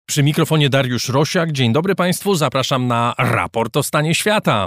Przy mikrofonie Dariusz Rosiak. Dzień dobry Państwu, zapraszam na raport o stanie świata.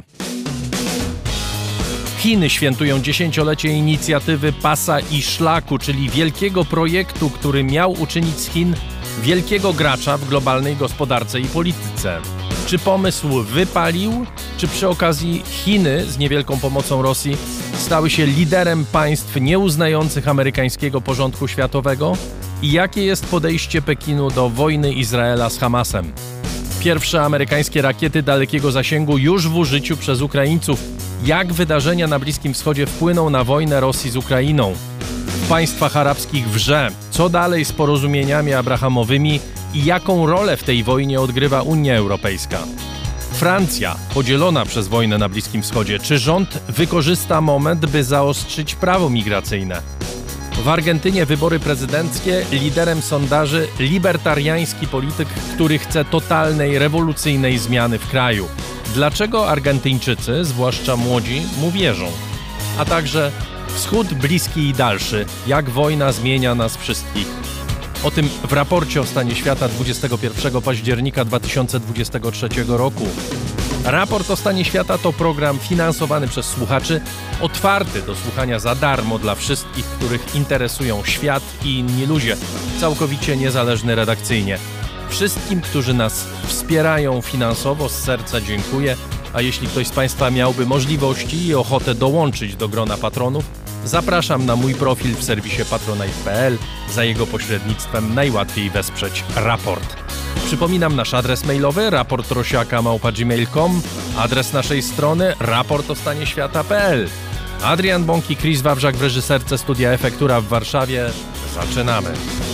Chiny świętują 10-lecie inicjatywy Pasa i Szlaku, czyli wielkiego projektu, który miał uczynić z Chin wielkiego gracza w globalnej gospodarce i polityce. Czy pomysł wypalił? Czy przy okazji Chiny z niewielką pomocą Rosji stały się liderem państw nieuznających amerykańskiego porządku światowego? I jakie jest podejście Pekinu do wojny Izraela z Hamasem? Pierwsze amerykańskie rakiety dalekiego zasięgu już w użyciu przez Ukraińców. Jak wydarzenia na Bliskim Wschodzie wpłyną na wojnę Rosji z Ukrainą? W państwach arabskich wrze. Co dalej z porozumieniami abrahamowymi i jaką rolę w tej wojnie odgrywa Unia Europejska? Francja, podzielona przez wojnę na Bliskim Wschodzie. Czy rząd wykorzysta moment, by zaostrzyć prawo migracyjne? W Argentynie wybory prezydenckie, liderem sondaży libertariański polityk, który chce totalnej, rewolucyjnej zmiany w kraju. Dlaczego Argentyńczycy, zwłaszcza młodzi, mu wierzą? A także Wschód bliski i dalszy, jak wojna zmienia nas wszystkich. O tym w raporcie o stanie świata 21 października 2023 roku. Raport o stanie świata to program finansowany przez słuchaczy, otwarty do słuchania za darmo dla wszystkich, których interesują świat i inni ludzie, całkowicie niezależny redakcyjnie. Wszystkim, którzy nas wspierają finansowo, z serca dziękuję, a jeśli ktoś z Państwa miałby możliwości i ochotę dołączyć do grona patronów, zapraszam na mój profil w serwisie patronite.pl. Za jego pośrednictwem najłatwiej wesprzeć raport. Przypominam nasz adres mailowy raportrosiaka@gmail.com, adres naszej strony raportostanieświata.pl. Adrian Bąk i Chris Wawrzak w reżyserce Studia Efektura w Warszawie. Zaczynamy.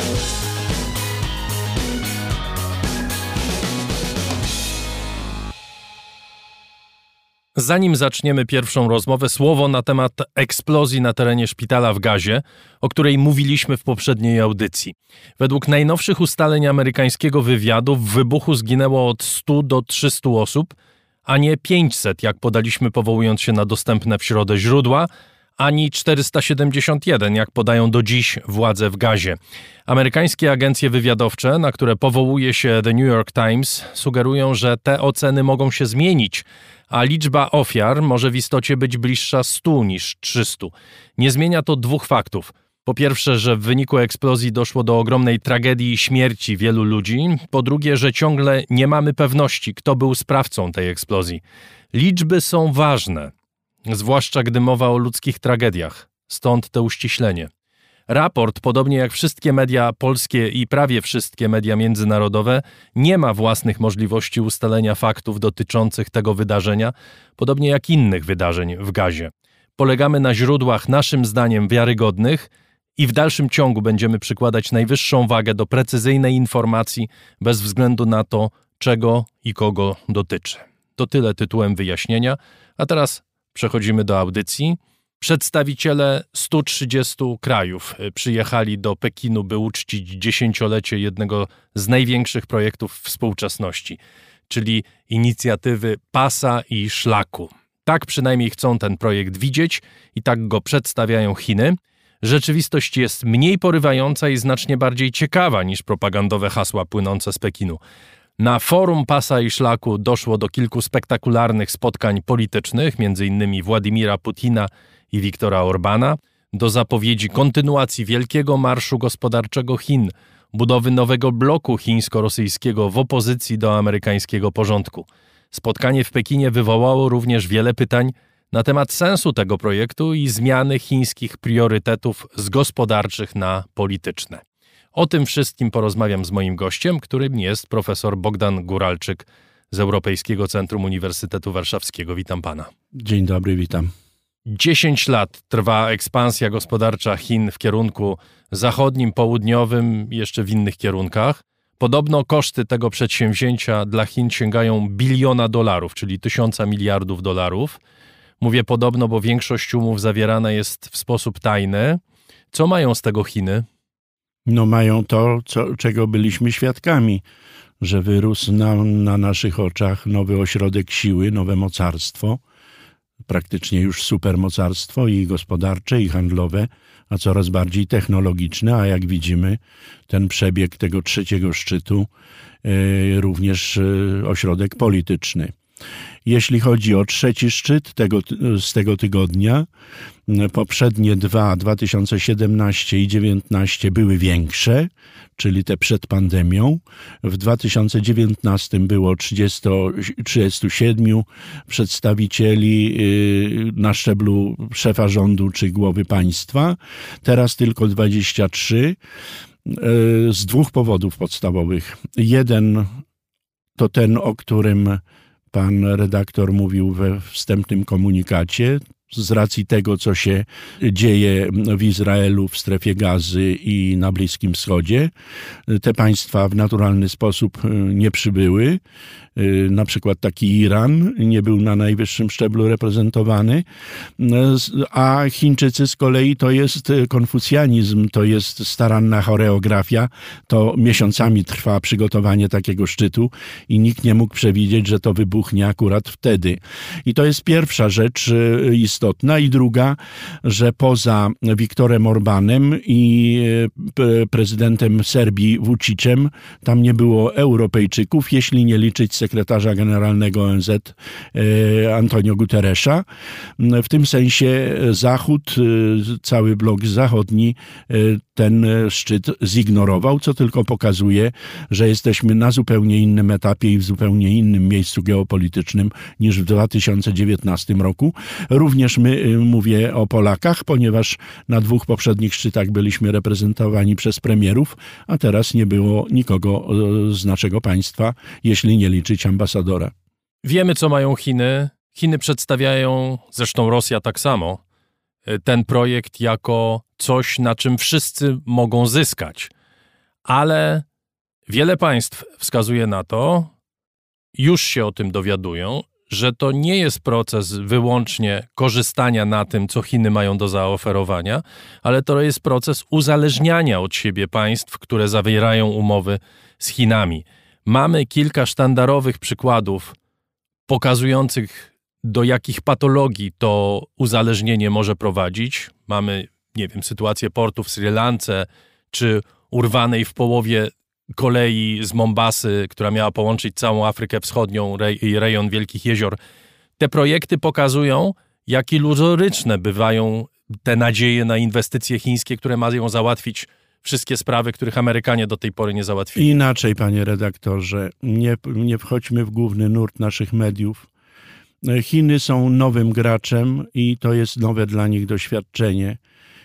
Zanim zaczniemy pierwszą rozmowę, słowo na temat eksplozji na terenie szpitala w Gazie, o której mówiliśmy w poprzedniej audycji. Według najnowszych ustaleń amerykańskiego wywiadu w wybuchu zginęło od 100 do 300 osób, a nie 500, jak podaliśmy powołując się na dostępne w środę źródła, ani 471, jak podają do dziś władze w Gazie. Amerykańskie agencje wywiadowcze, na które powołuje się The New York Times, sugerują, że te oceny mogą się zmienić, a liczba ofiar może w istocie być bliższa 100 niż 300. Nie zmienia to dwóch faktów. Po pierwsze, że w wyniku eksplozji doszło do ogromnej tragedii i śmierci wielu ludzi. Po drugie, że ciągle nie mamy pewności, kto był sprawcą tej eksplozji. Liczby są ważne, zwłaszcza gdy mowa o ludzkich tragediach. Stąd to uściślenie. Raport, podobnie jak wszystkie media polskie i prawie wszystkie media międzynarodowe, nie ma własnych możliwości ustalenia faktów dotyczących tego wydarzenia, podobnie jak innych wydarzeń w Gazie. Polegamy na źródłach naszym zdaniem wiarygodnych i w dalszym ciągu będziemy przykładać najwyższą wagę do precyzyjnej informacji bez względu na to, czego i kogo dotyczy. To tyle tytułem wyjaśnienia, a teraz przechodzimy do audycji. Przedstawiciele 130 krajów przyjechali do Pekinu, by uczcić 10-lecie jednego z największych projektów współczesności, czyli inicjatywy Pasa i Szlaku. Tak przynajmniej chcą ten projekt widzieć i tak go przedstawiają Chiny. Rzeczywistość jest mniej porywająca i znacznie bardziej ciekawa niż propagandowe hasła płynące z Pekinu. Na forum Pasa i Szlaku doszło do kilku spektakularnych spotkań politycznych, m.in. Władimira Putina i Viktora Orbana, do zapowiedzi kontynuacji wielkiego marszu gospodarczego Chin, budowy nowego bloku chińsko-rosyjskiego w opozycji do amerykańskiego porządku. Spotkanie w Pekinie wywołało również wiele pytań na temat sensu tego projektu i zmiany chińskich priorytetów z gospodarczych na polityczne. O tym wszystkim porozmawiam z moim gościem, którym jest profesor Bogdan Guralczyk z Europejskiego Centrum Uniwersytetu Warszawskiego. Witam pana. Dzień dobry, witam. 10 lat trwa ekspansja gospodarcza Chin w kierunku zachodnim, południowym, jeszcze w innych kierunkach. Podobno koszty tego przedsięwzięcia dla Chin sięgają $1 biliona, czyli 1000 miliardów dolarów. Mówię podobno, bo większość umów zawierana jest w sposób tajny. Co mają z tego Chiny? No mają to, czego byliśmy świadkami, że wyrósł na naszych oczach nowy ośrodek siły, nowe mocarstwo. praktycznie już supermocarstwo i gospodarcze, i handlowe, a coraz bardziej technologiczne, a jak widzimy, ten przebieg tego trzeciego szczytu również ośrodek polityczny. Jeśli chodzi o trzeci szczyt z tego tygodnia, poprzednie 2017 i 2019 były większe, czyli te przed pandemią. W 2019 było 37 przedstawicieli na szczeblu szefa rządu czy głowy państwa, teraz tylko 23 z dwóch powodów podstawowych. Jeden to ten, o którym pan redaktor mówił we wstępnym komunikacie, z racji tego, co się dzieje w Izraelu, w strefie Gazy i na Bliskim Wschodzie. Te państwa w naturalny sposób nie przybyły. Na przykład taki Iran nie był na najwyższym szczeblu reprezentowany, a Chińczycy z kolei to jest konfucjanizm, to jest staranna choreografia, to miesiącami trwa przygotowanie takiego szczytu i nikt nie mógł przewidzieć, że to wybuchnie akurat wtedy. I to jest pierwsza rzecz istotna. I druga, że poza Viktorem Orbanem i prezydentem Serbii Vučićem tam nie było Europejczyków, jeśli nie liczyć sekretarza generalnego ONZ Antonio Guterresa. W tym sensie Zachód, cały blok zachodni ten szczyt zignorował, co tylko pokazuje, że jesteśmy na zupełnie innym etapie i w zupełnie innym miejscu geopolitycznym niż w 2019 roku. Również mówię o Polakach, ponieważ na dwóch poprzednich szczytach byliśmy reprezentowani przez premierów, a teraz nie było nikogo z naszego państwa, jeśli nie liczyć ambasadora. Wiemy, co mają Chiny. Chiny przedstawiają, zresztą Rosja tak samo, ten projekt jako coś, na czym wszyscy mogą zyskać. Ale wiele państw wskazuje na to, już się o tym dowiadują, że to nie jest proces wyłącznie korzystania na tym, co Chiny mają do zaoferowania, ale to jest proces uzależniania od siebie państw, które zawierają umowy z Chinami. Mamy kilka sztandarowych przykładów pokazujących, do jakich patologii to uzależnienie może prowadzić. Mamy, sytuację portu w Sri Lance, czy urwanej w połowie kolei z Mombasy, która miała połączyć całą Afrykę Wschodnią i rejon Wielkich Jezior. Te projekty pokazują, jak iluzoryczne bywają te nadzieje na inwestycje chińskie, które mają załatwić wszystkie sprawy, których Amerykanie do tej pory nie załatwili. Inaczej, panie redaktorze, nie wchodźmy w główny nurt naszych mediów. Chiny są nowym graczem i to jest nowe dla nich doświadczenie.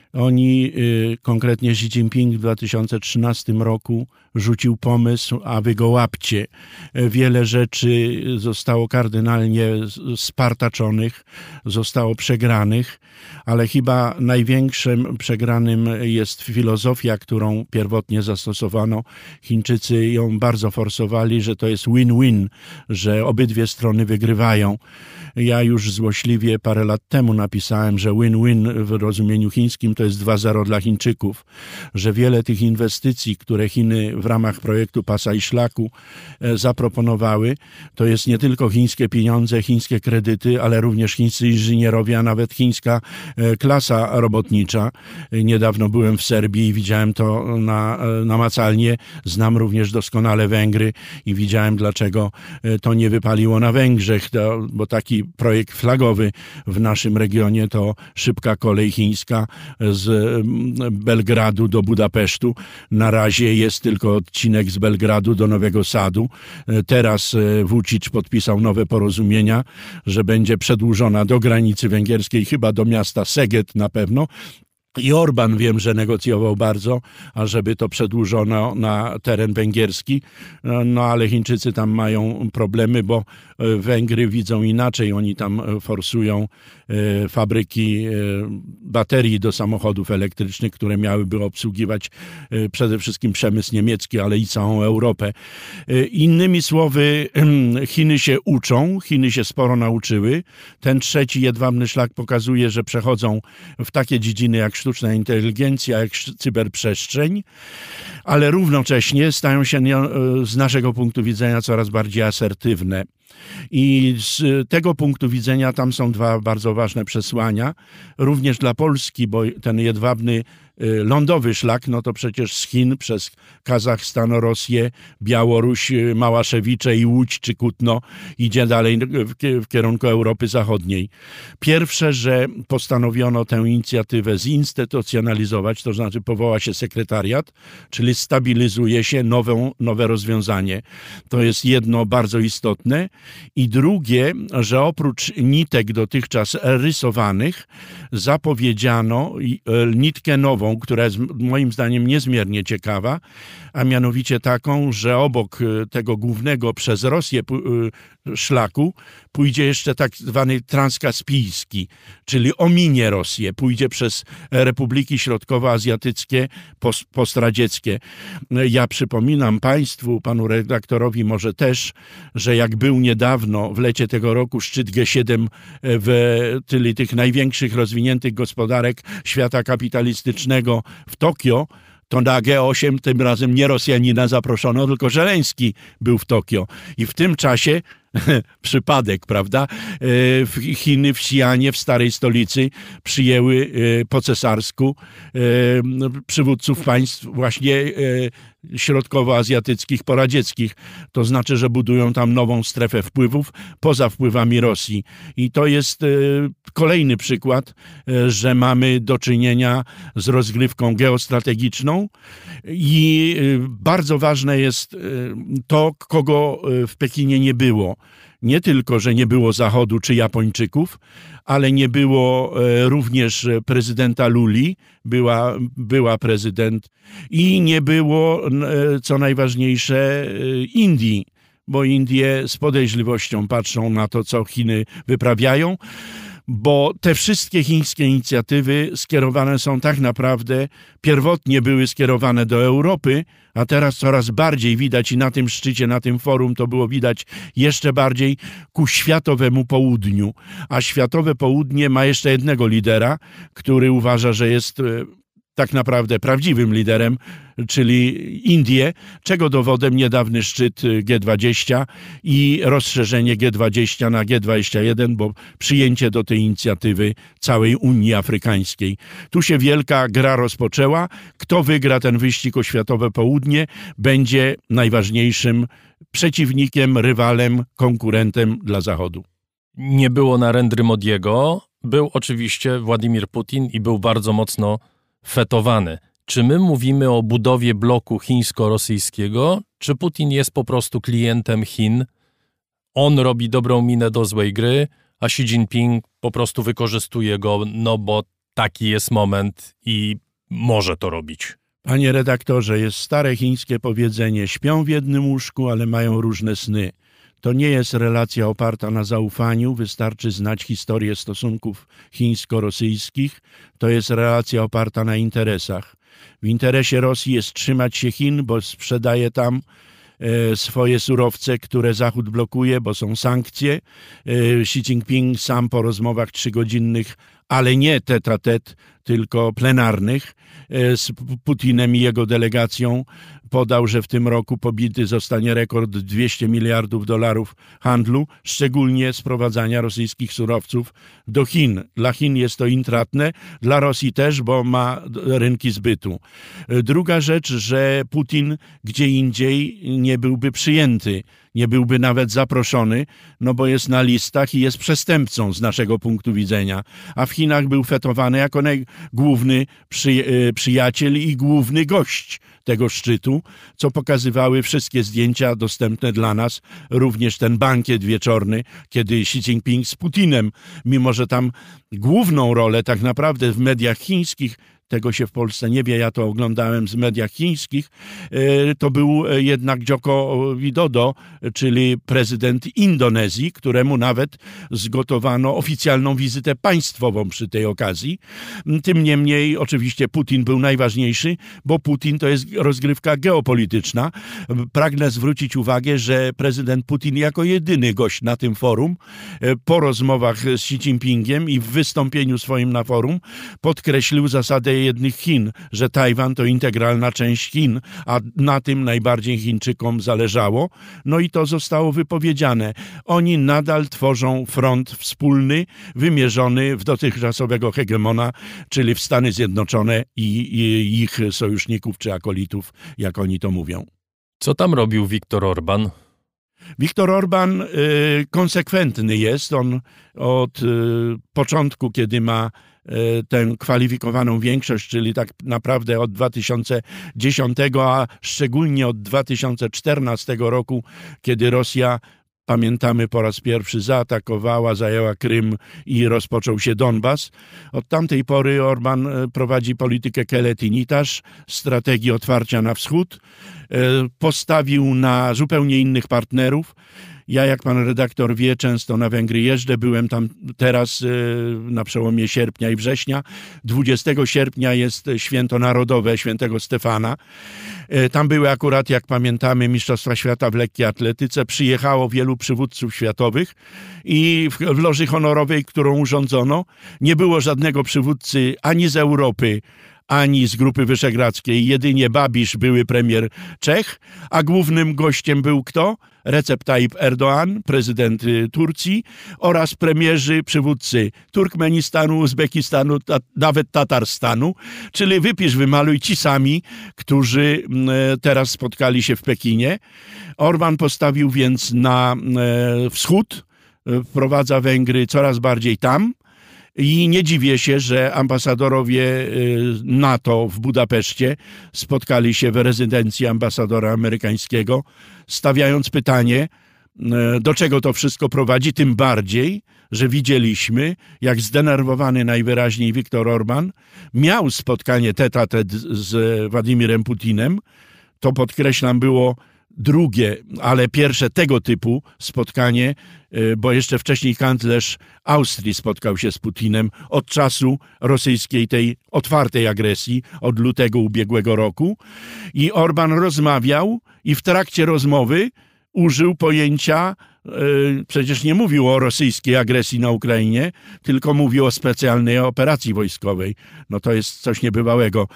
Oni, konkretnie Xi Jinping w 2013 roku rzucił pomysł, a wy go łapcie. Wiele rzeczy zostało kardynalnie spartaczonych, zostało przegranych, ale chyba największym przegranym jest filozofia, którą pierwotnie zastosowano. Chińczycy ją bardzo forsowali, że to jest win-win, że obydwie strony wygrywają. Ja już złośliwie parę lat temu napisałem, że win-win w rozumieniu chińskim to jest 2-0 dla Chińczyków, że wiele tych inwestycji, które Chiny w ramach projektu Pasa i Szlaku zaproponowały, to jest nie tylko chińskie pieniądze, chińskie kredyty, ale również chińscy inżynierowie, a nawet chińska klasa robotnicza. Niedawno byłem w Serbii i widziałem to namacalnie. Znam również doskonale Węgry i widziałem, dlaczego to nie wypaliło na Węgrzech, bo taki projekt flagowy w naszym regionie to szybka kolej chińska z Belgradu do Budapesztu. Na razie jest tylko odcinek z Belgradu do Nowego Sadu. Teraz Vučić podpisał nowe porozumienia, że będzie przedłużona do granicy węgierskiej, chyba do miasta Szeged na pewno. I Orban wiem, że negocjował bardzo, ażeby to przedłużono na teren węgierski, no ale Chińczycy tam mają problemy, bo Węgry widzą inaczej, oni tam forsują fabryki baterii do samochodów elektrycznych, które miałyby obsługiwać przede wszystkim przemysł niemiecki, ale i całą Europę. Innymi słowy, Chiny się uczą, Chiny się sporo nauczyły. Ten trzeci jedwabny szlak pokazuje, że przechodzą w takie dziedziny jak sztuczna inteligencja, jak cyberprzestrzeń, ale równocześnie stają się z naszego punktu widzenia coraz bardziej asertywne. I z tego punktu widzenia tam są dwa bardzo ważne przesłania, również dla Polski, bo ten jedwabny lądowy szlak, no to przecież z Chin przez Kazachstan, Rosję, Białoruś, Małaszewicze i Łódź czy Kutno idzie dalej w kierunku Europy Zachodniej. Pierwsze, że postanowiono tę inicjatywę zinstytucjonalizować, to znaczy powoła się sekretariat, czyli stabilizuje się nowe rozwiązanie. To jest jedno bardzo istotne. I drugie, że oprócz nitek dotychczas rysowanych zapowiedziano nitkę nową, która jest moim zdaniem niezmiernie ciekawa, a mianowicie taką, że obok tego głównego przez Rosję szlaku pójdzie jeszcze tak zwany transkaspijski, czyli ominie Rosję, pójdzie przez republiki środkowoazjatyckie, postradzieckie. Ja przypominam Państwu, panu redaktorowi może też, że jak był niedawno w lecie tego roku szczyt G7, czyli tych największych rozwiniętych gospodarek świata kapitalistycznego w Tokio, to na G8 tym razem nie Rosjanina zaproszono, tylko Żeleński był w Tokio. I w tym czasie, przypadek, prawda, Chiny w Xi'anie, w starej stolicy, przyjęły po cesarsku przywódców państw właśnie środkowoazjatyckich, poradzieckich. To znaczy, że budują tam nową strefę wpływów poza wpływami Rosji. I to jest kolejny przykład, że mamy do czynienia z rozgrywką geostrategiczną i bardzo ważne jest to, kogo w Pekinie nie było. Nie tylko, że nie było Zachodu czy Japończyków, ale nie było również prezydenta Luli, była prezydent, i nie było, co najważniejsze, Indii, bo Indie z podejrzliwością patrzą na to, co Chiny wyprawiają, bo te wszystkie chińskie inicjatywy skierowane są tak naprawdę, pierwotnie były skierowane do Europy, a teraz coraz bardziej widać, i na tym szczycie, na tym forum to było widać jeszcze bardziej, ku światowemu południu. A światowe południe ma jeszcze jednego lidera, który uważa, że jest tak naprawdę prawdziwym liderem, czyli Indie, czego dowodem niedawny szczyt G20 i rozszerzenie G20 na G21, bo przyjęcie do tej inicjatywy całej Unii Afrykańskiej. Tu się wielka gra rozpoczęła. Kto wygra ten wyścig o światowe południe, będzie najważniejszym przeciwnikiem, rywalem, konkurentem dla Zachodu. Nie było Narendry Modiego, był oczywiście Władimir Putin i był bardzo mocno fetowany. Czy my mówimy o budowie bloku chińsko-rosyjskiego, czy Putin jest po prostu klientem Chin? On robi dobrą minę do złej gry, a Xi Jinping po prostu wykorzystuje go, no bo taki jest moment i może to robić. Panie redaktorze, jest stare chińskie powiedzenie: śpią w jednym łóżku, ale mają różne sny. To nie jest relacja oparta na zaufaniu, wystarczy znać historię stosunków chińsko-rosyjskich. To jest relacja oparta na interesach. W interesie Rosji jest trzymać się Chin, bo sprzedaje tam swoje surowce, które Zachód blokuje, bo są sankcje. Xi Jinping sam po rozmowach 3-godzinnych, ale nie tête-à-tête, tylko plenarnych, z Putinem i jego delegacją podał, że w tym roku pobity zostanie rekord $200 miliardów handlu, szczególnie sprowadzania rosyjskich surowców do Chin. Dla Chin jest to intratne, dla Rosji też, bo ma rynki zbytu. Druga rzecz, że Putin gdzie indziej nie byłby przyjęty, nie byłby nawet zaproszony, no bo jest na listach i jest przestępcą z naszego punktu widzenia. A w Chinach był fetowany jako główny przyjaciel i główny gość tego szczytu, co pokazywały wszystkie zdjęcia dostępne dla nas, również ten bankiet wieczorny, kiedy Xi Jinping z Putinem, mimo że tam główną rolę tak naprawdę w mediach chińskich, tego się w Polsce nie wie, ja to oglądałem w mediach chińskich, to był jednak Joko Widodo, czyli prezydent Indonezji, któremu nawet zgotowano oficjalną wizytę państwową przy tej okazji. Tym niemniej oczywiście Putin był najważniejszy, bo Putin to jest rozgrywka geopolityczna. Pragnę zwrócić uwagę, że prezydent Putin jako jedyny gość na tym forum, po rozmowach z Xi Jinpingiem i w wystąpieniu swoim na forum, podkreślił zasadę jednych Chin, że Tajwan to integralna część Chin, a na tym najbardziej Chińczykom zależało. No i to zostało wypowiedziane. Oni nadal tworzą front wspólny, wymierzony w dotychczasowego hegemona, czyli w Stany Zjednoczone i ich sojuszników czy akolitów, jak oni to mówią. Co tam robił Viktor Orban? Viktor Orban konsekwentny jest. On od początku, kiedy ma tę kwalifikowaną większość, czyli tak naprawdę od 2010, a szczególnie od 2014 roku, kiedy Rosja, pamiętamy, po raz pierwszy zaatakowała, zajęła Krym i rozpoczął się Donbas. Od tamtej pory Orban prowadzi politykę kelet-i-nitasz, strategię otwarcia na wschód. Postawił na zupełnie innych partnerów. Ja, jak pan redaktor wie, często na Węgry jeżdżę. Byłem tam teraz na przełomie sierpnia i września. 20 sierpnia jest święto narodowe świętego Stefana. Tam były akurat, jak pamiętamy, Mistrzostwa Świata w lekkiej atletyce. Przyjechało wielu przywódców światowych i w loży honorowej, którą urządzono, nie było żadnego przywódcy ani z Europy, ani z Grupy Wyszehradzkiej. Jedynie Babiš, były premier Czech, a głównym gościem był kto? Recep Tayyip Erdoğan, prezydent Turcji, oraz premierzy, przywódcy Turkmenistanu, Uzbekistanu, nawet Tatarstanu, czyli wypisz, wymaluj ci sami, którzy teraz spotkali się w Pekinie. Orban postawił więc na wschód, wprowadza Węgry coraz bardziej tam. I nie dziwię się, że ambasadorowie NATO w Budapeszcie spotkali się w rezydencji ambasadora amerykańskiego, stawiając pytanie, do czego to wszystko prowadzi, tym bardziej, że widzieliśmy, jak zdenerwowany najwyraźniej Viktor Orban miał spotkanie tête-à-tête z Władimirem Putinem. To, podkreślam, było drugie, ale pierwsze tego typu spotkanie, bo jeszcze wcześniej kanclerz Austrii spotkał się z Putinem od czasu rosyjskiej tej otwartej agresji, od lutego ubiegłego roku. I Orban rozmawiał i w trakcie rozmowy użył pojęcia, przecież nie mówił o rosyjskiej agresji na Ukrainie, tylko mówił o specjalnej operacji wojskowej. No to jest coś niebywałego.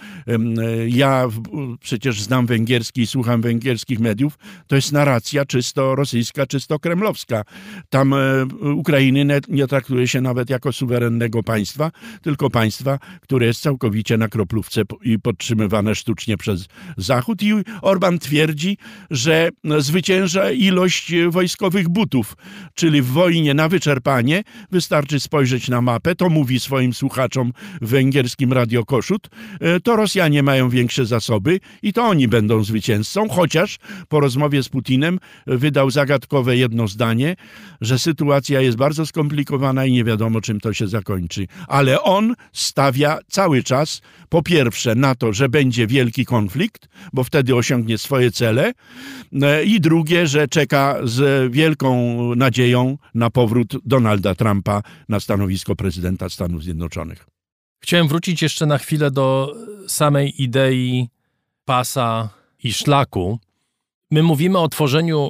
Ja przecież znam węgierski i słucham węgierskich mediów. To jest narracja czysto rosyjska, czysto kremlowska. Tam Ukrainy nie traktuje się nawet jako suwerennego państwa, tylko państwa, które jest całkowicie na kroplówce i podtrzymywane sztucznie przez Zachód. I Orban twierdzi, że zwycięża ilość wojskowych butów, czyli w wojnie na wyczerpanie wystarczy spojrzeć na mapę, to mówi swoim słuchaczom w węgierskim Radio Kossuth, to Rosjanie mają większe zasoby i to oni będą zwycięzcą, chociaż po rozmowie z Putinem wydał zagadkowe jedno zdanie, że sytuacja jest bardzo skomplikowana i nie wiadomo, czym to się zakończy. Ale on stawia cały czas, po pierwsze, na to, że będzie wielki konflikt, bo wtedy osiągnie swoje cele, i drugie, że czeka z wielką nadzieją na powrót Donalda Trumpa na stanowisko prezydenta Stanów Zjednoczonych. Chciałem wrócić jeszcze na chwilę do samej idei pasa i szlaku. My mówimy o tworzeniu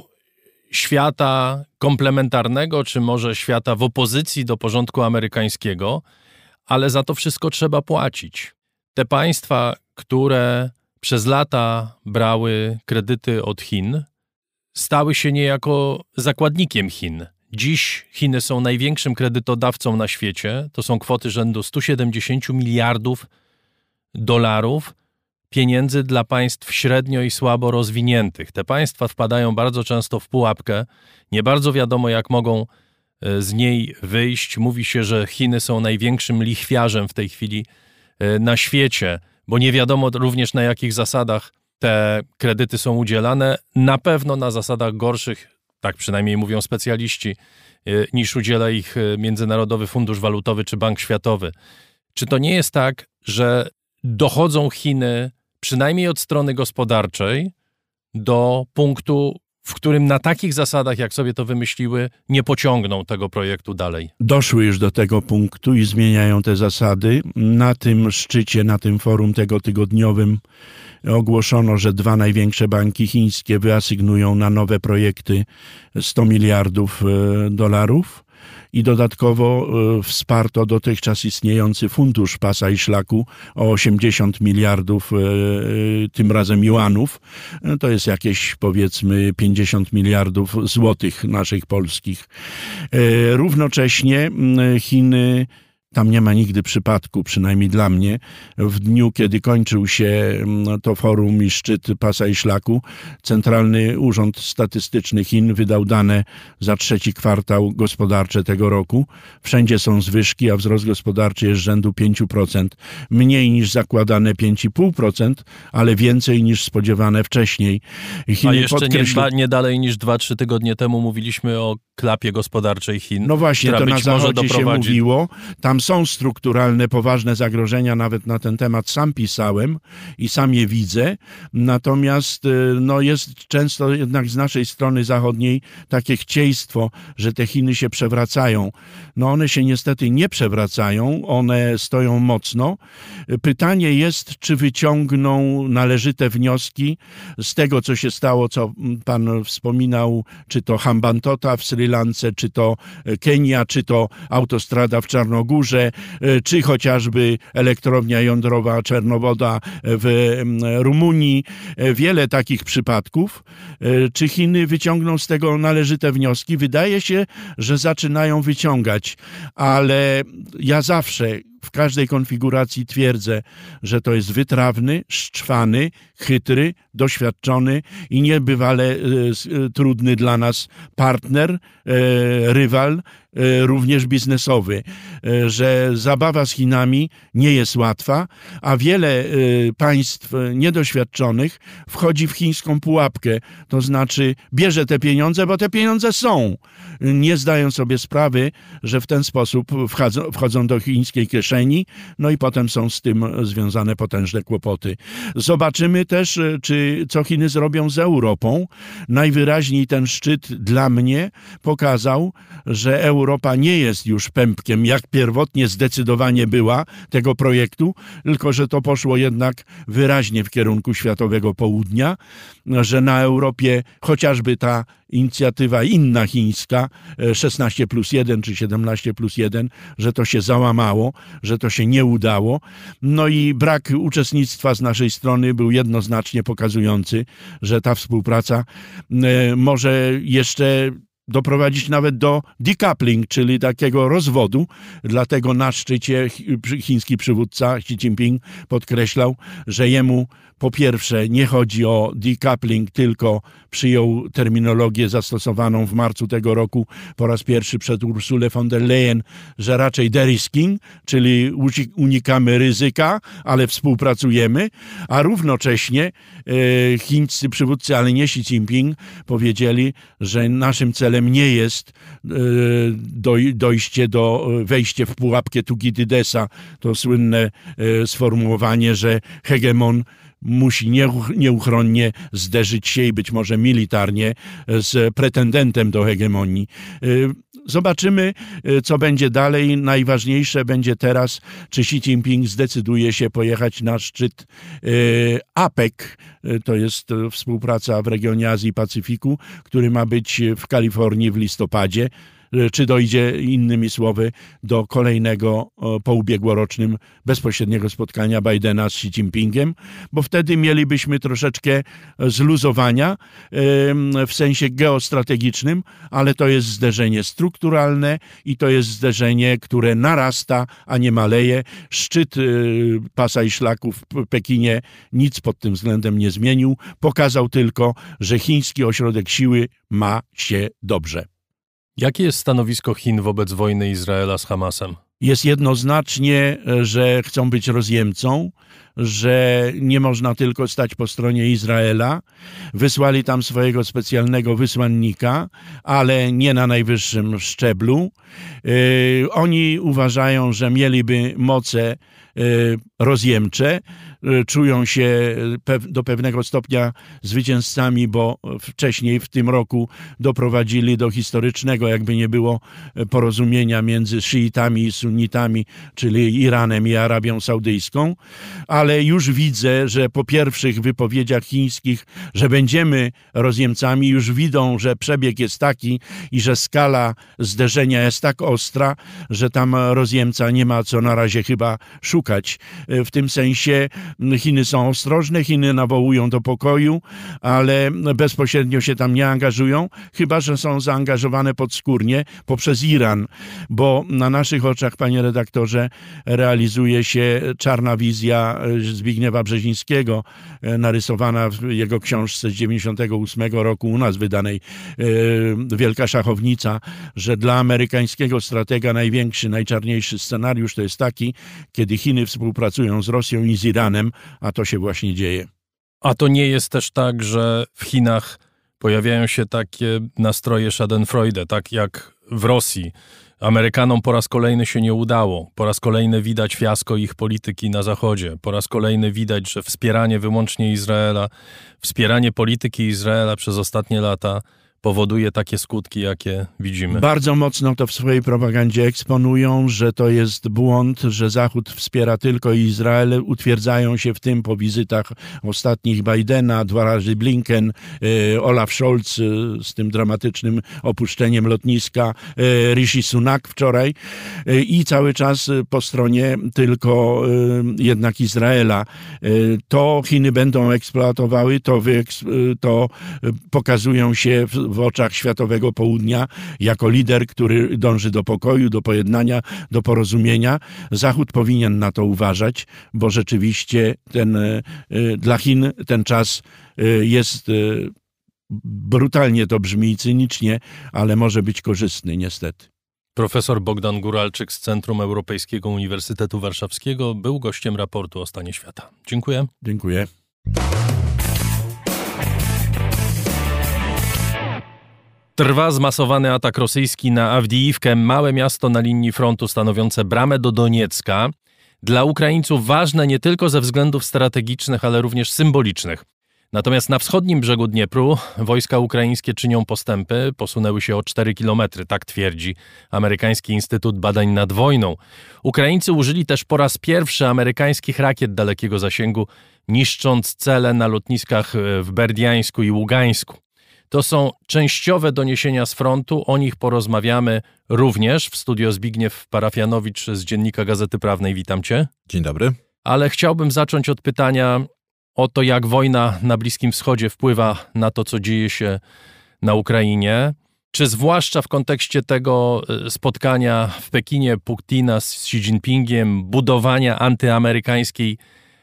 świata komplementarnego, czy może świata w opozycji do porządku amerykańskiego, ale za to wszystko trzeba płacić. Te państwa, które przez lata brały kredyty od Chin, stały się niejako zakładnikiem Chin. Dziś Chiny są największym kredytodawcą na świecie. To są kwoty rzędu 170 miliardów dolarów pieniędzy dla państw średnio i słabo rozwiniętych. Te państwa wpadają bardzo często w pułapkę. Nie bardzo wiadomo, jak mogą z niej wyjść. Mówi się, że Chiny są największym lichwiarzem w tej chwili na świecie, bo nie wiadomo również, na jakich zasadach te kredyty są udzielane. Na pewno na zasadach gorszych, tak przynajmniej mówią specjaliści, niż udziela ich Międzynarodowy Fundusz Walutowy czy Bank Światowy. Czy to nie jest tak, że dochodzą Chiny, przynajmniej od strony gospodarczej, do punktu, w którym na takich zasadach, jak sobie to wymyśliły, nie pociągną tego projektu dalej? Doszły już do tego punktu i zmieniają te zasady. Na tym szczycie, na tym forum tego tygodniowym ogłoszono, że 2 największe banki chińskie wyasygnują na nowe projekty 100 miliardów dolarów. i dodatkowo wsparto dotychczas istniejący fundusz pasa i szlaku o 80 miliardów tym razem juanów. To jest jakieś powiedzmy 50 miliardów złotych naszych polskich. Równocześnie Chiny, tam nie ma nigdy przypadku, przynajmniej dla mnie, w dniu, kiedy kończył się to forum i szczyt pasa i szlaku, Centralny Urząd Statystyczny Chin wydał dane za trzeci kwartał gospodarczy tego roku. Wszędzie są zwyżki, a wzrost gospodarczy jest rzędu 5%. Mniej niż zakładane 5,5%, ale więcej niż spodziewane wcześniej. Chiny a jeszcze nie dalej niż 2-3 tygodnie temu mówiliśmy o klapie gospodarczej Chin. No właśnie, to na Zachodzie się mówiło. Tam są strukturalne, poważne zagrożenia, nawet na ten temat sam pisałem i sam je widzę. Natomiast no, jest często jednak z naszej strony zachodniej takie chcieństwo, że te Chiny się przewracają. No one się niestety nie przewracają, one stoją mocno. Pytanie jest, czy wyciągną należyte wnioski z tego, co się stało, co pan wspominał, czy to Hambantota w Sri Lance, czy to Kenia, czy to autostrada w Czarnogórze, czy chociażby elektrownia jądrowa Czernowoda w Rumunii. Wiele takich przypadków. Czy Chiny wyciągną z tego należyte wnioski? Wydaje się, że zaczynają wyciągać, ale ja zawsze w każdej konfiguracji twierdzę, że to jest wytrawny, szczwany, chytry, doświadczony i niebywale trudny dla nas partner, rywal, również biznesowy, że zabawa z Chinami nie jest łatwa, a wiele państw niedoświadczonych wchodzi w chińską pułapkę, to znaczy bierze te pieniądze, bo te pieniądze są. Nie zdają sobie sprawy, że w ten sposób wchodzą do chińskiej kieszeni, no i potem są z tym związane potężne kłopoty. Zobaczymy też, co Chiny zrobią z Europą. Najwyraźniej ten szczyt dla mnie pokazał, że Europa nie jest już pępkiem, jak pierwotnie zdecydowanie była tego projektu, tylko że to poszło jednak wyraźnie w kierunku światowego południa, że na Europie chociażby ta inicjatywa inna chińska, 16+1 czy 17+1, że to się załamało, że to się nie udało. No i brak uczestnictwa z naszej strony był jednoznacznie pokazujący, że ta współpraca może jeszcze doprowadzić nawet do decoupling, czyli takiego rozwodu. Dlatego na szczycie chiński przywódca Xi Jinping podkreślał, że jemu po pierwsze nie chodzi o decoupling, tylko przyjął terminologię zastosowaną w marcu tego roku po raz pierwszy przed Ursulę von der Leyen, że raczej de-risking, czyli unikamy ryzyka, ale współpracujemy, a równocześnie chińscy przywódcy, ale nie Xi Jinping, powiedzieli, że naszym celem nie jest wejście w pułapkę Thukydidesa, to słynne sformułowanie, że hegemon musi nieuchronnie zderzyć się i być może militarnie z pretendentem do hegemonii. Zobaczymy, co będzie dalej. Najważniejsze będzie teraz, czy Xi Jinping zdecyduje się pojechać na szczyt APEC, to jest współpraca w regionie Azji i Pacyfiku, który ma być w Kalifornii w listopadzie. Czy dojdzie, innymi słowy, do kolejnego po ubiegłorocznym bezpośredniego spotkania Bidena z Xi Jinpingiem, bo wtedy mielibyśmy troszeczkę zluzowania w sensie geostrategicznym, ale to jest zderzenie strukturalne i to jest zderzenie, które narasta, a nie maleje. Szczyt pasa i szlaku w Pekinie nic pod tym względem nie zmienił. Pokazał tylko, że chiński ośrodek siły ma się dobrze. Jakie jest stanowisko Chin wobec wojny Izraela z Hamasem? Jest jednoznacznie, że chcą być rozjemcą, że nie można tylko stać po stronie Izraela. Wysłali tam swojego specjalnego wysłannika, ale nie na najwyższym szczeblu. Oni uważają, że mieliby moce rozjemcze, czują się do pewnego stopnia zwycięzcami, bo wcześniej w tym roku doprowadzili do historycznego, jakby nie było, porozumienia między szyitami i sunnitami, czyli Iranem i Arabią Saudyjską, ale już widzę, że po pierwszych wypowiedziach chińskich, że będziemy rozjemcami, już widzą, że przebieg jest taki i że skala zderzenia jest tak ostra, że tam rozjemca nie ma co na razie chyba szukać. W tym sensie Chiny są ostrożne, Chiny nawołują do pokoju, ale bezpośrednio się tam nie angażują, chyba że są zaangażowane podskórnie poprzez Iran, bo na naszych oczach, panie redaktorze, realizuje się czarna wizja Zbigniewa Brzezińskiego, narysowana w jego książce z 98 roku u nas wydanej, Wielka Szachownica, że dla amerykańskiego stratega największy, najczarniejszy scenariusz to jest taki, kiedy Chiny współpracują z Rosją i z Iranem, a to się właśnie dzieje. A to nie jest też tak, że w Chinach pojawiają się takie nastroje schadenfreude, tak jak w Rosji. Amerykanom po raz kolejny się nie udało. Po raz kolejny widać fiasko ich polityki na Zachodzie. Po raz kolejny widać, że wspieranie wyłącznie Izraela, wspieranie polityki Izraela przez ostatnie lata powoduje takie skutki, jakie widzimy. Bardzo mocno to w swojej propagandzie eksponują, że to jest błąd, że Zachód wspiera tylko Izrael. Utwierdzają się w tym po wizytach ostatnich Bidena, 2 razy Blinken, Olaf Scholz z tym dramatycznym opuszczeniem lotniska, Rishi Sunak wczoraj i cały czas po stronie tylko jednak Izraela. To Chiny będą eksploatowały, to pokazują się w oczach światowego południa jako lider, który dąży do pokoju, do pojednania, do porozumienia. Zachód powinien na to uważać, bo rzeczywiście dla Chin ten czas jest, brutalnie to brzmi i cynicznie, ale może być korzystny niestety. Profesor Bogdan Guralczyk z Centrum Europejskiego Uniwersytetu Warszawskiego był gościem raportu o stanie świata. Dziękuję. Dziękuję. Trwa zmasowany atak rosyjski na Awdijiwkę, małe miasto na linii frontu stanowiące bramę do Doniecka. Dla Ukraińców ważne nie tylko ze względów strategicznych, ale również symbolicznych. Natomiast na wschodnim brzegu Dniepru wojska ukraińskie czynią postępy, posunęły się o 4 kilometry, tak twierdzi Amerykański Instytut Badań nad Wojną. Ukraińcy użyli też po raz pierwszy amerykańskich rakiet dalekiego zasięgu, niszcząc cele na lotniskach w Berdiańsku i Ługańsku. To są częściowe doniesienia z frontu, o nich porozmawiamy również w studio. Zbigniew Parafianowicz z Dziennika Gazety Prawnej, witam cię. Dzień dobry. Ale chciałbym zacząć od pytania o to, jak wojna na Bliskim Wschodzie wpływa na to, co dzieje się na Ukrainie. Czy zwłaszcza w kontekście tego spotkania w Pekinie Putina z Xi Jinpingiem, budowania antyamerykańskiej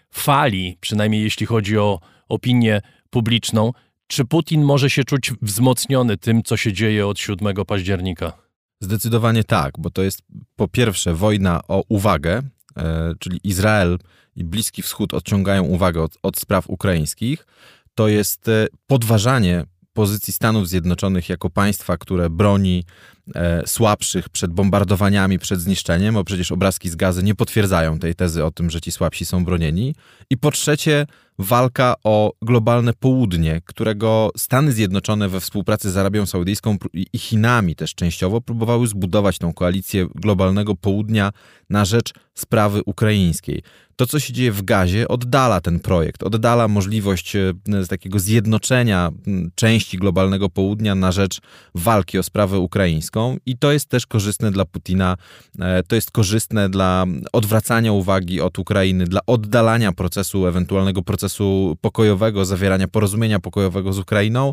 fali, przynajmniej jeśli chodzi o opinię publiczną, czy Putin może się czuć wzmocniony tym, co się dzieje od 7 października? Zdecydowanie tak, bo to jest po pierwsze wojna o uwagę, czyli Izrael i Bliski Wschód odciągają uwagę od spraw ukraińskich. To jest podważanie pozycji Stanów Zjednoczonych jako państwa, które broni słabszych przed bombardowaniami, przed zniszczeniem, bo przecież obrazki z Gazy nie potwierdzają tej tezy o tym, że ci słabsi są bronieni. I po trzecie walka o globalne południe, którego Stany Zjednoczone we współpracy z Arabią Saudyjską i Chinami też częściowo próbowały zbudować tą koalicję globalnego południa na rzecz sprawy ukraińskiej. To, co się dzieje w Gazie, oddala ten projekt, oddala możliwość takiego zjednoczenia części globalnego południa na rzecz walki o sprawę ukraińską i to jest też korzystne dla Putina, to jest korzystne dla odwracania uwagi od Ukrainy, dla oddalania procesu, ewentualnego procesu pokojowego, zawierania porozumienia pokojowego z Ukrainą.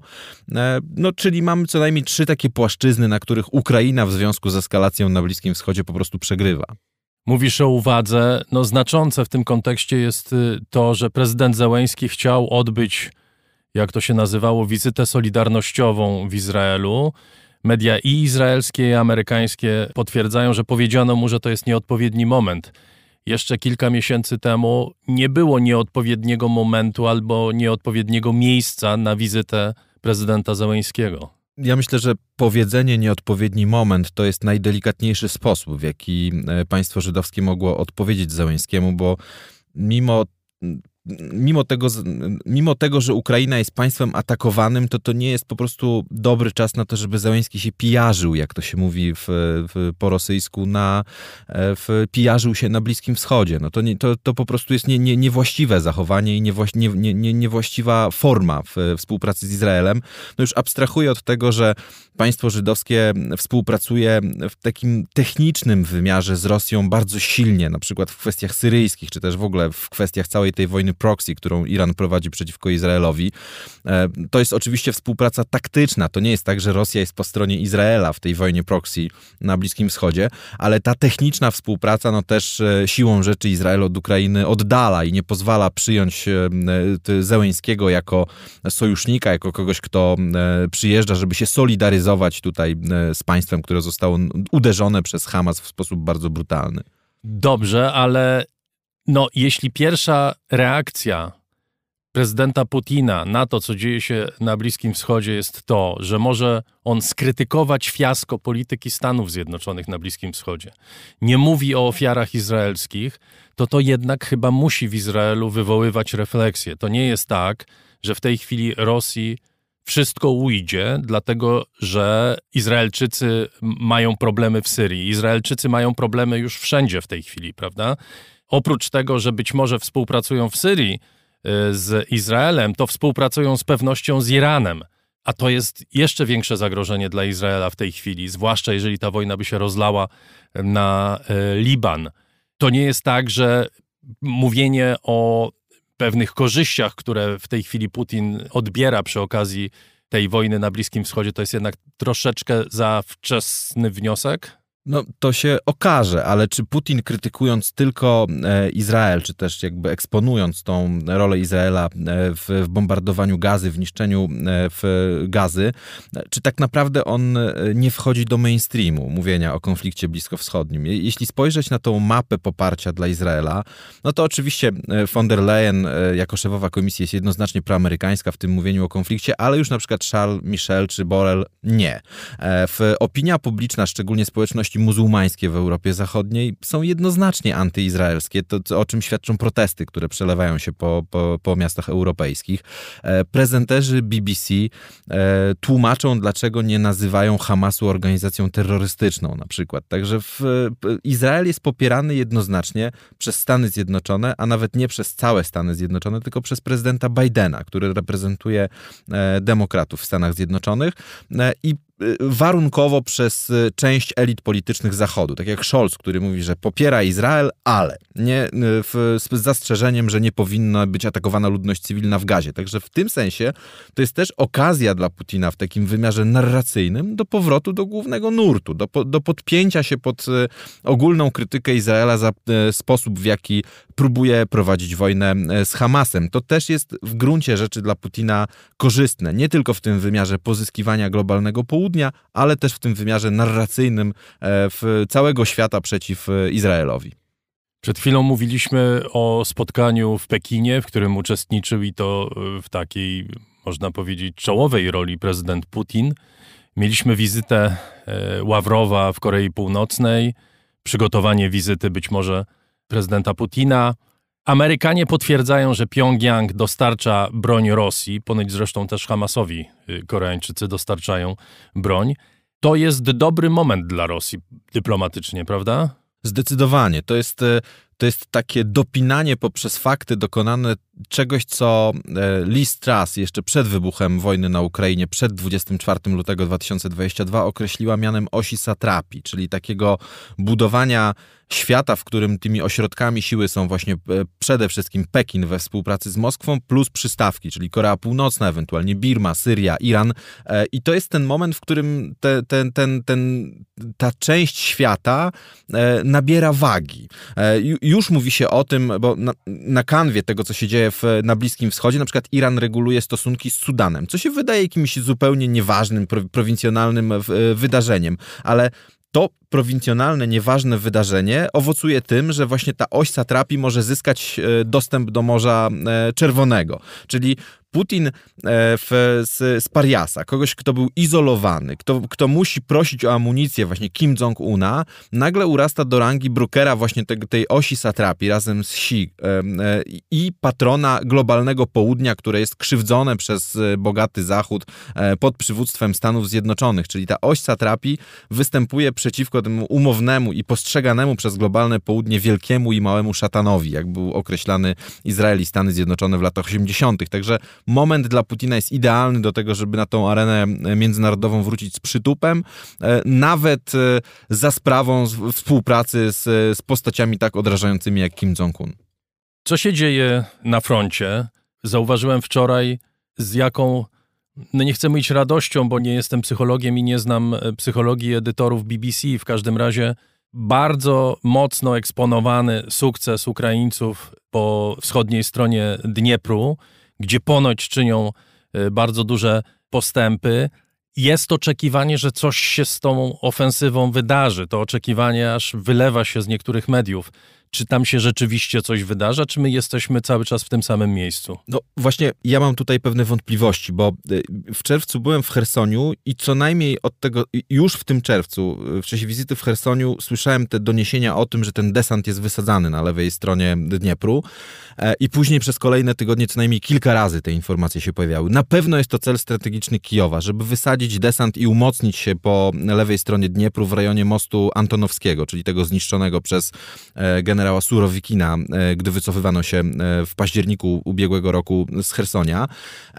No, czyli mamy co najmniej 3 takie płaszczyzny, na których Ukraina w związku z eskalacją na Bliskim Wschodzie po prostu przegrywa. Mówisz o uwadze. No, znaczące w tym kontekście jest to, że prezydent Zełenski chciał odbyć, jak to się nazywało, wizytę solidarnościową w Izraelu. Media i izraelskie, i amerykańskie potwierdzają, że powiedziano mu, że to jest nieodpowiedni moment. Jeszcze kilka miesięcy temu nie było nieodpowiedniego momentu albo nieodpowiedniego miejsca na wizytę prezydenta Zełenskiego. Ja myślę, że powiedzenie nieodpowiedni moment to jest najdelikatniejszy sposób, w jaki państwo żydowskie mogło odpowiedzieć Zełenskiemu, bo mimo mimo tego, że Ukraina jest państwem atakowanym, to nie jest po prostu dobry czas na to, żeby Zełenski się pijarzył, jak to się mówi po rosyjsku, pijarzył się na Bliskim Wschodzie. No to po prostu jest niewłaściwe zachowanie i niewłaściwa forma w współpracy z Izraelem. No już abstrahuję od tego, że państwo żydowskie współpracuje w takim technicznym wymiarze z Rosją bardzo silnie, na przykład w kwestiach syryjskich, czy też w ogóle w kwestiach całej tej wojny proxy, którą Iran prowadzi przeciwko Izraelowi. To jest oczywiście współpraca taktyczna. To nie jest tak, że Rosja jest po stronie Izraela w tej wojnie proxy na Bliskim Wschodzie, ale ta techniczna współpraca no też siłą rzeczy Izrael od Ukrainy oddala i nie pozwala przyjąć Zełenskiego jako sojusznika, jako kogoś, kto przyjeżdża, żeby się solidaryzować tutaj z państwem, które zostało uderzone przez Hamas w sposób bardzo brutalny. Dobrze, ale jeśli pierwsza reakcja prezydenta Putina na to, co dzieje się na Bliskim Wschodzie, jest to, że może on skrytykować fiasko polityki Stanów Zjednoczonych na Bliskim Wschodzie, nie mówi o ofiarach izraelskich, to jednak chyba musi w Izraelu wywoływać refleksję. To nie jest tak, że w tej chwili Rosji wszystko ujdzie, dlatego że Izraelczycy mają problemy w Syrii. Izraelczycy mają problemy już wszędzie w tej chwili, prawda? Oprócz tego, że być może współpracują w Syrii z Izraelem, to współpracują z pewnością z Iranem. A to jest jeszcze większe zagrożenie dla Izraela w tej chwili, zwłaszcza jeżeli ta wojna by się rozlała na Liban. To nie jest tak, że mówienie o pewnych korzyściach, które w tej chwili Putin odbiera przy okazji tej wojny na Bliskim Wschodzie, to jest jednak troszeczkę za wczesny wniosek? No to się okaże, ale czy Putin, krytykując tylko Izrael, czy też jakby eksponując tą rolę Izraela w bombardowaniu Gazy, w niszczeniu Gazy, czy tak naprawdę on nie wchodzi do mainstreamu mówienia o konflikcie bliskowschodnim? Jeśli spojrzeć na tą mapę poparcia dla Izraela, no to oczywiście von der Leyen jako szefowa komisji jest jednoznacznie proamerykańska w tym mówieniu o konflikcie, ale już na przykład Charles Michel czy Borrell nie. Opinia publiczna, szczególnie społeczności muzułmańskie w Europie Zachodniej są jednoznacznie antyizraelskie, to o czym świadczą protesty, które przelewają się po miastach europejskich. Prezenterzy BBC tłumaczą, dlaczego nie nazywają Hamasu organizacją terrorystyczną na przykład. Także Izrael jest popierany jednoznacznie przez Stany Zjednoczone, a nawet nie przez całe Stany Zjednoczone, tylko przez prezydenta Bidena, który reprezentuje demokratów w Stanach Zjednoczonych i warunkowo przez część elit politycznych Zachodu, tak jak Scholz, który mówi, że popiera Izrael, ale nie z zastrzeżeniem, że nie powinna być atakowana ludność cywilna w Gazie. Także w tym sensie to jest też okazja dla Putina w takim wymiarze narracyjnym do powrotu do głównego nurtu, do podpięcia się pod ogólną krytykę Izraela za sposób, w jaki próbuje prowadzić wojnę z Hamasem. To też jest w gruncie rzeczy dla Putina korzystne, nie tylko w tym wymiarze pozyskiwania globalnego południa, ale też w tym wymiarze narracyjnym całego świata przeciw Izraelowi. Przed chwilą mówiliśmy o spotkaniu w Pekinie, w którym uczestniczył i to w takiej, można powiedzieć, czołowej roli prezydent Putin. Mieliśmy wizytę Ławrowa w Korei Północnej, przygotowanie wizyty być może prezydenta Putina. Amerykanie potwierdzają, że Pjongjang dostarcza broń Rosji, ponoć zresztą też Hamasowi Koreańczycy dostarczają broń. To jest dobry moment dla Rosji dyplomatycznie, prawda? Zdecydowanie. To jest takie dopinanie poprzez fakty dokonane czegoś, co Liz Truss jeszcze przed wybuchem wojny na Ukrainie, przed 24 lutego 2022 określiła mianem osi satrapii, czyli takiego budowania świata, w którym tymi ośrodkami siły są właśnie przede wszystkim Pekin we współpracy z Moskwą, plus przystawki, czyli Korea Północna, ewentualnie Birma, Syria, Iran. I to jest ten moment, w którym ta część świata nabiera wagi. Już mówi się o tym, bo na kanwie tego, co się dzieje na Bliskim Wschodzie, na przykład Iran reguluje stosunki z Sudanem, co się wydaje jakimś zupełnie nieważnym, prowincjonalnym wydarzeniem, ale to prowincjonalne, nieważne wydarzenie owocuje tym, że właśnie ta oś satrapii może zyskać dostęp do Morza Czerwonego. Czyli Putin z pariasa, kogoś, kto był izolowany, kto musi prosić o amunicję, właśnie Kim Jong-una, nagle urasta do rangi brokera właśnie tej osi satrapii razem z Xi i patrona globalnego południa, które jest krzywdzone przez bogaty Zachód pod przywództwem Stanów Zjednoczonych. Czyli ta oś satrapii występuje przeciwko temu umownemu i postrzeganemu przez globalne południe wielkiemu i małemu szatanowi, jak był określany Izrael i Stany Zjednoczone w latach 80. Także moment dla Putina jest idealny do tego, żeby na tą arenę międzynarodową wrócić z przytupem, nawet za sprawą współpracy z postaciami tak odrażającymi jak Kim Jong-un. Co się dzieje na froncie? Zauważyłem wczoraj, z jaką, nie chcę mówić radością, bo nie jestem psychologiem i nie znam psychologii edytorów BBC. W każdym razie bardzo mocno eksponowany sukces Ukraińców po wschodniej stronie Dniepru, gdzie ponoć czynią bardzo duże postępy. Jest oczekiwanie, że coś się z tą ofensywą wydarzy. To oczekiwanie aż wylewa się z niektórych mediów. Czy tam się rzeczywiście coś wydarza, czy my jesteśmy cały czas w tym samym miejscu? No właśnie, ja mam tutaj pewne wątpliwości, bo w czerwcu byłem w Chersoniu i co najmniej od tego, już w tym czerwcu, w czasie wizyty w Chersoniu, słyszałem te doniesienia o tym, że ten desant jest wysadzany na lewej stronie Dniepru i później przez kolejne tygodnie co najmniej kilka razy te informacje się pojawiały. Na pewno jest to cel strategiczny Kijowa, żeby wysadzić desant i umocnić się po lewej stronie Dniepru w rejonie mostu Antonowskiego, czyli tego zniszczonego przez generała Surowikina, gdy wycofywano się w październiku ubiegłego roku z Chersonia.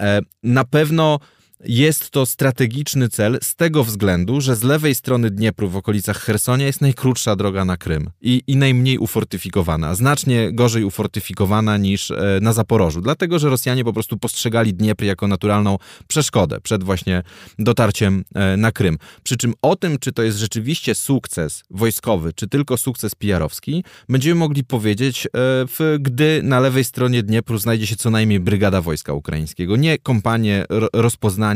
Na pewno jest to strategiczny cel z tego względu, że z lewej strony Dniepru w okolicach Chersonia jest najkrótsza droga na Krym i najmniej ufortyfikowana, znacznie gorzej ufortyfikowana niż na Zaporożu, dlatego że Rosjanie po prostu postrzegali Dniepr jako naturalną przeszkodę przed właśnie dotarciem na Krym. Przy czym o tym, czy to jest rzeczywiście sukces wojskowy, czy tylko sukces PR-owski, będziemy mogli powiedzieć, gdy na lewej stronie Dniepru znajdzie się co najmniej brygada wojska ukraińskiego, nie kompanie rozpoznania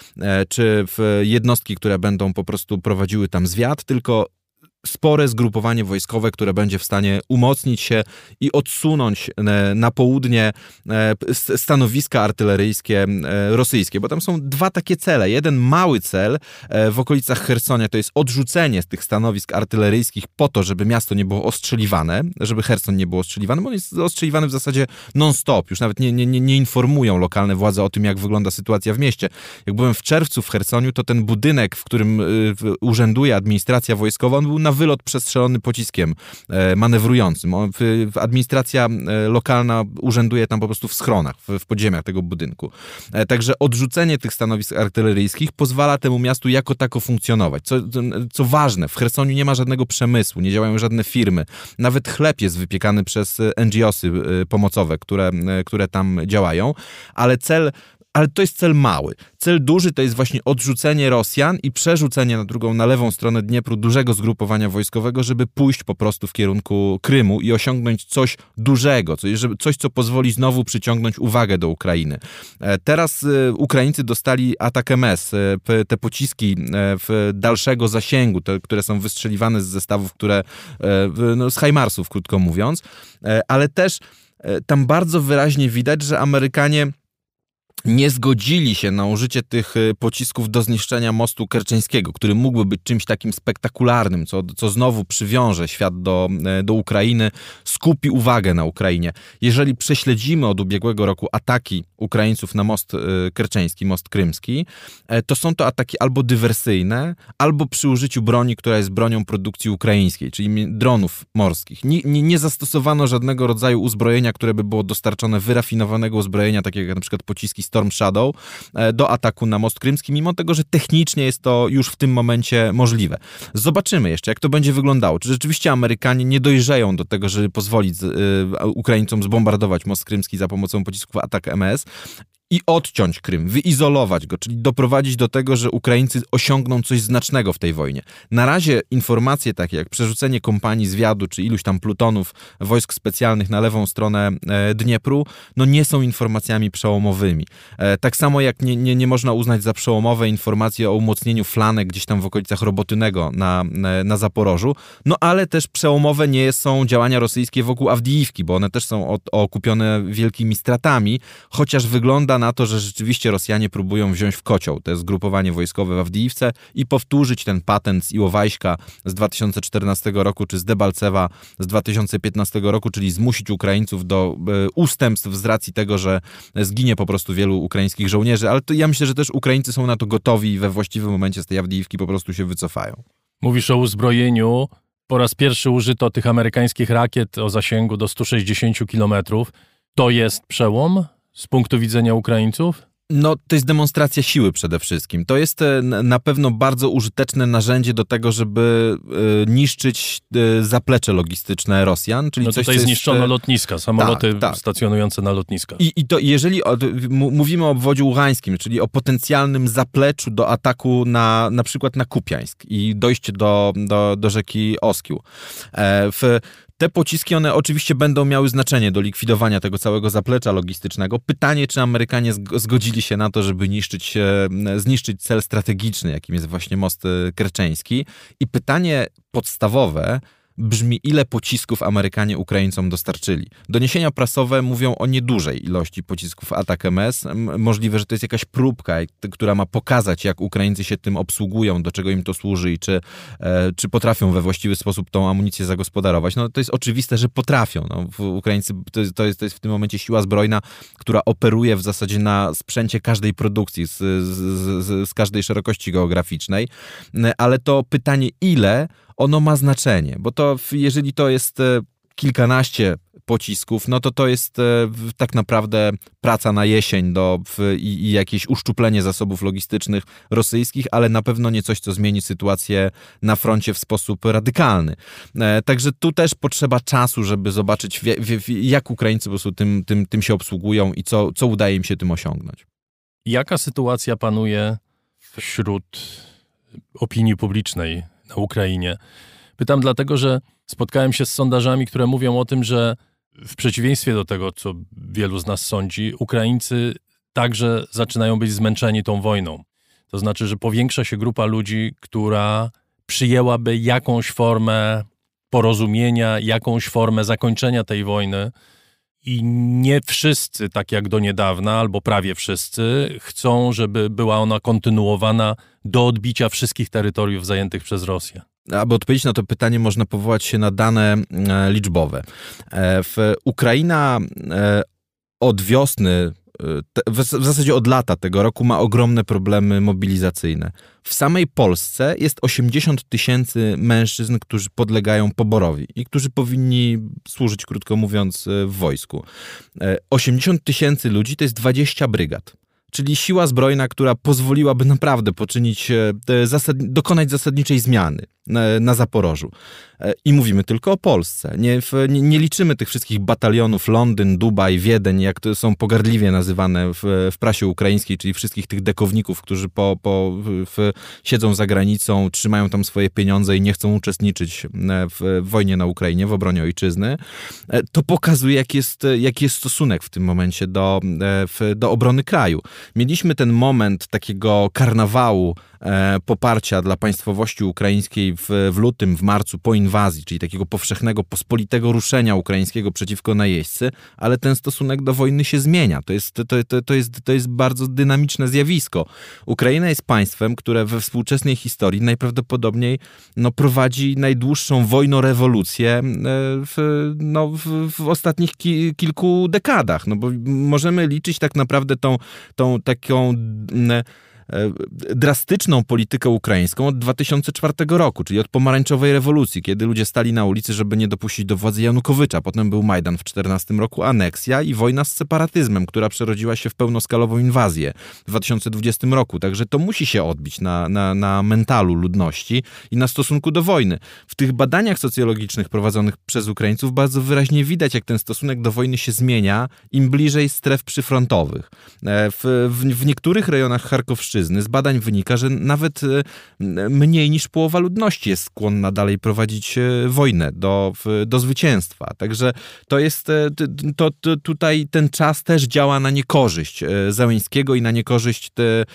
czy w jednostki, które będą po prostu prowadziły tam zwiat, tylko spore zgrupowanie wojskowe, które będzie w stanie umocnić się i odsunąć na południe stanowiska artyleryjskie rosyjskie, bo tam są dwa takie cele. Jeden mały cel w okolicach Chersonia to jest odrzucenie z tych stanowisk artyleryjskich po to, żeby miasto nie było ostrzeliwane, żeby Cherson nie był ostrzeliwany, bo on jest ostrzeliwany w zasadzie non-stop. Już nawet nie informują lokalne władze o tym, jak wygląda sytuacja w mieście. Jak byłem w czerwcu w Chersoniu, to ten budynek, w którym urzęduje administracja wojskowa, on był na wylot przestrzelony pociskiem manewrującym. Administracja lokalna urzęduje tam po prostu w schronach, w podziemiach tego budynku. Także odrzucenie tych stanowisk artyleryjskich pozwala temu miastu jako tako funkcjonować. Co ważne, w Chersoniu nie ma żadnego przemysłu, nie działają żadne firmy. Nawet chleb jest wypiekany przez NGO-sy pomocowe, które tam działają, ale to jest cel mały. Cel duży to jest właśnie odrzucenie Rosjan i przerzucenie na lewą stronę Dniepru dużego zgrupowania wojskowego, żeby pójść po prostu w kierunku Krymu i osiągnąć coś dużego, coś, co pozwoli znowu przyciągnąć uwagę do Ukrainy. Teraz Ukraińcy dostali atak MS, te pociski dalszego zasięgu, te, które są wystrzeliwane z zestawów, z HIMARS-ów, krótko mówiąc, ale też tam bardzo wyraźnie widać, że Amerykanie nie zgodzili się na użycie tych pocisków do zniszczenia mostu kerczeńskiego, który mógłby być czymś takim spektakularnym, co znowu przywiąże świat do Ukrainy, skupi uwagę na Ukrainie. Jeżeli prześledzimy od ubiegłego roku ataki Ukraińców na most kerczeński, most krymski, to są to ataki albo dywersyjne, albo przy użyciu broni, która jest bronią produkcji ukraińskiej, czyli dronów morskich. Nie zastosowano żadnego rodzaju uzbrojenia, które by było dostarczone, wyrafinowanego uzbrojenia, takiego jak na przykład pociski Storm Shadow, do ataku na most krymski, mimo tego, że technicznie jest to już w tym momencie możliwe. Zobaczymy jeszcze, jak to będzie wyglądało. Czy rzeczywiście Amerykanie nie dojrzeją do tego, żeby pozwolić Ukraińcom zbombardować most krymski za pomocą pocisków atak MS. i odciąć Krym, wyizolować go, czyli doprowadzić do tego, że Ukraińcy osiągną coś znacznego w tej wojnie. Na razie informacje takie jak przerzucenie kompanii zwiadu, czy iluś tam plutonów wojsk specjalnych na lewą stronę Dniepru, no nie są informacjami przełomowymi. Tak samo jak nie można uznać za przełomowe informacje o umocnieniu flanek gdzieś tam w okolicach Robotynego na Zaporożu, no ale też przełomowe nie są działania rosyjskie wokół Awdijiwki, bo one też są okupione wielkimi stratami, chociaż wygląda na to, że rzeczywiście Rosjanie próbują wziąć w kocioł to zgrupowanie wojskowe w Awdijiwce i powtórzyć ten patent z Iłowajśka z 2014 roku, czy z Debalcewa z 2015 roku, czyli zmusić Ukraińców do ustępstw z racji tego, że zginie po prostu wielu ukraińskich żołnierzy, ale to ja myślę, że też Ukraińcy są na to gotowi i we właściwym momencie z tej Awdijiwki po prostu się wycofają. Mówisz o uzbrojeniu. Po raz pierwszy użyto tych amerykańskich rakiet o zasięgu do 160 kilometrów. To jest przełom z punktu widzenia Ukraińców? No, to jest demonstracja siły przede wszystkim. To jest na pewno bardzo użyteczne narzędzie do tego, żeby niszczyć zaplecze logistyczne Rosjan. Czyli no coś, tutaj zniszczono lotniska, samoloty stacjonujące na lotniskach. I to jeżeli mówimy o obwodzie ługańskim, czyli o potencjalnym zapleczu do ataku na przykład na Kupiańsk i dojście do rzeki Oskił. Te pociski, one oczywiście będą miały znaczenie do likwidowania tego całego zaplecza logistycznego. Pytanie, czy Amerykanie zgodzili się na to, żeby zniszczyć cel strategiczny, jakim jest właśnie most kerczeński. I pytanie podstawowe brzmi, ile pocisków Amerykanie Ukraińcom dostarczyli. Doniesienia prasowe mówią o niedużej ilości pocisków ATAK-MS. Możliwe, że to jest jakaś próbka, która ma pokazać, jak Ukraińcy się tym obsługują, do czego im to służy i czy potrafią we właściwy sposób tą amunicję zagospodarować. No to jest oczywiste, że potrafią. No, Ukraińcy to jest w tym momencie siła zbrojna, która operuje w zasadzie na sprzęcie każdej produkcji, z każdej szerokości geograficznej. Ale to pytanie, ile ono ma znaczenie, bo to jeżeli to jest kilkanaście pocisków, no to jest tak naprawdę praca na jesień i jakieś uszczuplenie zasobów logistycznych rosyjskich, ale na pewno nie coś, co zmieni sytuację na froncie w sposób radykalny. Także tu też potrzeba czasu, żeby zobaczyć, jak Ukraińcy po prostu tym się obsługują i co udaje im się tym osiągnąć. Jaka sytuacja panuje wśród opinii publicznej na Ukrainie? Pytam dlatego, że spotkałem się z sondażami, które mówią o tym, że w przeciwieństwie do tego, co wielu z nas sądzi, Ukraińcy także zaczynają być zmęczeni tą wojną. To znaczy, że powiększa się grupa ludzi, która przyjęłaby jakąś formę porozumienia, jakąś formę zakończenia tej wojny i nie wszyscy, tak jak do niedawna, albo prawie wszyscy, chcą, żeby była ona kontynuowana do odbicia wszystkich terytoriów zajętych przez Rosję. Aby odpowiedzieć na to pytanie, można powołać się na dane liczbowe. Ukraina od wiosny, w zasadzie od lata tego roku ma ogromne problemy mobilizacyjne. W samej Polsce jest 80 000 mężczyzn, którzy podlegają poborowi i którzy powinni służyć, krótko mówiąc, w wojsku. 80 000 ludzi to jest 20 brygad. Czyli siła zbrojna, która pozwoliłaby naprawdę dokonać zasadniczej zmiany na Zaporożu. I mówimy tylko o Polsce. Nie liczymy tych wszystkich batalionów Londyn, Dubaj, Wiedeń, jak to są pogardliwie nazywane w prasie ukraińskiej, czyli wszystkich tych dekowników, którzy siedzą za granicą, trzymają tam swoje pieniądze i nie chcą uczestniczyć w wojnie na Ukrainie, w obronie ojczyzny. To pokazuje, jaki jest stosunek w tym momencie do obrony kraju. Mieliśmy ten moment takiego karnawału poparcia dla państwowości ukraińskiej w lutym, w marcu po inwazji, czyli takiego powszechnego, pospolitego ruszenia ukraińskiego przeciwko najeźdźcy, ale ten stosunek do wojny się zmienia. To jest bardzo dynamiczne zjawisko. Ukraina jest państwem, które we współczesnej historii najprawdopodobniej prowadzi najdłuższą wojnorewolucję w ostatnich kilku dekadach. No bo możemy liczyć tak naprawdę tą taką drastyczną politykę ukraińską od 2004 roku, czyli od pomarańczowej rewolucji, kiedy ludzie stali na ulicy, żeby nie dopuścić do władzy Janukowycza. Potem był Majdan w 2014 roku, aneksja i wojna z separatyzmem, która przerodziła się w pełnoskalową inwazję w 2020 roku. Także to musi się odbić na mentalu ludności i na stosunku do wojny. W tych badaniach socjologicznych prowadzonych przez Ukraińców bardzo wyraźnie widać, jak ten stosunek do wojny się zmienia, im bliżej stref przyfrontowych. W niektórych rejonach Charkowszczyzny z badań wynika, że nawet mniej niż połowa ludności jest skłonna dalej prowadzić wojnę do zwycięstwa. Także to jest, tutaj ten czas też działa na niekorzyść Zełenskiego i na niekorzyść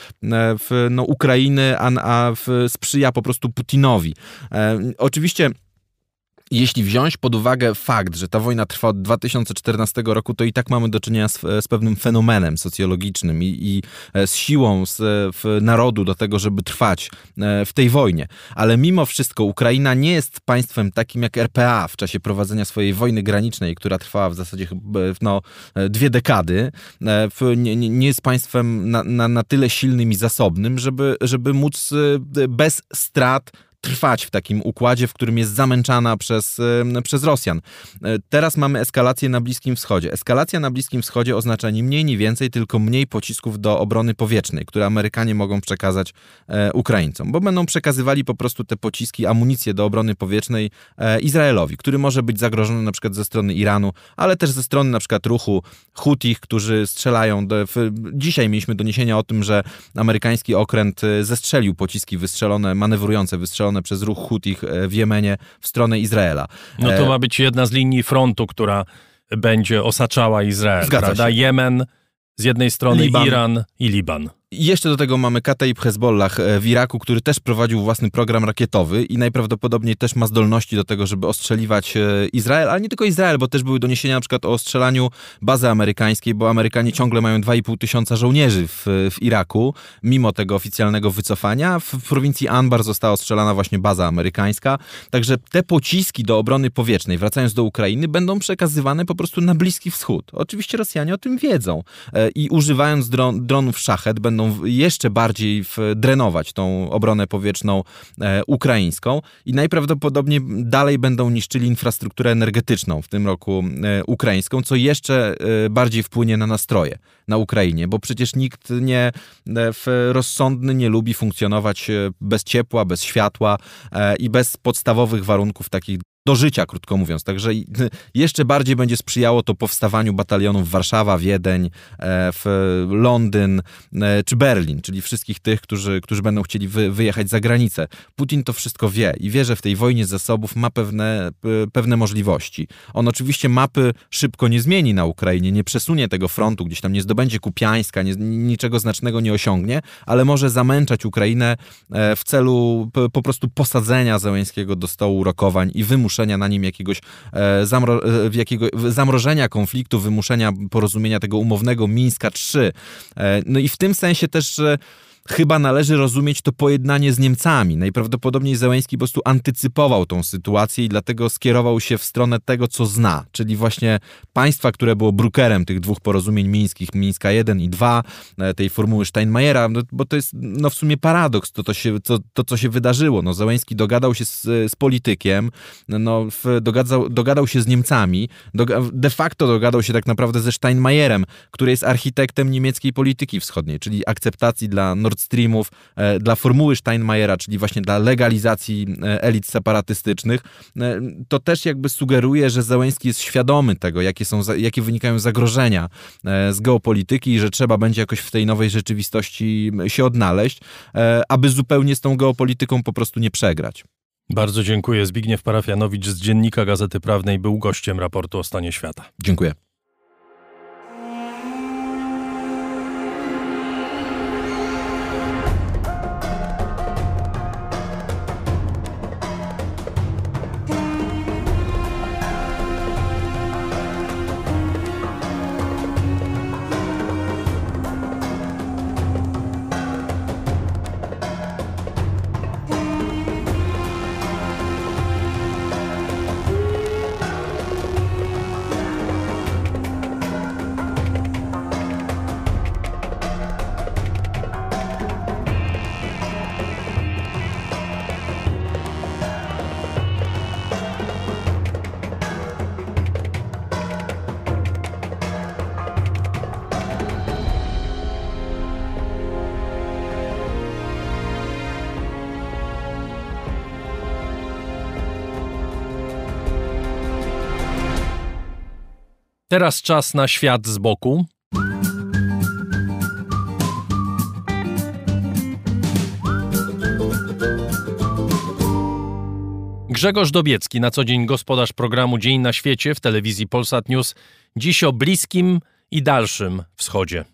Ukrainy, a sprzyja po prostu Putinowi. Oczywiście jeśli wziąć pod uwagę fakt, że ta wojna trwa od 2014 roku, to i tak mamy do czynienia z pewnym fenomenem socjologicznym i z siłą narodu do tego, żeby trwać w tej wojnie. Ale mimo wszystko Ukraina nie jest państwem takim jak RPA w czasie prowadzenia swojej wojny granicznej, która trwała w zasadzie 2 dekady. Nie jest państwem na tyle silnym i zasobnym, żeby móc bez strat trwać w takim układzie, w którym jest zamęczana przez Rosjan. Teraz mamy eskalację na Bliskim Wschodzie. Eskalacja na Bliskim Wschodzie oznacza ni mniej, ni więcej, tylko mniej pocisków do obrony powietrznej, które Amerykanie mogą przekazać Ukraińcom, bo będą przekazywali po prostu te pociski, amunicję do obrony powietrznej Izraelowi, który może być zagrożony na przykład ze strony Iranu, ale też ze strony na przykład ruchu Hutich, którzy strzelają. Dzisiaj mieliśmy doniesienia o tym, że amerykański okręt zestrzelił pociski manewrujące przez ruch Hutich w Jemenie w stronę Izraela. No to ma być jedna z linii frontu, która będzie osaczała Izrael, prawda? Jemen z jednej strony, Liban. Iran i Liban. I jeszcze do tego mamy Kataib Hezbollah w Iraku, który też prowadził własny program rakietowy i najprawdopodobniej też ma zdolności do tego, żeby ostrzeliwać Izrael, ale nie tylko Izrael, bo też były doniesienia na przykład o ostrzelaniu bazy amerykańskiej, bo Amerykanie ciągle mają 2,5 tysiąca żołnierzy w Iraku, mimo tego oficjalnego wycofania. W prowincji Anbar została ostrzelana właśnie baza amerykańska. Także te pociski do obrony powietrznej, wracając do Ukrainy, będą przekazywane po prostu na Bliski Wschód. Oczywiście Rosjanie o tym wiedzą i używając dronów Szachet będą jeszcze bardziej drenować tą obronę powietrzną ukraińską i najprawdopodobniej dalej będą niszczyli infrastrukturę energetyczną w tym roku ukraińską, co jeszcze bardziej wpłynie na nastroje na Ukrainie, bo przecież nikt rozsądny nie lubi funkcjonować bez ciepła, bez światła i bez podstawowych warunków takich do życia, krótko mówiąc. Także jeszcze bardziej będzie sprzyjało to powstawaniu batalionów Warszawa, Wiedeń, Londyn czy Berlin, czyli wszystkich tych, którzy będą chcieli wyjechać za granicę. Putin to wszystko wie i wie, że w tej wojnie zasobów ma pewne możliwości. On oczywiście mapy szybko nie zmieni na Ukrainie, nie przesunie tego frontu, gdzieś tam nie zdobędzie Kupiańska, niczego znacznego nie osiągnie, ale może zamęczać Ukrainę w celu po prostu posadzenia Zełenskiego do stołu rokowań i wymuszenia na nim jakiegoś zamrożenia konfliktu, wymuszenia porozumienia tego umownego Mińska III. No i w tym sensie też chyba należy rozumieć to pojednanie z Niemcami. Najprawdopodobniej Zełenski po prostu antycypował tą sytuację i dlatego skierował się w stronę tego, co zna, czyli właśnie państwa, które było brukerem tych dwóch porozumień mińskich, Mińska I i II, tej formuły Steinmeiera, bo to jest w sumie paradoks, co się wydarzyło. Zełenski dogadał się z politykiem, dogadał się z Niemcami, de facto dogadał się tak naprawdę ze Steinmeierem, który jest architektem niemieckiej polityki wschodniej, czyli akceptacji dla Nord Streamów, dla formuły Steinmeiera, czyli właśnie dla legalizacji elit separatystycznych, to też jakby sugeruje, że Zełenski jest świadomy tego, jakie wynikają zagrożenia z geopolityki i że trzeba będzie jakoś w tej nowej rzeczywistości się odnaleźć, aby zupełnie z tą geopolityką po prostu nie przegrać. Bardzo dziękuję. Zbigniew Parafianowicz z Dziennika Gazety Prawnej był gościem raportu o stanie świata. Dziękuję. Teraz czas na świat z boku. Grzegorz Dobiecki, na co dzień gospodarz programu Dzień na świecie w telewizji Polsat News. Dziś o Bliskim i Dalszym Wschodzie.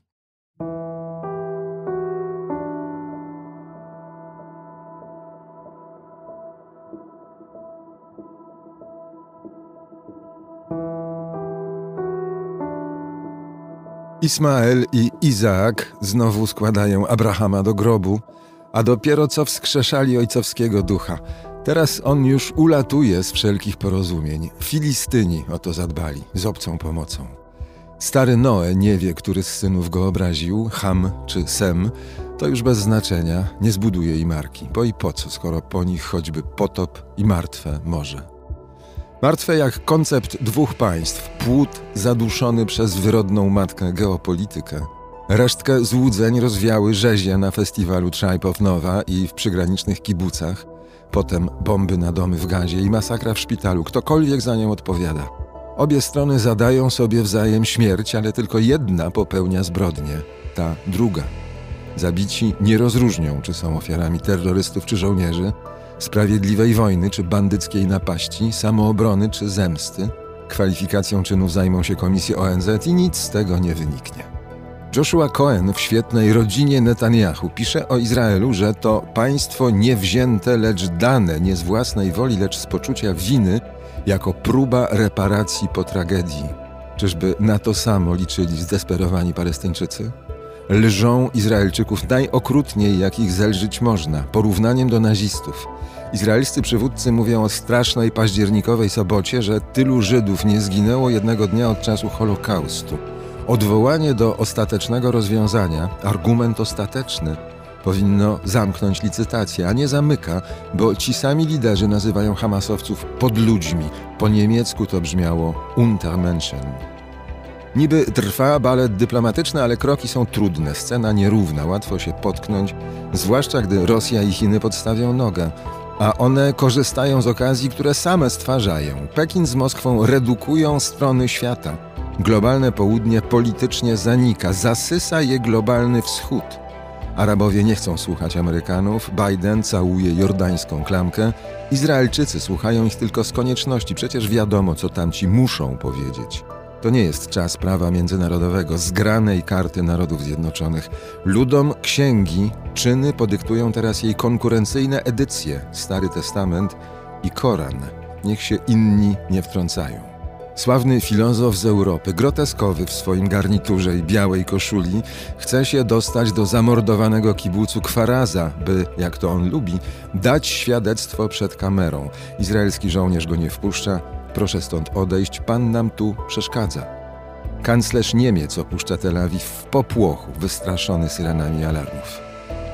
Ismael i Izaak znowu składają Abrahama do grobu, a dopiero co wskrzeszali ojcowskiego ducha. Teraz on już ulatuje z wszelkich porozumień. Filistyni o to zadbali, z obcą pomocą. Stary Noe nie wie, który z synów go obraził, Ham czy Sem, to już bez znaczenia, nie zbuduje im arki. Bo i po co, skoro po nich choćby potop i martwe morze. Martwe jak koncept dwóch państw, płód zaduszony przez wyrodną matkę geopolitykę. Resztkę złudzeń rozwiały rzezie na festiwalu Tribe of Nova i w przygranicznych kibucach. Potem bomby na domy w Gazie i masakra w szpitalu. Ktokolwiek za nią odpowiada. Obie strony zadają sobie wzajem śmierć, ale tylko jedna popełnia zbrodnię, ta druga. Zabici nie rozróżnią, czy są ofiarami terrorystów czy żołnierzy, sprawiedliwej wojny czy bandyckiej napaści, samoobrony czy zemsty. Kwalifikacją czynów zajmą się komisje ONZ i nic z tego nie wyniknie. Joshua Cohen w świetnej Rodzinie Netanyahu pisze o Izraelu, że to państwo niewzięte, lecz dane, nie z własnej woli, lecz z poczucia winy, jako próba reparacji po tragedii. Czyżby na to samo liczyli zdesperowani Palestyńczycy? Lżą Izraelczyków najokrutniej, jak ich zelżyć można, porównaniem do nazistów. Izraelscy przywódcy mówią o strasznej październikowej sobocie, że tylu Żydów nie zginęło jednego dnia od czasu Holokaustu. Odwołanie do ostatecznego rozwiązania, argument ostateczny, powinno zamknąć licytację, a nie zamyka, bo ci sami liderzy nazywają hamasowców podludźmi. Po niemiecku to brzmiało Untermenschen. Niby trwa balet dyplomatyczny, ale kroki są trudne, scena nierówna, łatwo się potknąć, zwłaszcza gdy Rosja i Chiny podstawią nogę, a one korzystają z okazji, które same stwarzają. Pekin z Moskwą redukują strony świata. Globalne południe politycznie zanika, zasysa je globalny wschód. Arabowie nie chcą słuchać Amerykanów, Biden całuje jordańską klamkę, Izraelczycy słuchają ich tylko z konieczności, przecież wiadomo, co tamci muszą powiedzieć. To nie jest czas prawa międzynarodowego, zgranej karty Narodów Zjednoczonych. Ludom księgi, czyny podyktują teraz jej konkurencyjne edycje, Stary Testament i Koran. Niech się inni nie wtrącają. Sławny filozof z Europy, groteskowy w swoim garniturze i białej koszuli, chce się dostać do zamordowanego kibucu Kwaraza, by, jak to on lubi, dać świadectwo przed kamerą. Izraelski żołnierz go nie wpuszcza. Proszę stąd odejść, pan nam tu przeszkadza. Kanclerz Niemiec opuszcza Tel Awiw w popłochu, wystraszony syrenami alarmów.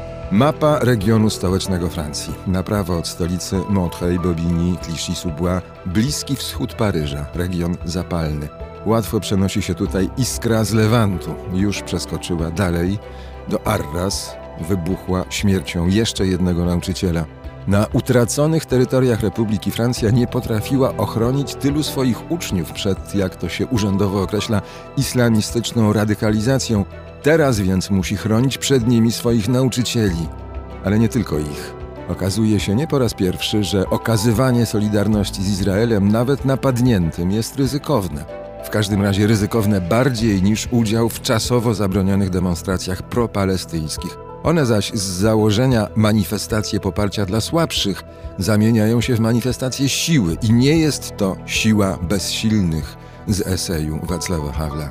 Mapa regionu stołecznego Francji. Na prawo od stolicy Montreuil, Bobigny, Clichy-sous-Bois, Bliski Wschód Paryża, region zapalny. Łatwo przenosi się tutaj iskra z Lewantu. Już przeskoczyła dalej do Arras, wybuchła śmiercią jeszcze jednego nauczyciela. Na utraconych terytoriach Republiki Francja nie potrafiła ochronić tylu swoich uczniów przed, jak to się urzędowo określa, islamistyczną radykalizacją. Teraz więc musi chronić przed nimi swoich nauczycieli. Ale nie tylko ich. Okazuje się nie po raz pierwszy, że okazywanie solidarności z Izraelem, nawet napadniętym, jest ryzykowne. W każdym razie ryzykowne bardziej niż udział w czasowo zabronionych demonstracjach propalestyńskich. One zaś z założenia manifestacje poparcia dla słabszych zamieniają się w manifestacje siły i nie jest to siła bezsilnych z eseju Wacława Hawla.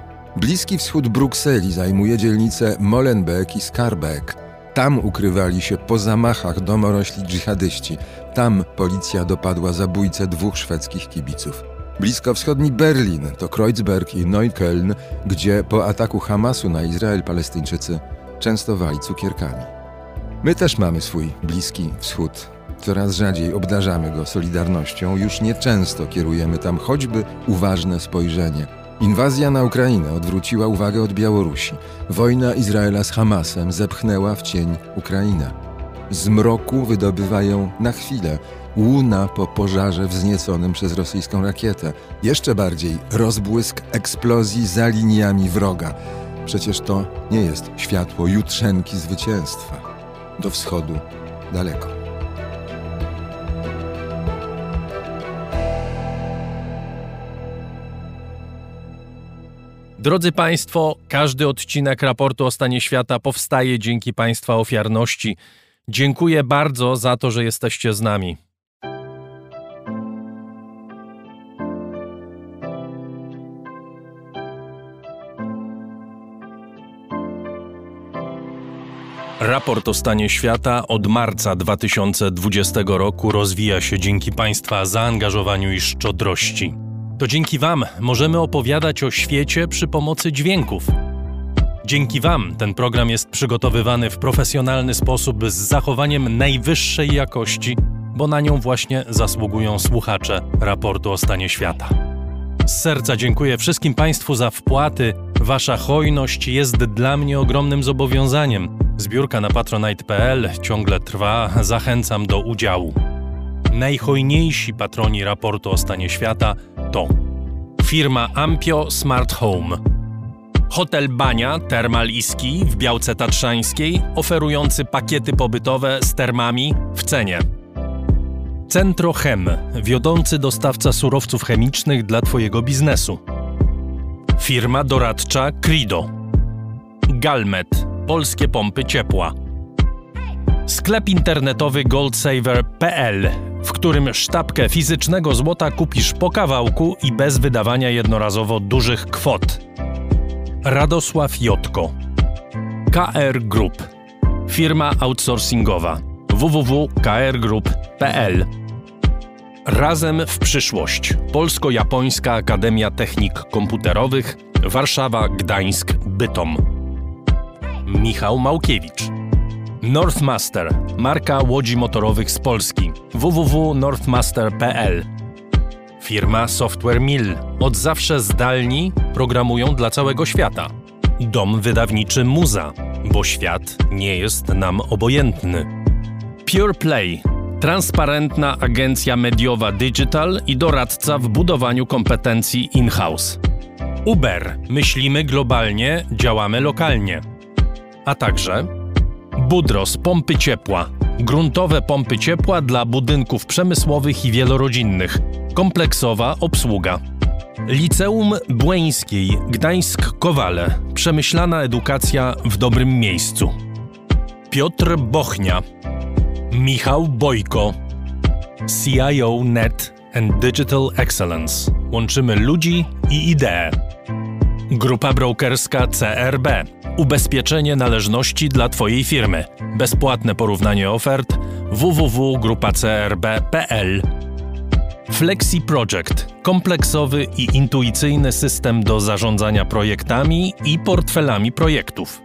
Bliski Wschód Brukseli zajmuje dzielnice Molenbeek i Schaerbeek. Tam ukrywali się po zamachach domorośli dżihadyści. Tam policja dopadła zabójcę 2 szwedzkich kibiców. Bliskowschodni Berlin to Kreuzberg i Neukölln, gdzie po ataku Hamasu na Izrael Palestyńczycy częstowali cukierkami. My też mamy swój Bliski Wschód. Coraz rzadziej obdarzamy go solidarnością, już nieczęsto kierujemy tam choćby uważne spojrzenie. Inwazja na Ukrainę odwróciła uwagę od Białorusi. Wojna Izraela z Hamasem zepchnęła w cień Ukrainę. Z mroku wydobywają na chwilę łuna po pożarze wznieconym przez rosyjską rakietę. Jeszcze bardziej rozbłysk eksplozji za liniami wroga. Przecież to nie jest światło jutrzenki zwycięstwa. Do wschodu daleko. Drodzy Państwo, każdy odcinek raportu o stanie świata powstaje dzięki Państwa ofiarności. Dziękuję bardzo za to, że jesteście z nami. Raport o stanie świata od marca 2020 roku rozwija się dzięki Państwa zaangażowaniu i szczodrości. To dzięki Wam możemy opowiadać o świecie przy pomocy dźwięków. Dzięki Wam ten program jest przygotowywany w profesjonalny sposób z zachowaniem najwyższej jakości, bo na nią właśnie zasługują słuchacze raportu o stanie świata. Z serca dziękuję wszystkim Państwu za wpłaty. Wasza hojność jest dla mnie ogromnym zobowiązaniem. Zbiórka na patronite.pl ciągle trwa, zachęcam do udziału. Najhojniejsi patroni raportu o stanie świata to firma Ampio Smart Home, Hotel Bania Termal i Ski w Białce Tatrzańskiej, oferujący pakiety pobytowe z termami w cenie. Centrochem, wiodący dostawca surowców chemicznych dla Twojego biznesu. Firma doradcza Crido. Galmet, polskie pompy ciepła. Sklep internetowy goldsaver.pl, w którym sztabkę fizycznego złota kupisz po kawałku i bez wydawania jednorazowo dużych kwot. Radosław Jotko. KR Group, firma outsourcingowa. www.krgroup.pl. Razem w przyszłość. Polsko-Japońska Akademia Technik Komputerowych, Warszawa, Gdańsk, Bytom. Michał Małkiewicz. Northmaster, marka łodzi motorowych z Polski. www.northmaster.pl. Firma Software Mill. Od zawsze zdalni programują dla całego świata. Dom wydawniczy Muza, bo świat nie jest nam obojętny. Pure Play. Transparentna agencja mediowa digital i doradca w budowaniu kompetencji in-house. Uber. Myślimy globalnie, działamy lokalnie. A także Budros pompy ciepła. Gruntowe pompy ciepła dla budynków przemysłowych i wielorodzinnych. Kompleksowa obsługa. Liceum Błeńskiej, Gdańsk-Kowale. Przemyślana edukacja w dobrym miejscu. Piotr Bochnia. Michał Bojko. CIO Net and Digital Excellence. Łączymy ludzi i idee. Grupa brokerska CRB. Ubezpieczenie należności dla Twojej firmy. Bezpłatne porównanie ofert www.grupacrb.pl. Flexi Project. Kompleksowy i intuicyjny system do zarządzania projektami i portfelami projektów.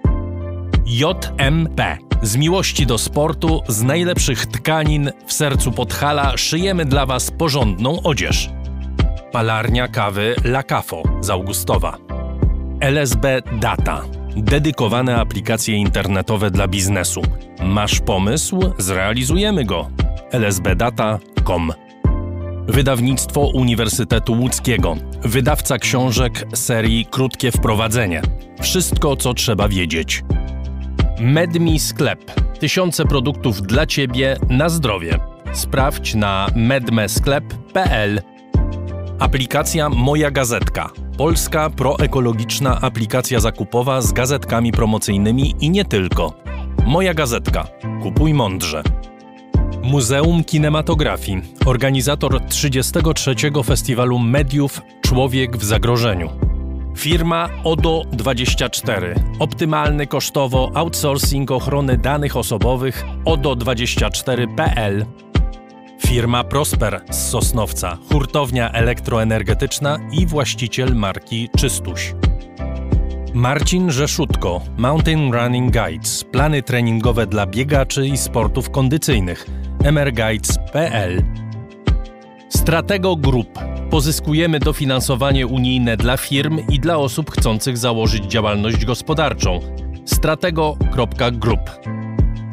JMP. Z miłości do sportu, z najlepszych tkanin w sercu Podhala szyjemy dla Was porządną odzież. Palarnia kawy La Cafo z Augustowa. LSB Data. Dedykowane aplikacje internetowe dla biznesu. Masz pomysł? Zrealizujemy go. lsbdata.com. Wydawnictwo Uniwersytetu Łódzkiego. Wydawca książek serii Krótkie Wprowadzenie. Wszystko, co trzeba wiedzieć. MedMe Sklep. Tysiące produktów dla Ciebie na zdrowie. Sprawdź na medmesklep.pl. Aplikacja Moja Gazetka. Polska proekologiczna aplikacja zakupowa z gazetkami promocyjnymi i nie tylko. Moja Gazetka. Kupuj mądrze. Muzeum Kinematografii. Organizator 33. Festiwalu Mediów Człowiek w zagrożeniu. Firma ODO24. Optymalny kosztowo outsourcing ochrony danych osobowych ODO24.pl. Firma Prosper z Sosnowca. Hurtownia elektroenergetyczna i właściciel marki Czystuś. Marcin Rzeszutko. Mountain Running Guides. Plany treningowe dla biegaczy i sportów kondycyjnych. mrguides.pl. Stratego Group. Pozyskujemy dofinansowanie unijne dla firm i dla osób chcących założyć działalność gospodarczą. stratego.group.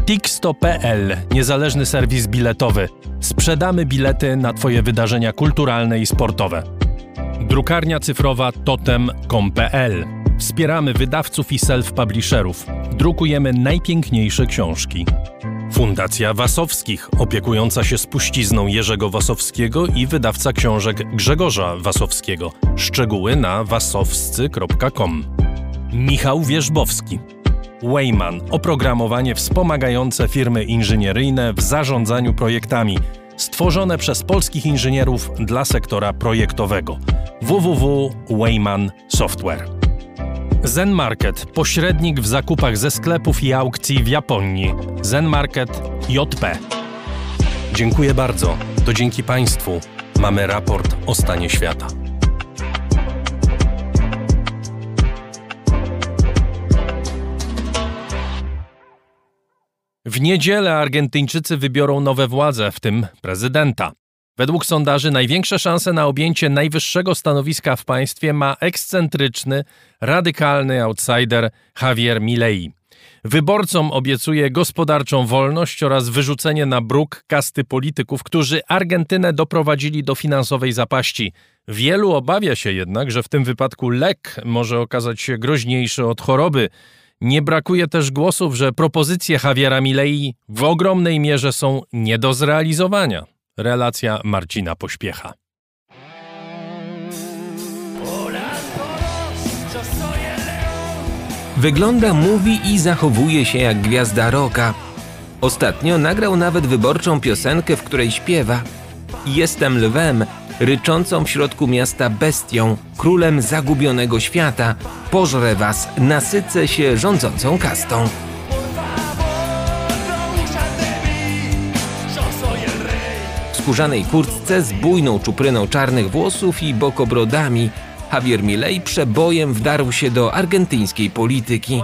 Tixto.pl, niezależny serwis biletowy. Sprzedamy bilety na Twoje wydarzenia kulturalne i sportowe. Drukarnia cyfrowa totem.com.pl. Wspieramy wydawców i self-publisherów. Drukujemy najpiękniejsze książki. Fundacja Wasowskich, opiekująca się spuścizną Jerzego Wasowskiego i wydawca książek Grzegorza Wasowskiego. Szczegóły na wasowscy.com. Michał Wierzbowski. Wayman, oprogramowanie wspomagające firmy inżynieryjne w zarządzaniu projektami, stworzone przez polskich inżynierów dla sektora projektowego. www.wayman Software. Zen Market, pośrednik w zakupach ze sklepów i aukcji w Japonii. Zen Market JP. Dziękuję bardzo. To dzięki Państwu mamy raport o stanie świata. W niedzielę Argentyńczycy wybiorą nowe władze, w tym prezydenta. Według sondaży największe szanse na objęcie najwyższego stanowiska w państwie ma ekscentryczny, radykalny outsider Javier Milei. Wyborcom obiecuje gospodarczą wolność oraz wyrzucenie na bruk kasty polityków, którzy Argentynę doprowadzili do finansowej zapaści. Wielu obawia się jednak, że w tym wypadku lek może okazać się groźniejszy od choroby. Nie brakuje też głosów, że propozycje Javiera Milei w ogromnej mierze są nie do zrealizowania. Relacja Marcina Pośpiecha. Wygląda, mówi i zachowuje się jak gwiazda rocka. Ostatnio nagrał nawet wyborczą piosenkę, w której śpiewa: jestem lwem, ryczącą w środku miasta bestią, królem zagubionego świata. Pożrę was, nasycę się rządzącą kastą. W skórzanej kurtce z bujną czupryną czarnych włosów i bokobrodami Javier Milei przebojem wdarł się do argentyńskiej polityki.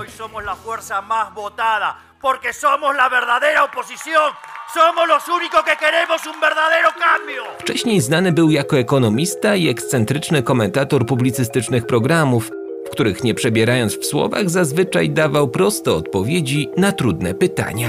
Wcześniej znany był jako ekonomista i ekscentryczny komentator publicystycznych programów, w których nie przebierając w słowach zazwyczaj dawał proste odpowiedzi na trudne pytania.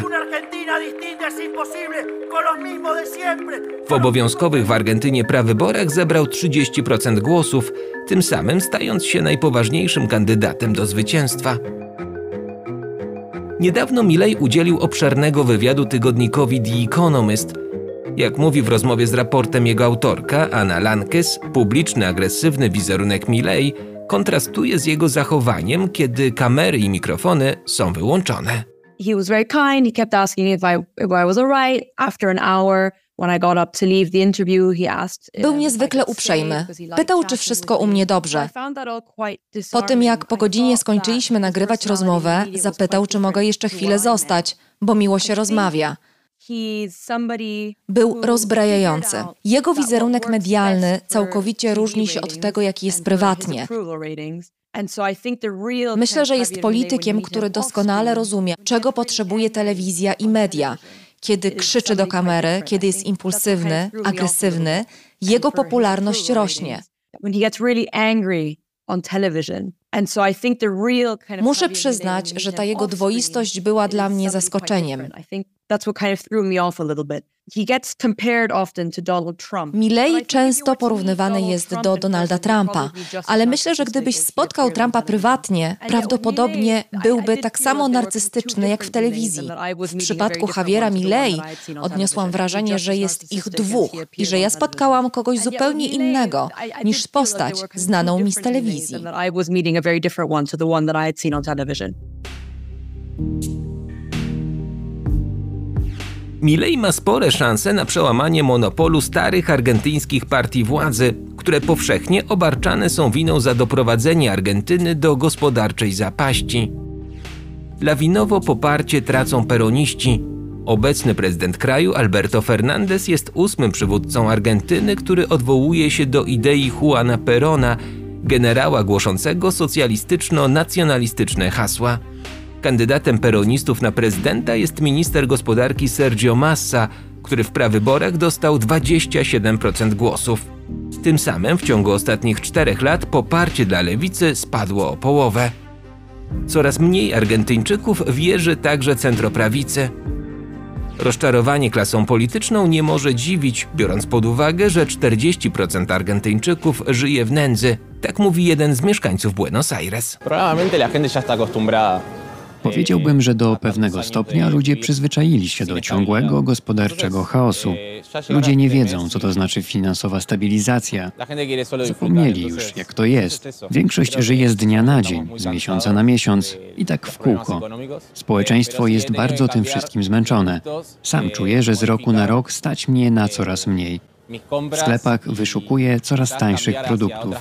W obowiązkowych w Argentynie prawyborach zebrał 30% głosów, tym samym stając się najpoważniejszym kandydatem do zwycięstwa. Niedawno Milei udzielił obszernego wywiadu tygodnikowi The Economist. Jak mówi w rozmowie z raportem jego autorka, Ana Lankes, publiczny, agresywny wizerunek Milei kontrastuje z jego zachowaniem, kiedy kamery i mikrofony są wyłączone. He was very kind. He kept asking if I was all right. After an hour, when I got up to leave the interview, he asked. Był niezwykle uprzejmy. Pytał, czy wszystko u mnie dobrze. Po tym, jak po godzinie skończyliśmy nagrywać rozmowę, zapytał, czy mogę jeszcze chwilę zostać, bo miło się rozmawia. Był rozbrajający. Jego wizerunek medialny całkowicie różni się od tego, jaki jest prywatnie. Myślę, że jest politykiem, który doskonale rozumie, czego potrzebuje telewizja i media. Kiedy krzyczy do kamery, kiedy jest impulsywny, agresywny, jego popularność rośnie. Muszę przyznać, że ta jego dwoistość była dla mnie zaskoczeniem. Milei często porównywany jest do Donalda Trumpa, ale myślę, że gdybyś spotkał Trumpa prywatnie, prawdopodobnie byłby tak samo narcystyczny jak w telewizji. W przypadku Javiera Milei odniosłam wrażenie, że jest ich dwóch i że ja spotkałam kogoś zupełnie innego niż postać znaną mi z telewizji. Milei ma spore szanse na przełamanie monopolu starych argentyńskich partii władzy, które powszechnie obarczane są winą za doprowadzenie Argentyny do gospodarczej zapaści. Lawinowo poparcie tracą peroniści. Obecny prezydent kraju, Alberto Fernández, jest 8. przywódcą Argentyny, który odwołuje się do idei Juana Perona, generała głoszącego socjalistyczno-nacjonalistyczne hasła. Kandydatem peronistów na prezydenta jest minister gospodarki Sergio Massa, który w prawyborach dostał 27% głosów. Tym samym w ciągu ostatnich 4 lat poparcie dla lewicy spadło o połowę. Coraz mniej Argentyńczyków wierzy także centroprawicy. Rozczarowanie klasą polityczną nie może dziwić, biorąc pod uwagę, że 40% Argentyńczyków żyje w nędzy. Tak mówi jeden z mieszkańców Buenos Aires. Powiedziałbym, że do pewnego stopnia ludzie przyzwyczaili się do ciągłego gospodarczego chaosu. Ludzie nie wiedzą, co to znaczy finansowa stabilizacja. Zapomnieli już, jak to jest. Większość żyje z dnia na dzień, z miesiąca na miesiąc i tak w kółko. Społeczeństwo jest bardzo tym wszystkim zmęczone. Sam czuję, że z roku na rok stać mnie na coraz mniej. W sklepach wyszukuję coraz tańszych produktów.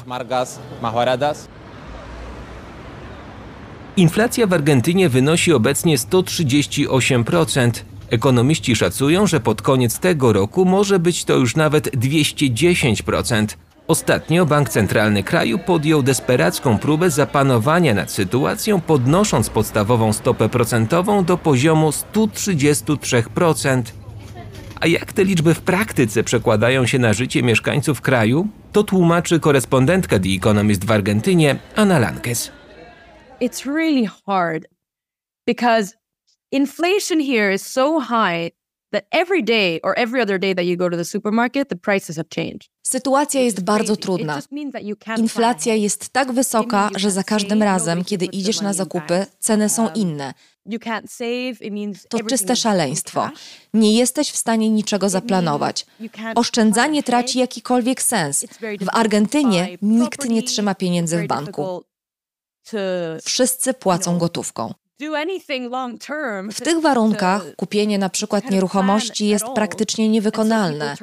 Inflacja w Argentynie wynosi obecnie 138%. Ekonomiści szacują, że pod koniec tego roku może być to już nawet 210%. Ostatnio bank centralny kraju podjął desperacką próbę zapanowania nad sytuacją, podnosząc podstawową stopę procentową do poziomu 133%. A jak te liczby w praktyce przekładają się na życie mieszkańców kraju, to tłumaczy korespondentka The Economist w Argentynie, Ana Lankes. It's really hard because inflation here is so high that every day or every other day that you go to the supermarket, the prices have changed. Sytuacja jest bardzo trudna. Inflacja jest tak wysoka, że za każdym razem, kiedy idziesz na zakupy, ceny są inne. To czyste szaleństwo. Nie jesteś w stanie niczego zaplanować. Oszczędzanie traci jakikolwiek sens. W Argentynie nikt nie trzyma pieniędzy w banku. Wszyscy płacą gotówką. W tych warunkach kupienie na przykład nieruchomości jest praktycznie niewykonalne.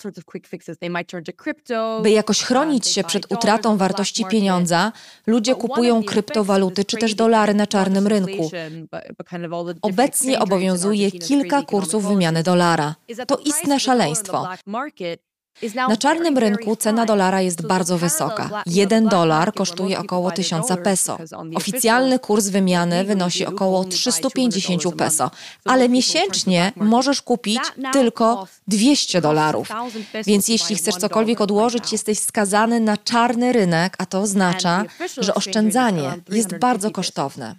By jakoś chronić się przed utratą wartości pieniądza, ludzie kupują kryptowaluty czy też dolary na czarnym rynku. Obecnie obowiązuje kilka kursów wymiany dolara. To istne szaleństwo. Na czarnym rynku cena dolara jest bardzo wysoka. $1 kosztuje około 1000 peso. Oficjalny kurs wymiany wynosi około 350 peso, ale miesięcznie możesz kupić tylko $200. Więc jeśli chcesz cokolwiek odłożyć, jesteś skazany na czarny rynek, a to oznacza, że oszczędzanie jest bardzo kosztowne.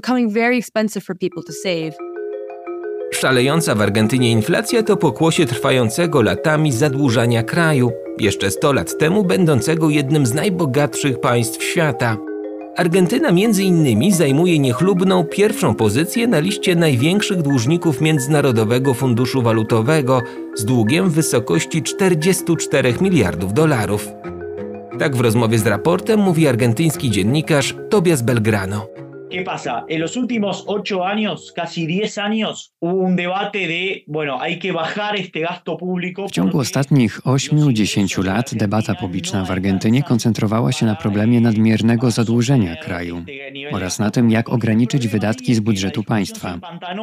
Szalejąca w Argentynie inflacja to pokłosie trwającego latami zadłużania kraju, jeszcze 100 lat temu będącego jednym z najbogatszych państw świata. Argentyna między innymi zajmuje niechlubną pierwszą pozycję na liście największych dłużników Międzynarodowego Funduszu Walutowego z długiem w wysokości $44 miliardów. Tak w rozmowie z raportem mówi argentyński dziennikarz Tobias Belgrano. ¿Qué pasa? En los últimos 8 años, casi 10 años, hubo un debate de, hay que bajar este gasto público. W ciągu ostatnich 8-10 lat debata publiczna w Argentynie koncentrowała się na problemie nadmiernego zadłużenia kraju oraz na tym, jak ograniczyć wydatki z budżetu państwa.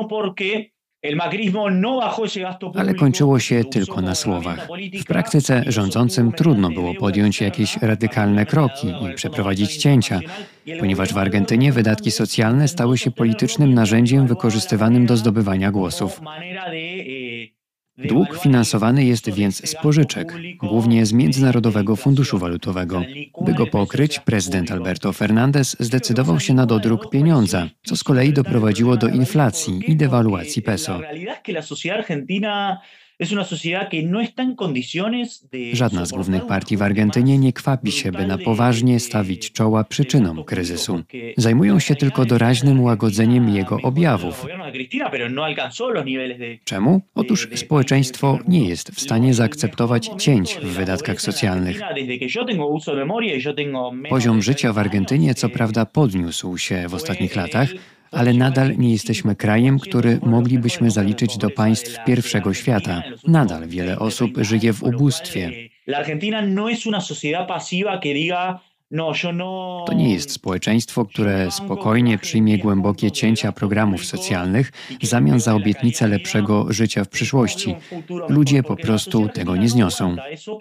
Ale kończyło się tylko na słowach. W praktyce rządzącym trudno było podjąć jakieś radykalne kroki i przeprowadzić cięcia, ponieważ w Argentynie wydatki socjalne stały się politycznym narzędziem wykorzystywanym do zdobywania głosów. Dług finansowany jest więc z pożyczek, głównie z Międzynarodowego Funduszu Walutowego. By go pokryć, prezydent Alberto Fernández zdecydował się na dodruk pieniądza, co z kolei doprowadziło do inflacji i dewaluacji peso. Żadna z głównych partii w Argentynie nie kwapi się, by na poważnie stawić czoła przyczynom kryzysu. Zajmują się tylko doraźnym łagodzeniem jego objawów. Czemu? Otóż społeczeństwo nie jest w stanie zaakceptować cięć w wydatkach socjalnych. Poziom życia w Argentynie co prawda podniósł się w ostatnich latach, ale nadal nie jesteśmy krajem, który moglibyśmy zaliczyć do państw pierwszego świata. Nadal wiele osób żyje w ubóstwie. To nie jest społeczeństwo, które spokojnie przyjmie głębokie cięcia programów socjalnych w zamian za obietnicę lepszego życia w przyszłości. Ludzie po prostu tego nie zniosą.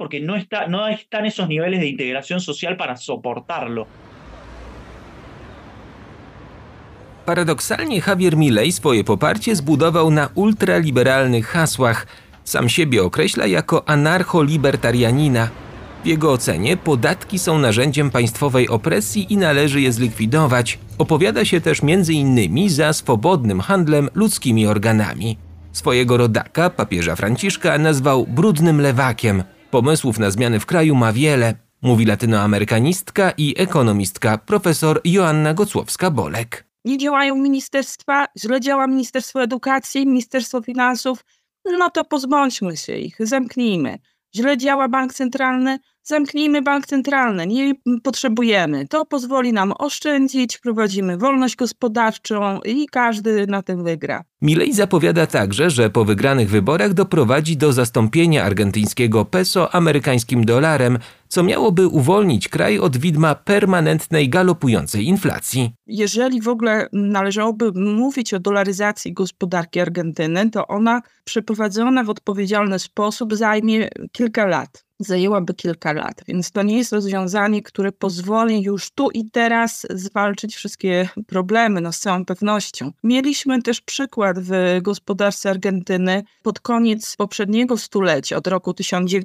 Paradoksalnie Javier Milei swoje poparcie zbudował na ultraliberalnych hasłach. Sam siebie określa jako anarcho-libertarianina. W jego ocenie podatki są narzędziem państwowej opresji i należy je zlikwidować. Opowiada się też m.in. za swobodnym handlem ludzkimi organami. Swojego rodaka, papieża Franciszka, nazwał brudnym lewakiem. Pomysłów na zmiany w kraju ma wiele, mówi latynoamerykanistka i ekonomistka profesor Joanna Gocłowska-Bolek. Nie działają ministerstwa, źle działa Ministerstwo Edukacji, Ministerstwo Finansów, no to pozbądźmy się ich, zamknijmy. Źle działa bank centralny, zamknijmy bank centralny, nie potrzebujemy. To pozwoli nam oszczędzić, wprowadzimy wolność gospodarczą i każdy na tym wygra. Milei zapowiada także, że po wygranych wyborach doprowadzi do zastąpienia argentyńskiego peso amerykańskim dolarem, co miałoby uwolnić kraj od widma permanentnej galopującej inflacji. Jeżeli w ogóle należałoby mówić o dolaryzacji gospodarki Argentyny, to ona przeprowadzona w odpowiedzialny sposób zajmie kilka lat. Zajęłaby kilka lat, więc to nie jest rozwiązanie, które pozwoli już tu i teraz zwalczyć wszystkie problemy, z całą pewnością. Mieliśmy też przykład w gospodarce Argentyny pod koniec poprzedniego stulecia, od roku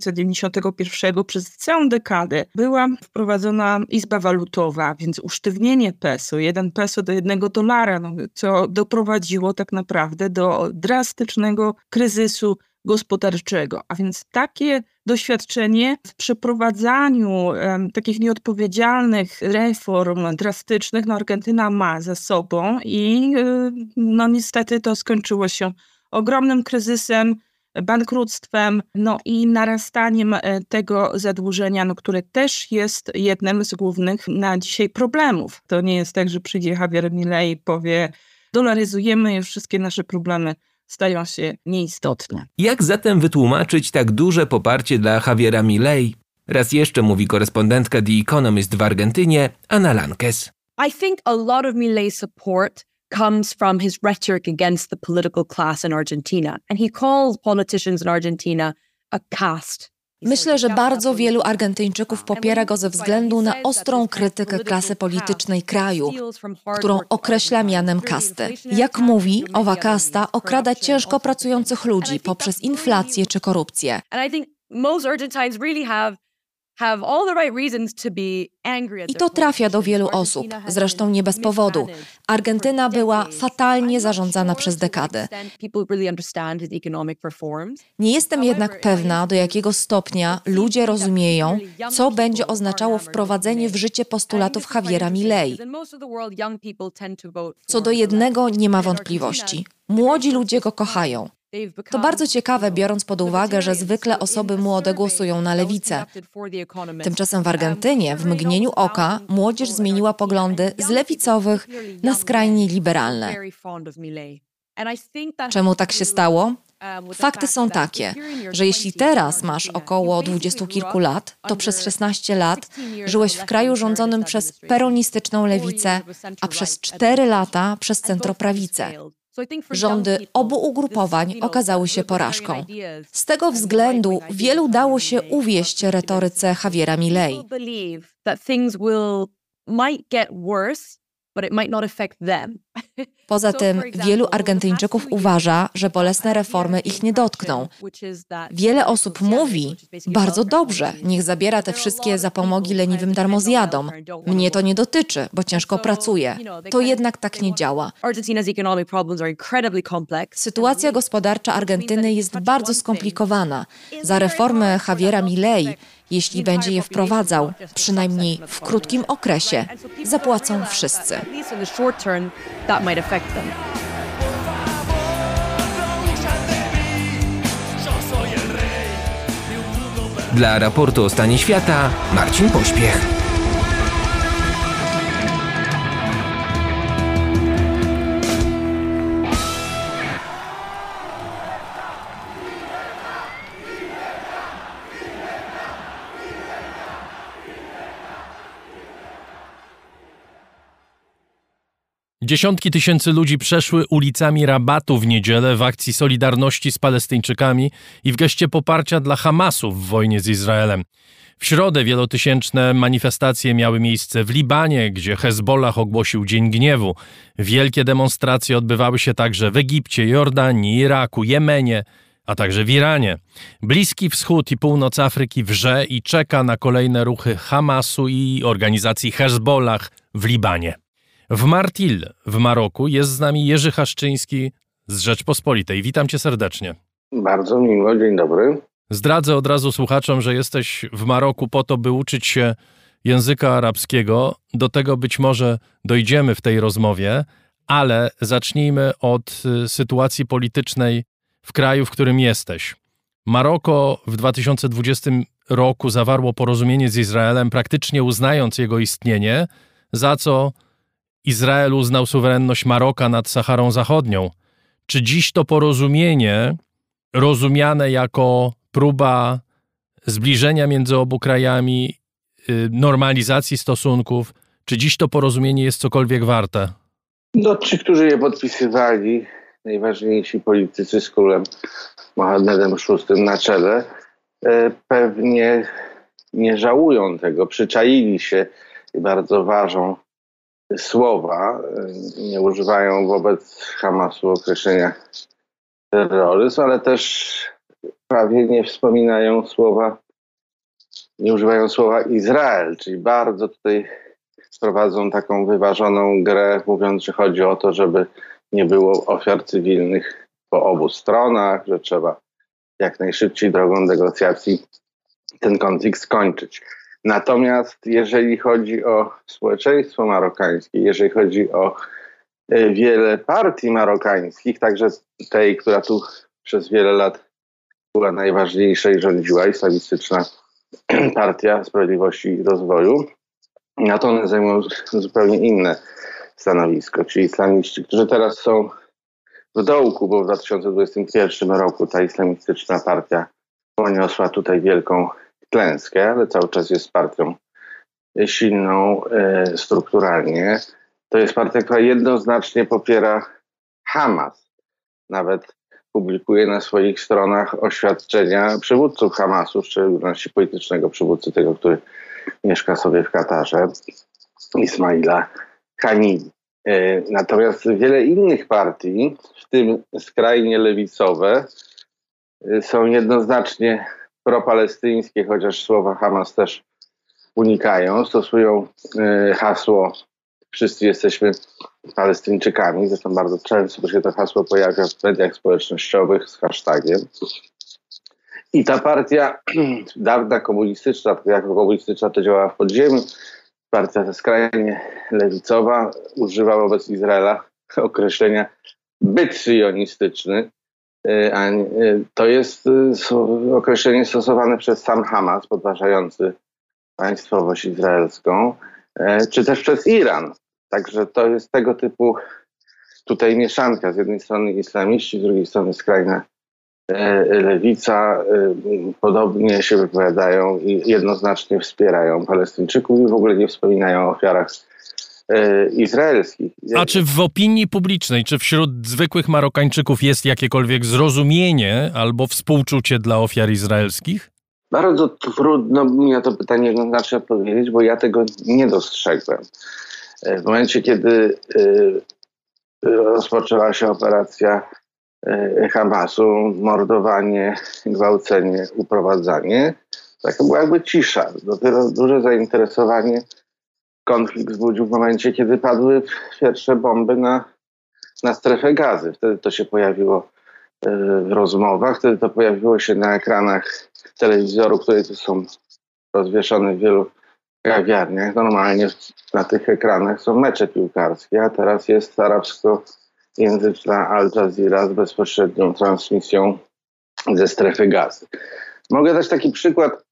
1991 przez całą dekadę była wprowadzona izba walutowa, więc usztywnienie peso, 1 peso do 1 dolara, co doprowadziło tak naprawdę do drastycznego kryzysu gospodarczego. A więc takie doświadczenie w przeprowadzaniu takich nieodpowiedzialnych reform drastycznych Argentyna ma za sobą i niestety to skończyło się ogromnym kryzysem, bankructwem, i narastaniem tego zadłużenia, które też jest jednym z głównych na dzisiaj problemów. To nie jest tak, że przyjdzie Javier Milei i powie, dolaryzujemy już wszystkie nasze problemy stają się nieistotne. Jak zatem wytłumaczyć tak duże poparcie dla Javiera Milei? Raz jeszcze mówi korespondentka The Economist w Argentynie, Ana Lankes. I think a lot of Milei's support comes from his rhetoric against the political class in Argentina. And he calls politicians in Argentina a caste. Myślę, że bardzo wielu Argentyńczyków popiera go ze względu na ostrą krytykę klasy politycznej kraju, którą określa mianem kasty. Jak mówi, owa kasta okrada ciężko pracujących ludzi poprzez inflację czy korupcję. I to trafia do wielu osób, zresztą nie bez powodu. Argentyna była fatalnie zarządzana przez dekady. Nie jestem jednak pewna, do jakiego stopnia ludzie rozumieją, co będzie oznaczało wprowadzenie w życie postulatów Javiera Milei. Co do jednego nie ma wątpliwości. Młodzi ludzie go kochają. To bardzo ciekawe, biorąc pod uwagę, że zwykle osoby młode głosują na lewicę. Tymczasem w Argentynie w mgnieniu oka młodzież zmieniła poglądy z lewicowych na skrajnie liberalne. Czemu tak się stało? Fakty są takie, że jeśli teraz masz około 20 kilku lat, to przez 16 lat żyłeś w kraju rządzonym przez peronistyczną lewicę, a przez 4 lata przez centroprawicę. Rządy obu ugrupowań okazały się porażką. Z tego względu wielu dało się uwieść retoryce Javiera Milei. Poza tym wielu Argentyńczyków uważa, że bolesne reformy ich nie dotkną. Wiele osób mówi, bardzo dobrze, niech zabiera te wszystkie zapomogi leniwym darmozjadom. Mnie to nie dotyczy, bo ciężko pracuję. To jednak tak nie działa. Sytuacja gospodarcza Argentyny jest bardzo skomplikowana. Za reformy Javiera Milei, jeśli będzie je wprowadzał, przynajmniej w krótkim okresie, zapłacą wszyscy. Dla raportu o stanie świata Marcin Pośpiech. Dziesiątki tysięcy ludzi przeszły ulicami Rabatu w niedzielę w akcji solidarności z Palestyńczykami i w geście poparcia dla Hamasu w wojnie z Izraelem. W środę wielotysięczne manifestacje miały miejsce w Libanie, gdzie Hezbollah ogłosił Dzień Gniewu. Wielkie demonstracje odbywały się także w Egipcie, Jordanii, Iraku, Jemenie, a także w Iranie. Bliski Wschód i północ Afryki wrze i czeka na kolejne ruchy Hamasu i organizacji Hezbollah w Libanie. W Martil w Maroku jest z nami Jerzy Haszczyński z Rzeczpospolitej. Witam cię serdecznie. Bardzo miło, dzień dobry. Zdradzę od razu słuchaczom, że jesteś w Maroku po to, by uczyć się języka arabskiego. Do tego być może dojdziemy w tej rozmowie, ale zacznijmy od sytuacji politycznej w kraju, w którym jesteś. Maroko w 2020 roku zawarło porozumienie z Izraelem, praktycznie uznając jego istnienie, za co Izrael uznał suwerenność Maroka nad Saharą Zachodnią. Czy dziś to porozumienie, rozumiane jako próba zbliżenia między obu krajami, normalizacji stosunków, czy dziś to porozumienie jest cokolwiek warte? No, ci, którzy je podpisywali, najważniejsi politycy z królem Mohammedem VI na czele, pewnie nie żałują tego, przyczaili się i bardzo ważą słowa, nie używają wobec Hamasu określenia terroryzm, ale też prawie nie wspominają nie używają słowa Izrael, czyli bardzo tutaj prowadzą taką wyważoną grę, mówiąc, że chodzi o to, żeby nie było ofiar cywilnych po obu stronach, że trzeba jak najszybciej drogą negocjacji ten konflikt skończyć. Natomiast jeżeli chodzi o społeczeństwo marokańskie, jeżeli chodzi o wiele partii marokańskich, także tej, która tu przez wiele lat była najważniejsza i rządziła, islamistyczna Partia Sprawiedliwości i Rozwoju, no to one zajmują zupełnie inne stanowisko, czyli islamiści, którzy teraz są w dołku, bo w 2021 roku ta islamistyczna partia poniosła tutaj wielką klęskę, ale cały czas jest partią silną strukturalnie. To jest partia, która jednoznacznie popiera Hamas. Nawet publikuje na swoich stronach oświadczenia przywódców Hamasu, w szczególności politycznego przywódcy tego, który mieszka sobie w Katarze, Ismaila Haniyeh. Natomiast wiele innych partii, w tym skrajnie lewicowe, są jednoznacznie propalestyńskie, chociaż słowa Hamas też unikają. Stosują hasło "Wszyscy jesteśmy Palestyńczykami". Zresztą bardzo często się to hasło pojawia w mediach społecznościowych z hashtagiem. I ta partia, dawna komunistyczna, jako komunistyczna to działała w podziemiu, partia ta skrajnie lewicowa używa wobec Izraela określenia byt syjonistyczny. To jest określenie stosowane przez sam Hamas, podważający państwowość izraelską, czy też przez Iran. Także to jest tego typu tutaj mieszanka. Z jednej strony islamiści, z drugiej strony skrajna lewica podobnie się wypowiadają i jednoznacznie wspierają Palestyńczyków i w ogóle nie wspominają o ofiarach izraelskich. A czy w opinii publicznej, czy wśród zwykłych Marokańczyków jest jakiekolwiek zrozumienie albo współczucie dla ofiar izraelskich? Bardzo trudno mi na to pytanie jednoznacznie odpowiedzieć, bo ja tego nie dostrzegłem. W momencie, kiedy rozpoczęła się operacja Hamasu, mordowanie, gwałcenie, uprowadzanie, taka była jakby cisza. Dopiero duże zainteresowanie konflikt wzbudził w momencie, kiedy padły pierwsze bomby na strefę Gazy. Wtedy to się pojawiło w rozmowach, wtedy to pojawiło się na ekranach telewizorów, które tu są rozwieszone w wielu kawiarniach. Normalnie na tych ekranach są mecze piłkarskie, a teraz jest arabskojęzyczna Al Jazeera z bezpośrednią transmisją ze strefy Gazy. Mogę dać taki przykład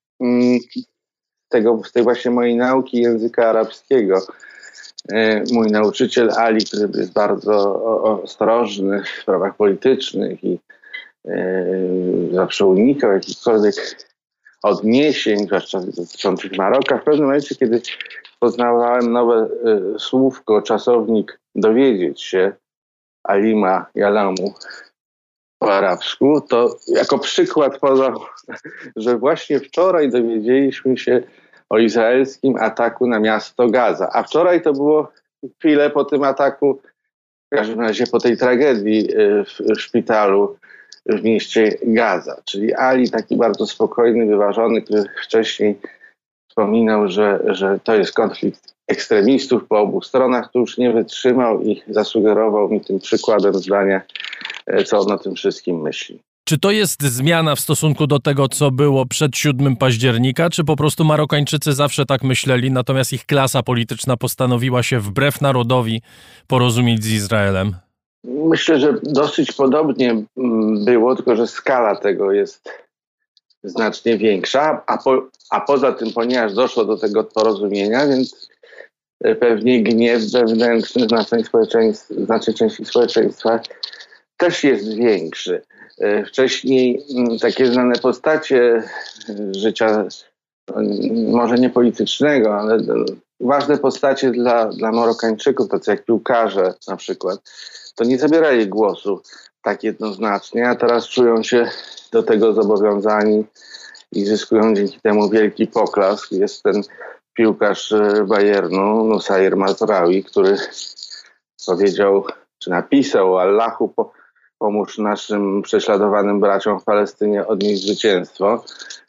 z tej właśnie mojej nauki języka arabskiego. Mój nauczyciel Ali, który jest bardzo ostrożny w sprawach politycznych i zawsze unikał jakichkolwiek odniesień, zwłaszcza dotyczących Maroka. W pewnym momencie, kiedy poznawałem nowe słówko, czasownik dowiedzieć się, alima yalamu po arabsku, to jako przykład podał, że właśnie wczoraj dowiedzieliśmy się o izraelskim ataku na miasto Gaza. A wczoraj to było chwilę po tym ataku, w każdym razie po tej tragedii w szpitalu w mieście Gaza. Czyli Ali, taki bardzo spokojny, wyważony, który wcześniej wspominał, że to jest konflikt ekstremistów po obu stronach, to już nie wytrzymał i zasugerował mi tym przykładem zdania co on o tym wszystkim myśli. Czy to jest zmiana w stosunku do tego, co było przed 7 października, czy po prostu Marokańczycy zawsze tak myśleli, natomiast ich klasa polityczna postanowiła się wbrew narodowi porozumieć z Izraelem? Myślę, że dosyć podobnie było, tylko że skala tego jest znacznie większa, a poza tym, ponieważ doszło do tego porozumienia, więc pewnie gniew wewnętrzny znacznej części społeczeństwa też jest większy. Wcześniej takie znane postacie życia, może nie politycznego, ale ważne postacie dla Marokańczyków, tacy jak piłkarze na przykład, to nie zabierali głosu tak jednoznacznie, a teraz czują się do tego zobowiązani i zyskują dzięki temu wielki poklask. Jest ten piłkarz Bayernu, Nusair Mazraoui, który powiedział, czy napisał o Allahu: pomóż naszym prześladowanym braciom w Palestynie odnieść zwycięstwo.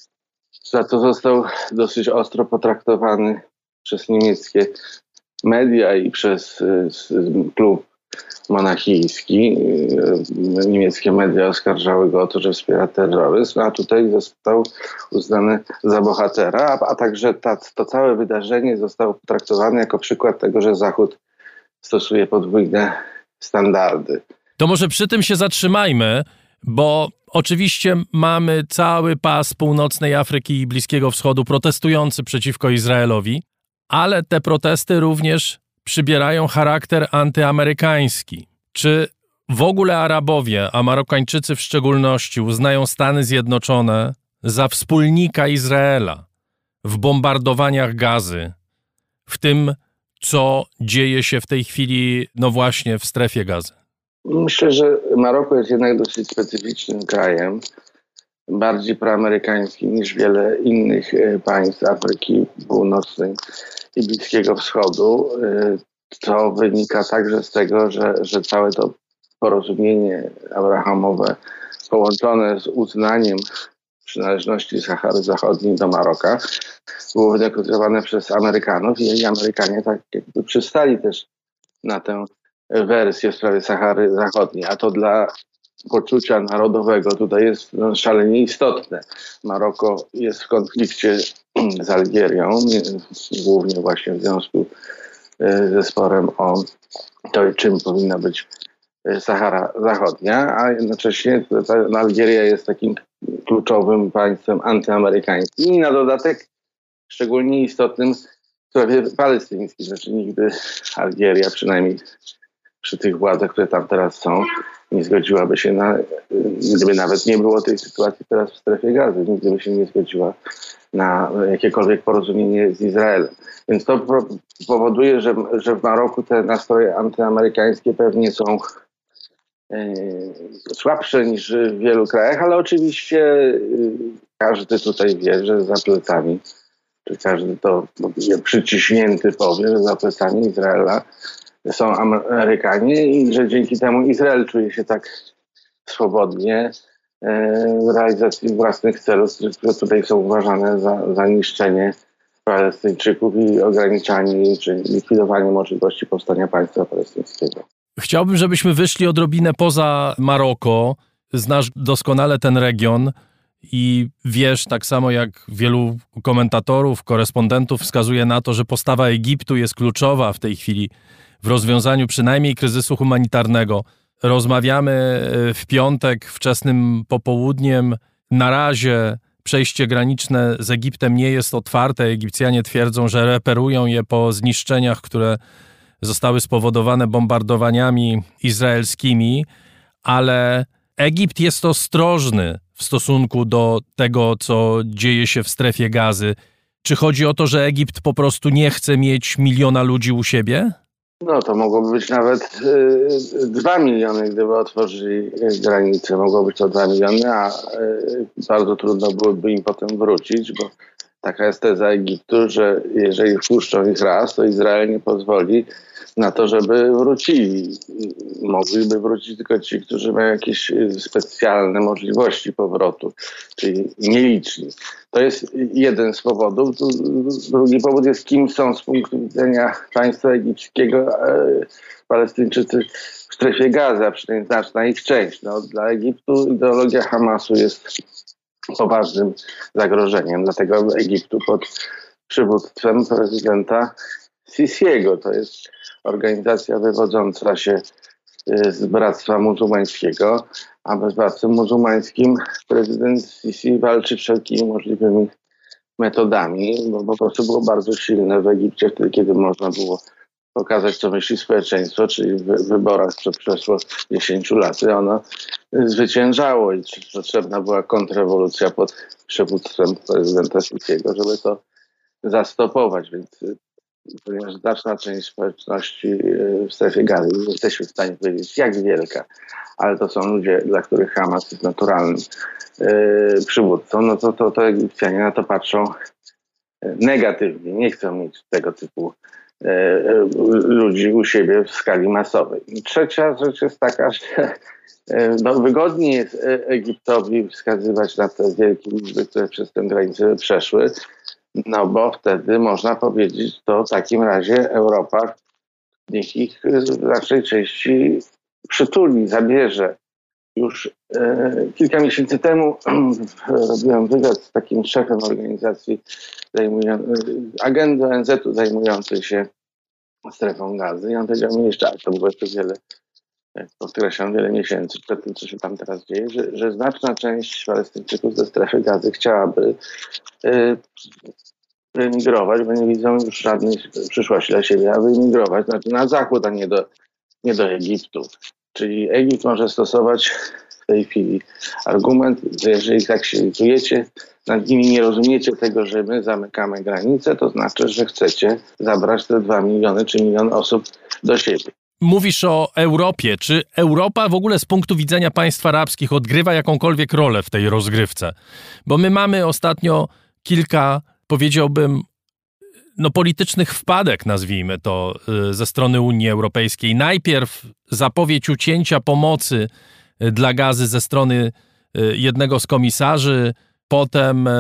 Za to został dosyć ostro potraktowany przez niemieckie media i przez klub monachijski. Niemieckie media oskarżały go o to, że wspiera terroryzm, a tutaj został uznany za bohatera, a także to całe wydarzenie zostało potraktowane jako przykład tego, że Zachód stosuje podwójne standardy. To może przy tym się zatrzymajmy, bo oczywiście mamy cały pas północnej Afryki i Bliskiego Wschodu protestujący przeciwko Izraelowi, ale te protesty również przybierają charakter antyamerykański. Czy w ogóle Arabowie, a Marokańczycy w szczególności, uznają Stany Zjednoczone za wspólnika Izraela w bombardowaniach Gazy, w tym, co dzieje się w tej chwili, no właśnie, w strefie Gazy? Myślę, że Maroko jest jednak dosyć specyficznym krajem, bardziej proamerykańskim niż wiele innych państw Afryki Północnej i Bliskiego Wschodu. To wynika także z tego, że całe to porozumienie abrahamowe połączone z uznaniem przynależności Sahary Zachodniej do Maroka było wynegocjowane przez Amerykanów i Amerykanie tak jakby przystali też na tę wersję w sprawie Sahary Zachodniej, a to dla poczucia narodowego tutaj jest szalenie istotne. Maroko jest w konflikcie z Algierią, głównie właśnie w związku ze sporem o to, czym powinna być Sahara Zachodnia, a jednocześnie Algieria jest takim kluczowym państwem antyamerykańskim i na dodatek szczególnie istotnym w sprawie palestyńskiej. Znaczy nigdy Algieria, przynajmniej przy tych władzach, które tam teraz są, nie zgodziłaby się gdyby nawet nie było tej sytuacji teraz w strefie Gazy, nigdy by się nie zgodziła na jakiekolwiek porozumienie z Izraelem. Więc to powoduje, że w Maroku te nastroje antyamerykańskie pewnie są słabsze niż w wielu krajach, ale oczywiście każdy tutaj wie, że za plecami, czy każdy to przyciśnięty powie, że za plecami Izraela są Amerykanie i że dzięki temu Izrael czuje się tak swobodnie w realizacji własnych celów, które tutaj są uważane za niszczenie Palestyńczyków i ograniczanie czy likwidowanie możliwości powstania państwa palestyńskiego. Chciałbym, żebyśmy wyszli odrobinę poza Maroko. Znasz doskonale ten region i wiesz, tak samo jak wielu komentatorów, korespondentów wskazuje na to, że postawa Egiptu jest kluczowa w tej chwili w rozwiązaniu przynajmniej kryzysu humanitarnego. Rozmawiamy w piątek wczesnym popołudniem. Na razie przejście graniczne z Egiptem nie jest otwarte. Egipcjanie twierdzą, że reperują je po zniszczeniach, które zostały spowodowane bombardowaniami izraelskimi, ale Egipt jest ostrożny w stosunku do tego, co dzieje się w strefie Gazy. Czy chodzi o to, że Egipt po prostu nie chce mieć 1 miliona ludzi u siebie? No to mogłoby być nawet 2 miliony, gdyby otworzyli granice. Mogło być to 2 miliony, a bardzo trudno byłoby im potem wrócić, bo taka jest teza Egiptu, że jeżeli wpuszczą ich raz, to Izrael nie pozwoli na to, żeby wrócili. Mogliby wrócić tylko ci, którzy mają jakieś specjalne możliwości powrotu, czyli nieliczni. To jest jeden z powodów. Drugi powód jest, kim są z punktu widzenia państwa egipskiego Palestyńczycy w strefie Gazy, a przynajmniej znaczna ich część. Dla Egiptu ideologia Hamasu jest poważnym zagrożeniem. Dlatego Egiptu pod przywództwem prezydenta Sisiego, to jest organizacja wywodząca się z Bractwa Muzułmańskiego, a w Bractwie Muzułmańskim prezydent Sisi walczy wszelkimi możliwymi metodami, bo po prostu było bardzo silne w Egipcie wtedy, kiedy można było pokazać, co myśli społeczeństwo, czyli w wyborach sprzed przeszło 10 lat. I ono zwyciężało i potrzebna była kontrrewolucja pod przywództwem prezydenta Sisiego, żeby to zastopować. Więc ponieważ znaczna część społeczności w strefie Gazy, nie jesteśmy w stanie powiedzieć, jak wielka, ale to są ludzie, dla których Hamas jest naturalnym przywódcą, no to Egipcjanie na to patrzą negatywnie. Nie chcą mieć tego typu ludzi u siebie w skali masowej. I trzecia rzecz jest taka, że wygodniej jest Egiptowi wskazywać na te wielkie liczby, które przez tę granicę przeszły, no bo wtedy można powiedzieć, to w takim razie Europa niech ich w naszej części przytuli, zabierze. Już kilka miesięcy temu robiłem wywiad z takim szefem organizacji agendy ONZ-u zajmującej się strefą Gazy i on powiedział mi jeszcze, to było jeszcze podkreślam, wiele miesięcy przed tym, co się tam teraz dzieje, że znaczna część Palestyńczyków ze strefy Gazy chciałaby wyemigrować, bo nie widzą już żadnej przyszłości dla siebie, a wyemigrować znaczy na zachód, a nie do Egiptu. Czyli Egipt może stosować w tej chwili argument, że jeżeli tak się litujecie, nad nimi nie rozumiecie tego, że my zamykamy granice, to znaczy, że chcecie zabrać te 2 miliony czy 1 milion osób do siebie. Mówisz o Europie. Czy Europa w ogóle z punktu widzenia państw arabskich odgrywa jakąkolwiek rolę w tej rozgrywce? Bo my mamy ostatnio kilka, powiedziałbym, politycznych wpadek, nazwijmy to, ze strony Unii Europejskiej. Najpierw zapowiedź ucięcia pomocy dla Gazy ze strony jednego z komisarzy, potem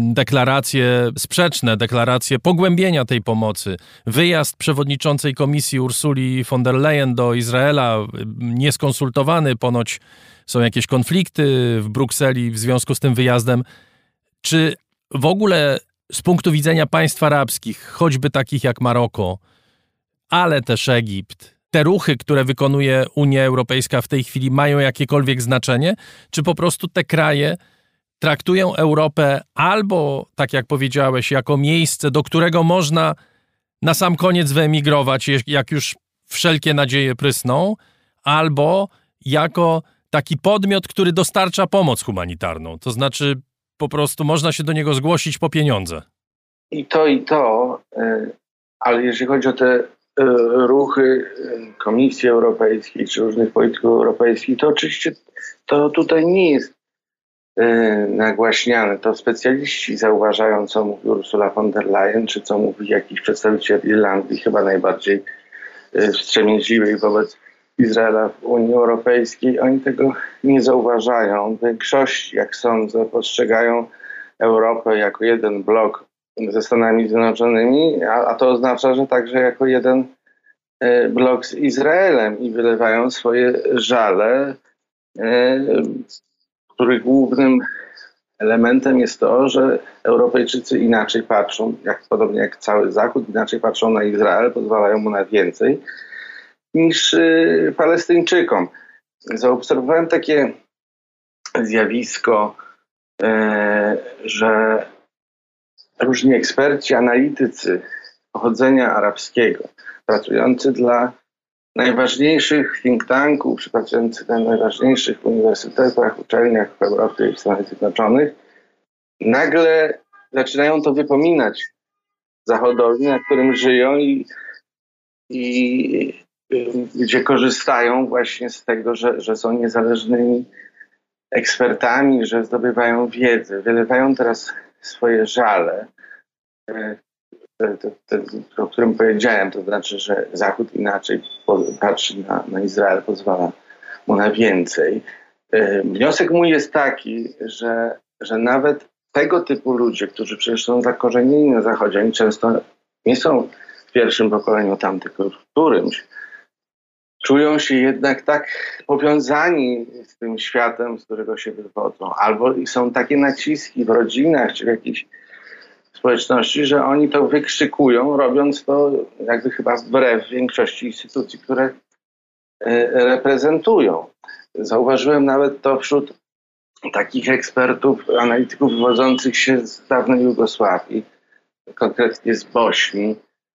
deklaracje pogłębienia tej pomocy, wyjazd przewodniczącej komisji Ursuli von der Leyen do Izraela, nieskonsultowany, ponoć są jakieś konflikty w Brukseli w związku z tym wyjazdem. Czy w ogóle z punktu widzenia państw arabskich, choćby takich jak Maroko, ale też Egipt, te ruchy, które wykonuje Unia Europejska w tej chwili mają jakiekolwiek znaczenie? Czy po prostu te kraje traktują Europę albo, tak jak powiedziałeś, jako miejsce, do którego można na sam koniec wyemigrować, jak już wszelkie nadzieje prysną, albo jako taki podmiot, który dostarcza pomoc humanitarną. To znaczy po prostu można się do niego zgłosić po pieniądze. I to, ale jeżeli chodzi o te ruchy Komisji Europejskiej czy różnych polityków europejskich, to oczywiście to tutaj nie jest nagłaśniane. To specjaliści zauważają, co mówi Ursula von der Leyen, czy co mówi jakiś przedstawiciel Irlandii, chyba najbardziej wstrzemięźliwej wobec Izraela w Unii Europejskiej. Oni tego nie zauważają. W większości, jak sądzę, postrzegają Europę jako jeden blok ze Stanami Zjednoczonymi, a to oznacza, że także jako jeden blok z Izraelem i wylewają swoje żale, których głównym elementem jest to, że Europejczycy inaczej patrzą, podobnie jak cały Zachód, inaczej patrzą na Izrael, pozwalają mu na więcej niż Palestyńczykom. Zaobserwowałem takie zjawisko, że różni eksperci, analitycy pochodzenia arabskiego, pracujący dla najważniejszych think tanków, czy pracujący na najważniejszych uniwersytetach, uczelniach w Europie i w Stanach Zjednoczonych, nagle zaczynają to wypominać Zachodowi, na którym żyją i gdzie korzystają właśnie z tego, że są niezależnymi ekspertami, że zdobywają wiedzę, wylewają teraz swoje żale o którym powiedziałem, to znaczy, że Zachód inaczej patrzy na Izrael, pozwala mu na więcej. Wniosek mój jest taki, że nawet tego typu ludzie, którzy przecież są zakorzenieni na Zachodzie, oni często nie są w pierwszym pokoleniu tam, tylko w którymś, czują się jednak tak powiązani z tym światem, z którego się wywodzą. Albo są takie naciski w rodzinach czy w jakiejś społeczności, że oni to wykrzykują, robiąc to jakby chyba wbrew większości instytucji, które reprezentują. Zauważyłem nawet to wśród takich ekspertów, analityków wywodzących się z dawnej Jugosławii, konkretnie z Bośni,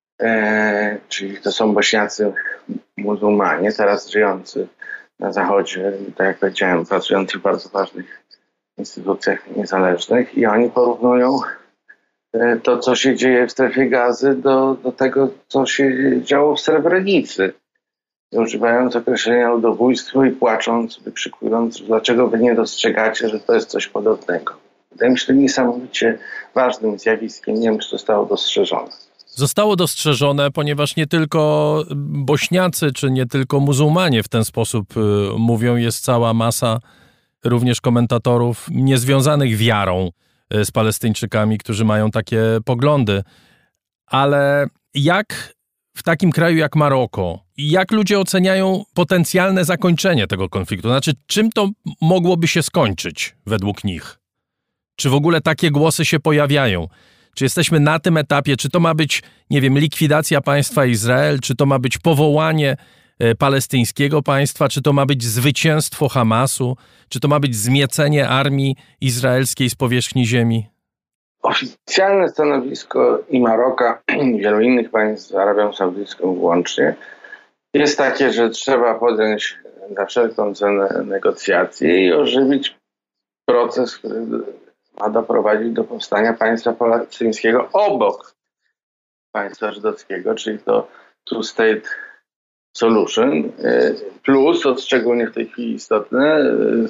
czyli to są Bośniacy muzułmanie, teraz żyjący na Zachodzie, tak jak powiedziałem, pracujący w bardzo ważnych instytucjach niezależnych, i oni porównują to, co się dzieje w strefie Gazy, do tego, co się działo w Srebrenicy. Używając określenia ludobójstwo i płacząc, wykrzykując, dlaczego wy nie dostrzegacie, że to jest coś podobnego. Wydaje mi się, że niesamowicie ważnym zjawiskiem, nie wiem, czy zostało dostrzeżone. Zostało dostrzeżone, ponieważ nie tylko Bośniacy, czy nie tylko muzułmanie w ten sposób mówią. Jest cała masa również komentatorów niezwiązanych wiarą z Palestyńczykami, którzy mają takie poglądy. Ale jak w takim kraju jak Maroko, jak ludzie oceniają potencjalne zakończenie tego konfliktu? Znaczy, czym to mogłoby się skończyć według nich? Czy w ogóle takie głosy się pojawiają? Czy jesteśmy na tym etapie? Czy to ma być, nie wiem, likwidacja państwa Izrael? Czy to ma być powołanie palestyńskiego państwa? Czy to ma być zwycięstwo Hamasu? Czy to ma być zmiecenie armii izraelskiej z powierzchni ziemi? Oficjalne stanowisko i Maroka, i wielu innych państw z Arabią Saudyjską włącznie jest takie, że trzeba podjąć za wszelką cenę negocjacje i ożywić proces, który ma doprowadzić do powstania państwa palestyńskiego obok państwa żydowskiego, czyli to two-state solution, plus, to szczególnie w tej chwili istotne,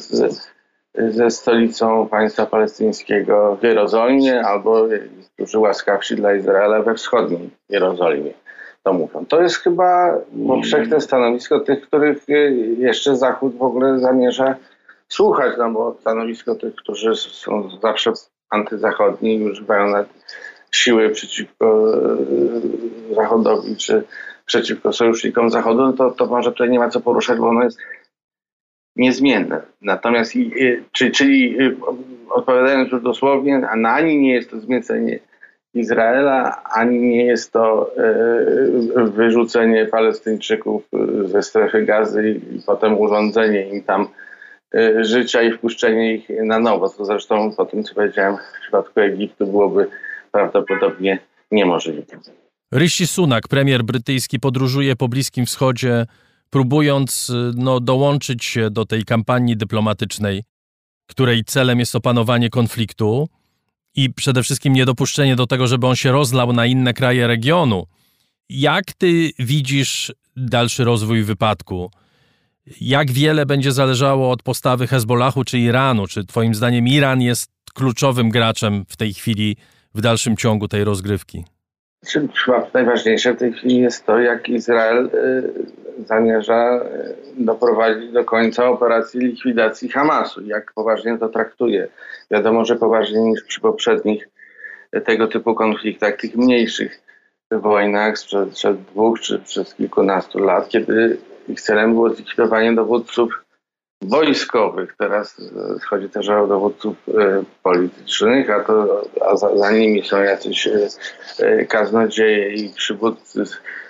ze stolicą państwa palestyńskiego w Jerozolimie, albo, którzy łaskawsi dla Izraela, we wschodniej Jerozolimie. To mówią. To jest chyba powszechne stanowisko tych, których jeszcze Zachód w ogóle zamierza słuchać, no bo stanowisko tych, którzy są zawsze antyzachodni i używają siły przeciwko Zachodowi, czy przeciwko sojusznikom Zachodu, to może tutaj nie ma co poruszać, bo ono jest niezmienne. Natomiast, czyli odpowiadając już dosłownie, ani nie jest to zmiecenie Izraela, ani nie jest to wyrzucenie Palestyńczyków ze strefy Gazy i potem urządzenie im tam życia i wpuszczenie ich na nowo. To zresztą po tym, co powiedziałem, w przypadku Egiptu byłoby prawdopodobnie niemożliwe. Rishi Sunak, premier brytyjski, podróżuje po Bliskim Wschodzie, próbując dołączyć się do tej kampanii dyplomatycznej, której celem jest opanowanie konfliktu i przede wszystkim niedopuszczenie do tego, żeby on się rozlał na inne kraje regionu. Jak ty widzisz dalszy rozwój wypadku? Jak wiele będzie zależało od postawy Hezbollahu czy Iranu? Czy twoim zdaniem Iran jest kluczowym graczem w tej chwili, w dalszym ciągu tej rozgrywki? Chyba najważniejsze w tej chwili jest to, jak Izrael zamierza doprowadzić do końca operacji likwidacji Hamasu. Jak poważnie to traktuje. Wiadomo, że poważniej niż przy poprzednich tego typu konfliktach, tych mniejszych wojnach sprzed 2 czy przez kilkunastu lat, kiedy ich celem było zlikwidowanie dowódców wojskowych. Teraz chodzi też o dowódców politycznych, a za nimi są jacyś kaznodzieje i przywódcy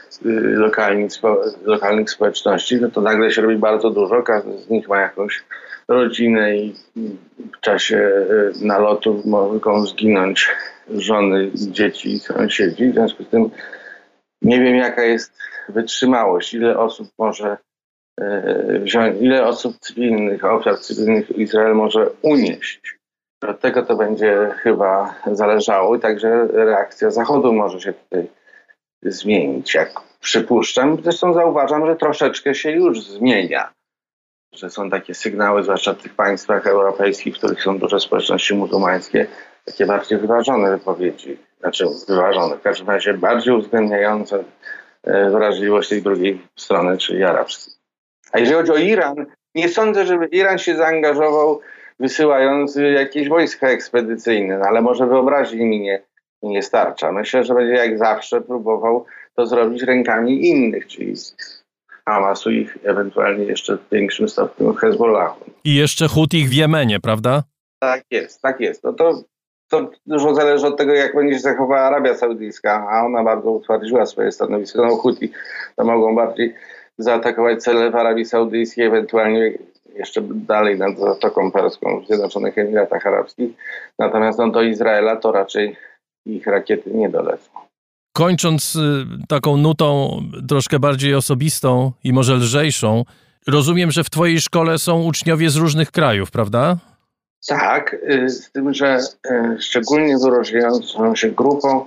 lokalnych społeczności. No to nagle się robi bardzo dużo. Każdy z nich ma jakąś rodzinę i w czasie nalotów mogą zginąć żony, dzieci i sąsiedzi. W związku z tym nie wiem, jaka jest wytrzymałość, ile osób może wziąć, ile osób cywilnych, ofiar cywilnych Izrael może unieść. Od tego to będzie chyba zależało i także reakcja Zachodu może się tutaj zmienić, jak przypuszczam. Zresztą zauważam, że troszeczkę się już zmienia. Że są takie sygnały, zwłaszcza w tych państwach europejskich, w których są duże społeczności muzułmańskie, takie bardziej wyważone wypowiedzi, znaczy wyważone, w każdym razie bardziej uwzględniające wrażliwość tej drugiej strony, czyli arabskiej. A jeżeli chodzi o Iran, nie sądzę, żeby Iran się zaangażował wysyłając jakieś wojska ekspedycyjne, ale może wyobraźni mi nie starcza. Myślę, że będzie jak zawsze próbował to zrobić rękami innych, czyli Hamasu i ewentualnie jeszcze w większym stopniu Hezbollahu. I jeszcze Hutich w Jemenie, prawda? Tak jest. No to dużo zależy od tego, jak będzie się zachowała Arabia Saudyjska, a ona bardzo utwardziła swoje stanowisko. No Huti to mogą bardziej zaatakować cele w Arabii Saudyjskiej, ewentualnie jeszcze dalej nad Zatoką Perską w Zjednoczonych Emiratach Arabskich. Natomiast do Izraela to raczej ich rakiety nie dolecą. Kończąc taką nutą troszkę bardziej osobistą i może lżejszą, rozumiem, że w twojej szkole są uczniowie z różnych krajów, prawda? Tak, z tym, że szczególnie wyróżniającą się grupą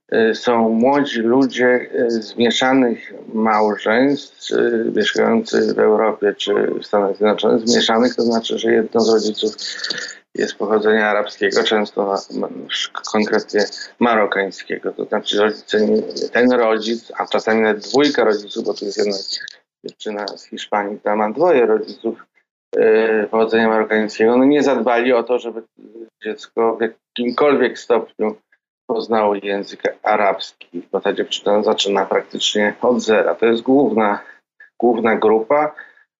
są młodzi ludzie z mieszanych małżeństw, mieszkający w Europie czy w Stanach Zjednoczonych. Zmieszanych to znaczy, że jedno z rodziców jest pochodzenia arabskiego, często konkretnie marokańskiego. To znaczy ten rodzic, a czasami nawet dwójka rodziców, bo tu jest jedna dziewczyna z Hiszpanii, ta ma dwoje rodziców pochodzenia marokańskiego, no nie zadbali o to, żeby dziecko w jakimkolwiek stopniu poznało język arabski, bo ta dziewczyna zaczyna praktycznie od zera. To jest główna grupa.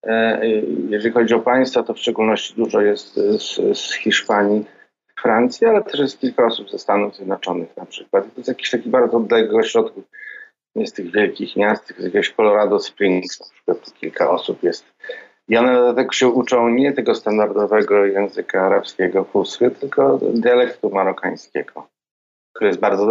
Jeżeli chodzi o państwa, to w szczególności dużo jest z Hiszpanii, Francji, ale też jest kilka osób ze Stanów Zjednoczonych na przykład. To jest jakiś taki bardzo odległych ośrodków, nie z tych wielkich miast, tylko z jakiegoś Colorado Springs, na przykład tu kilka osób jest. I one dlatego się uczą nie tego standardowego języka arabskiego fusy, tylko dialektu marokańskiego, który jest bardzo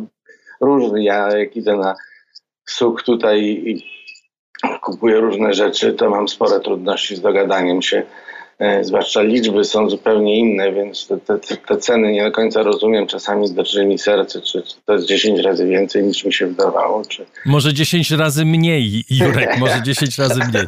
różny. Ja jak idę na suk tutaj i kupuję różne rzeczy, to mam spore trudności z dogadaniem się. Zwłaszcza liczby są zupełnie inne, więc te ceny nie do końca rozumiem. Czasami drży mi serce, czy to jest 10 razy więcej niż mi się wydawało. Czy... Może 10 razy mniej, Jurek, może 10 razy mniej.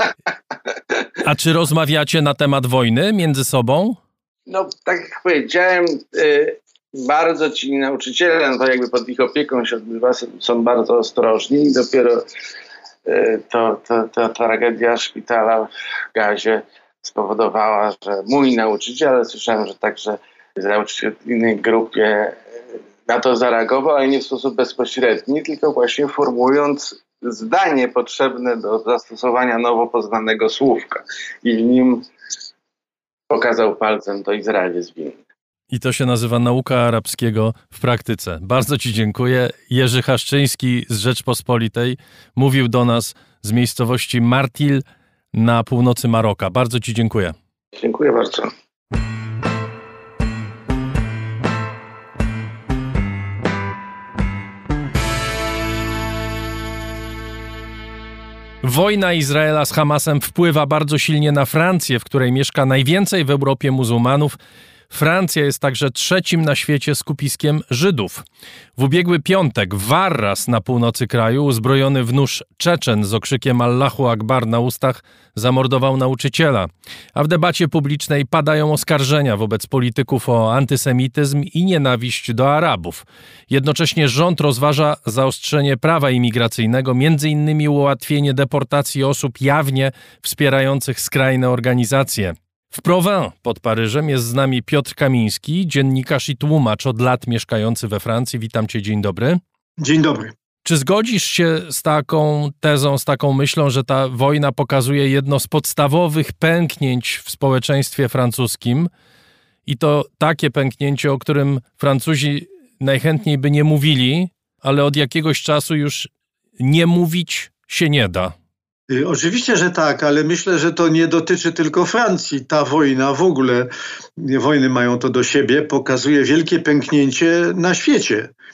A czy rozmawiacie na temat wojny między sobą? No, tak jak powiedziałem, bardzo ci nauczyciele, no to jakby pod ich opieką się odbywa, są bardzo ostrożni i dopiero ta tragedia szpitala w Gazie spowodowała, że mój nauczyciel, ale słyszałem, że także nauczyciel w innej grupie na to zareagował, ale nie w sposób bezpośredni, tylko właśnie formułując zdanie potrzebne do zastosowania nowo poznanego słówka. I w nim pokazał palcem, to Izrael jest winny. I to się nazywa nauka arabskiego w praktyce. Bardzo ci dziękuję. Jerzy Haszczyński z Rzeczpospolitej mówił do nas z miejscowości Martil na północy Maroka. Bardzo ci dziękuję. Dziękuję bardzo. Wojna Izraela z Hamasem wpływa bardzo silnie na Francję, w której mieszka najwięcej w Europie muzułmanów. Francja jest także trzecim na świecie skupiskiem Żydów. W ubiegły piątek w Arras na północy kraju uzbrojony w nóż Czeczen z okrzykiem Allahu Akbar na ustach zamordował nauczyciela. A w debacie publicznej padają oskarżenia wobec polityków o antysemityzm i nienawiść do Arabów. Jednocześnie rząd rozważa zaostrzenie prawa imigracyjnego, m.in. ułatwienie deportacji osób jawnie wspierających skrajne organizacje. W Provins pod Paryżem jest z nami Piotr Kamiński, dziennikarz i tłumacz od lat mieszkający we Francji. Witam cię, dzień dobry. Dzień dobry. Czy zgodzisz się z taką tezą, z taką myślą, że ta wojna pokazuje jedno z podstawowych pęknięć w społeczeństwie francuskim i to takie pęknięcie, o którym Francuzi najchętniej by nie mówili, ale od jakiegoś czasu już nie mówić się nie da? Oczywiście, że tak, ale myślę, że to nie dotyczy tylko Francji. Ta wojna w ogóle, wojny mają to do siebie, pokazuje wielkie pęknięcie na świecie.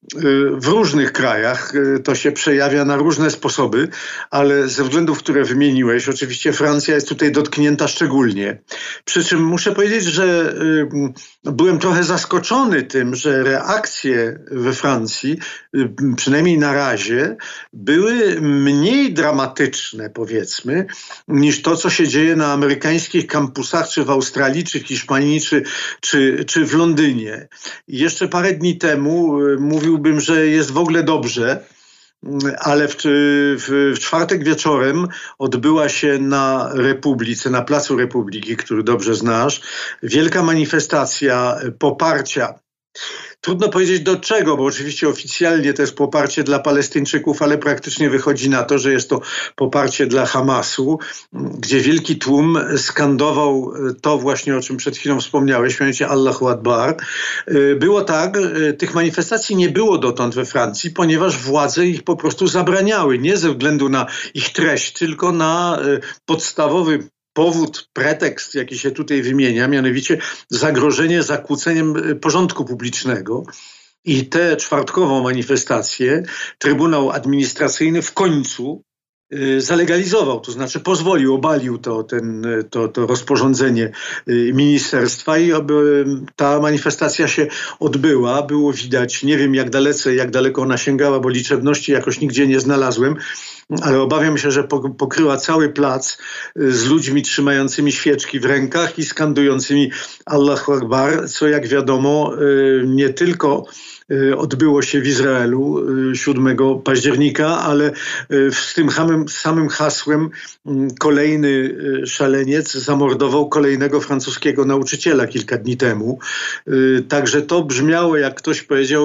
w różnych krajach. To się przejawia na różne sposoby, ale ze względów, które wymieniłeś, oczywiście Francja jest tutaj dotknięta szczególnie. Przy czym muszę powiedzieć, że byłem trochę zaskoczony tym, że reakcje we Francji, przynajmniej na razie, były mniej dramatyczne, powiedzmy, niż to, co się dzieje na amerykańskich kampusach, czy w Australii, czy w Hiszpanii, czy w Londynie. I jeszcze parę dni temu mówiłbym, że jest w ogóle dobrze, ale w czwartek wieczorem odbyła się na Republice, na Placu Republiki, który dobrze znasz, wielka manifestacja poparcia. Trudno powiedzieć do czego, bo oczywiście oficjalnie to jest poparcie dla Palestyńczyków, ale praktycznie wychodzi na to, że jest to poparcie dla Hamasu, gdzie wielki tłum skandował to właśnie, o czym przed chwilą wspomniałeś, mianowicie Allahu Akbar. Było tak, tych manifestacji nie było dotąd we Francji, ponieważ władze ich po prostu zabraniały, nie ze względu na ich treść, tylko na podstawowy powód, pretekst, jaki się tutaj wymienia, mianowicie zagrożenie zakłóceniem porządku publicznego. I tę czwartkową manifestację Trybunał Administracyjny w końcu zalegalizował, to znaczy pozwolił, obalił to rozporządzenie ministerstwa i ta manifestacja się odbyła. Było widać, nie wiem jak daleko ona sięgała, bo liczebności jakoś nigdzie nie znalazłem, ale obawiam się, że pokryła cały plac z ludźmi trzymającymi świeczki w rękach i skandującymi Allahu Akbar, co jak wiadomo nie tylko odbyło się w Izraelu 7 października, ale z tym samym hasłem kolejny szaleniec zamordował kolejnego francuskiego nauczyciela kilka dni temu. Także to brzmiało, jak ktoś powiedział,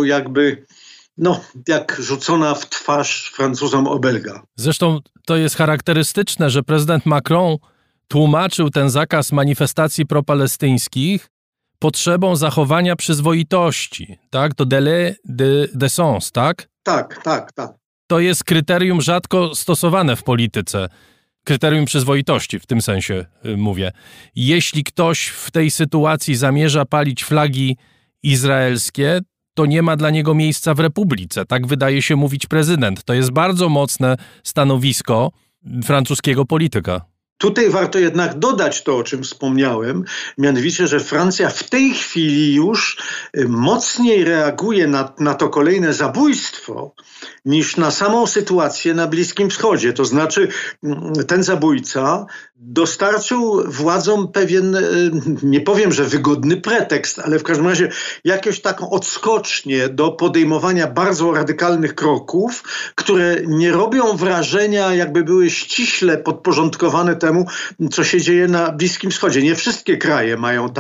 jak rzucona w twarz Francuzom obelga. Zresztą to jest charakterystyczne, że prezydent Macron tłumaczył ten zakaz manifestacji propalestyńskich potrzebą zachowania przyzwoitości, tak? To délai de décence, tak? Tak. To jest kryterium rzadko stosowane w polityce. Kryterium przyzwoitości, w tym sensie mówię. Jeśli ktoś w tej sytuacji zamierza palić flagi izraelskie, to nie ma dla niego miejsca w Republice. Tak wydaje się mówić prezydent. To jest bardzo mocne stanowisko francuskiego polityka. Tutaj warto jednak dodać to, o czym wspomniałem, mianowicie, że Francja w tej chwili już mocniej reaguje na to kolejne zabójstwo niż na samą sytuację na Bliskim Wschodzie. To znaczy ten zabójca dostarczył władzom pewien, nie powiem, że wygodny pretekst, ale w każdym razie jakąś taką odskocznię do podejmowania bardzo radykalnych kroków, które nie robią wrażenia, jakby były ściśle podporządkowane temu, co się dzieje na Bliskim Wschodzie. Nie wszystkie kraje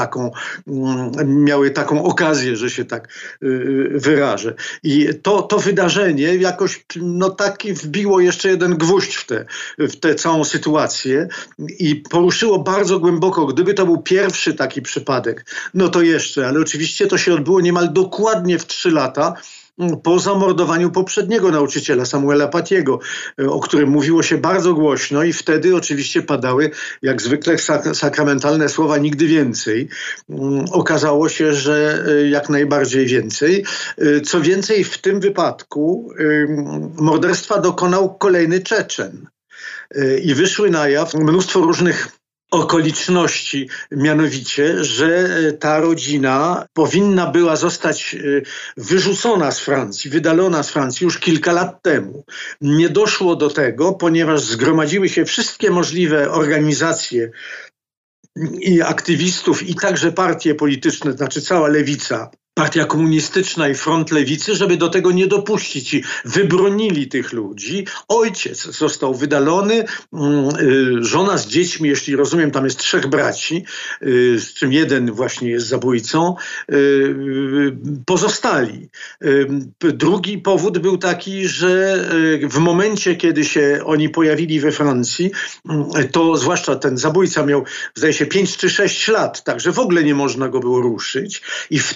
miały taką okazję, że się tak wyrażę. I to wydarzenie jakoś taki wbiło jeszcze jeden gwóźdź w tę całą sytuację i poruszyło bardzo głęboko. Gdyby to był pierwszy taki przypadek, to jeszcze, ale oczywiście to się odbyło niemal dokładnie w 3 lata po zamordowaniu poprzedniego nauczyciela, Samuela Patiego, o którym mówiło się bardzo głośno i wtedy oczywiście padały jak zwykle sakramentalne słowa nigdy więcej. Okazało się, że jak najbardziej więcej. Co więcej, w tym wypadku morderstwa dokonał kolejny Czeczen. I wyszły na jaw mnóstwo różnych okoliczności, mianowicie, że ta rodzina powinna była zostać wyrzucona z Francji, wydalona z Francji już kilka lat temu. Nie doszło do tego, ponieważ zgromadziły się wszystkie możliwe organizacje i aktywistów i także partie polityczne, znaczy cała lewica, Partia Komunistyczna i Front Lewicy, żeby do tego nie dopuścić i wybronili tych ludzi. Ojciec został wydalony, żona z dziećmi, jeśli rozumiem, tam jest 3 braci, z czym jeden właśnie jest zabójcą, pozostali. Drugi powód był taki, że w momencie, kiedy się oni pojawili we Francji, to zwłaszcza ten zabójca miał, zdaje się, 5 czy 6 lat, także w ogóle nie można go było ruszyć i w tej chwili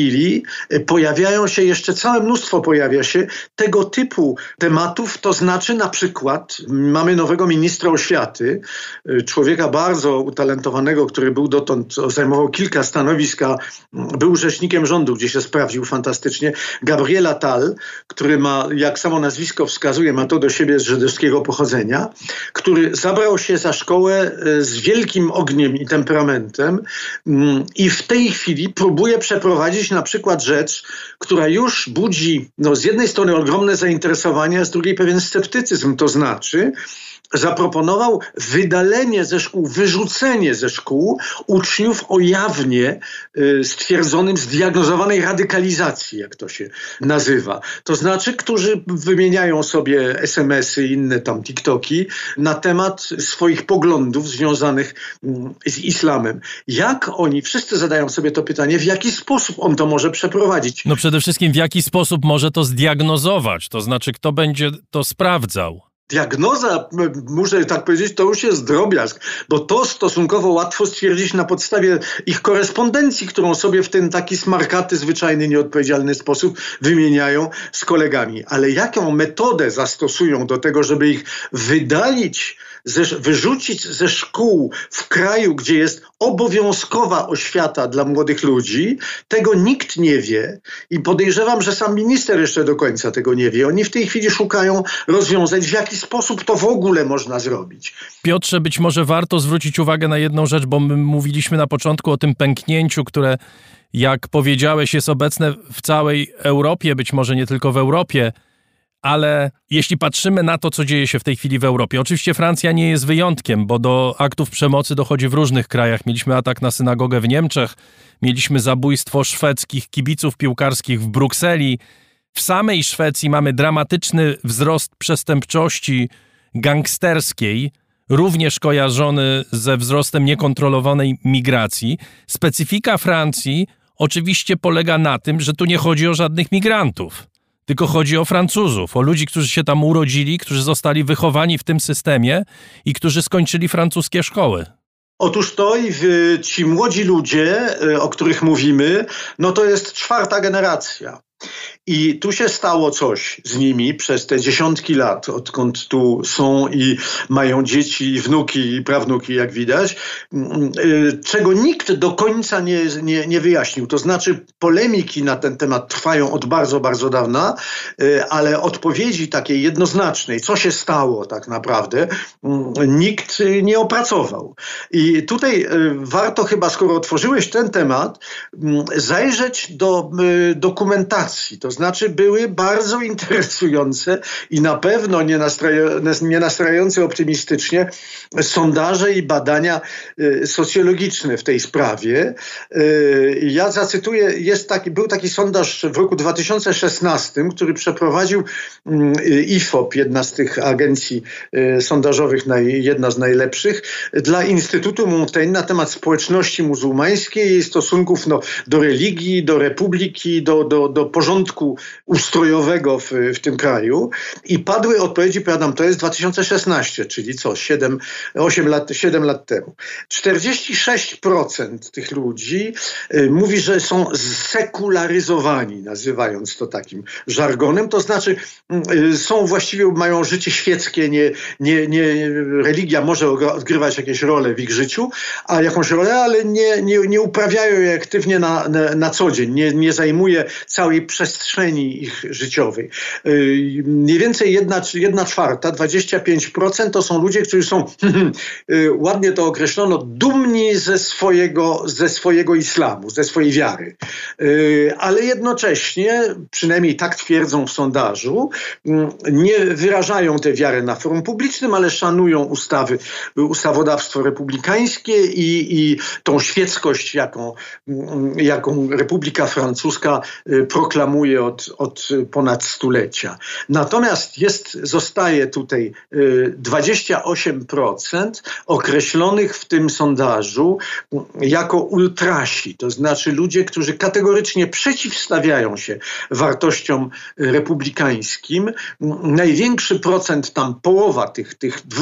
chwili pojawiają się jeszcze całe mnóstwo pojawia się tego typu tematów, to znaczy na przykład mamy nowego ministra oświaty, człowieka bardzo utalentowanego, który był dotąd, zajmował kilka stanowisk, był rzecznikiem rządu, gdzie się sprawdził fantastycznie, Gabriel Attal, który ma, jak samo nazwisko wskazuje, ma to do siebie z żydowskiego pochodzenia, który zabrał się za szkołę z wielkim ogniem i temperamentem i w tej chwili próbuje przeprowadzić na przykład rzecz, która już budzi z jednej strony ogromne zainteresowanie, a z drugiej pewien sceptycyzm, to znaczy zaproponował wydalenie ze szkół, wyrzucenie ze szkół uczniów o jawnie stwierdzonym, zdiagnozowanej radykalizacji, jak to się nazywa. To znaczy, którzy wymieniają sobie SMS-y i inne tam TikToki na temat swoich poglądów związanych z islamem. Jak oni, wszyscy zadają sobie to pytanie, w jaki sposób on to może przeprowadzić? No przede wszystkim w jaki sposób może to zdiagnozować, to znaczy kto będzie to sprawdzał? Diagnoza, muszę tak powiedzieć, to już jest drobiazg, bo to stosunkowo łatwo stwierdzić na podstawie ich korespondencji, którą sobie w ten taki smarkaty, zwyczajny, nieodpowiedzialny sposób wymieniają z kolegami. Ale jaką metodę zastosują do tego, żeby ich wyrzucić ze szkół w kraju, gdzie jest obowiązkowa oświata dla młodych ludzi, tego nikt nie wie i podejrzewam, że sam minister jeszcze do końca tego nie wie. Oni w tej chwili szukają rozwiązań, w jaki sposób to w ogóle można zrobić. Piotrze, być może warto zwrócić uwagę na jedną rzecz, bo my mówiliśmy na początku o tym pęknięciu, które, jak powiedziałeś, jest obecne w całej Europie, być może nie tylko w Europie, ale jeśli patrzymy na to, co dzieje się w tej chwili w Europie, oczywiście Francja nie jest wyjątkiem, bo do aktów przemocy dochodzi w różnych krajach. Mieliśmy atak na synagogę w Niemczech, mieliśmy zabójstwo szwedzkich kibiców piłkarskich w Brukseli. W samej Szwecji mamy dramatyczny wzrost przestępczości gangsterskiej, również kojarzony ze wzrostem niekontrolowanej migracji. Specyfika Francji oczywiście polega na tym, że tu nie chodzi o żadnych migrantów, tylko chodzi o Francuzów, o ludzi, którzy się tam urodzili, którzy zostali wychowani w tym systemie i którzy skończyli francuskie szkoły. Otóż to i ci młodzi ludzie, o których mówimy, no to jest 4. generacja. I tu się stało coś z nimi przez te dziesiątki lat, odkąd tu są i mają dzieci, wnuki i prawnuki, jak widać, czego nikt do końca nie wyjaśnił. To znaczy polemiki na ten temat trwają od bardzo, bardzo dawna, ale odpowiedzi takiej jednoznacznej, co się stało tak naprawdę, nikt nie opracował. I tutaj warto chyba, skoro otworzyłeś ten temat, zajrzeć do dokumentacji. To znaczy były bardzo interesujące i na pewno nie nastrajające optymistycznie sondaże i badania socjologiczne w tej sprawie. Ja zacytuję, był taki sondaż w roku 2016, który przeprowadził IFOP, jedna z tych agencji sondażowych, jedna z najlepszych, dla Instytutu Montaigne na temat społeczności muzułmańskiej, jej stosunków do religii, do republiki, do porządku ustrojowego w tym kraju i padły odpowiedzi, powiadam, to jest 2016, czyli 7 lat temu. 46% tych ludzi mówi, że są sekularyzodowani, nazywając to takim żargonem, to znaczy są właściwie, mają życie świeckie, religia może odgrywać jakieś role w ich życiu, a jakąś rolę, ale nie uprawiają jej aktywnie na co dzień, nie zajmuje całej przestrzeni ich życiowej. Mniej więcej 1/4, 25% to są ludzie, którzy są, ładnie to określono, dumni ze swojego islamu, ze swojej wiary. Ale jednocześnie, przynajmniej tak twierdzą w sondażu, nie wyrażają tej wiary na forum publicznym, ale szanują ustawodawstwo republikańskie i tą świeckość, jaką Republika Francuska proklamuje istnieje od ponad stulecia. Natomiast zostaje tutaj 28% określonych w tym sondażu jako ultrasi, to znaczy ludzie, którzy kategorycznie przeciwstawiają się wartościom republikańskim. Największy procent, tam połowa tych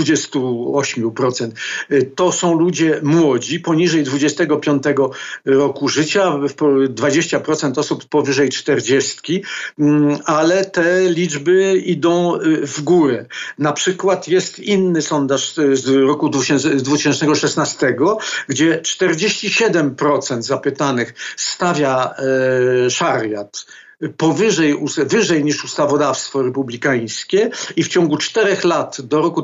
28%, to są ludzie młodzi, poniżej 25 roku życia, 20% osób powyżej 40, ale te liczby idą w górę. Na przykład jest inny sondaż z roku 2016, gdzie 47% zapytanych stawia szariat wyżej niż ustawodawstwo republikańskie i w ciągu 4 lat do roku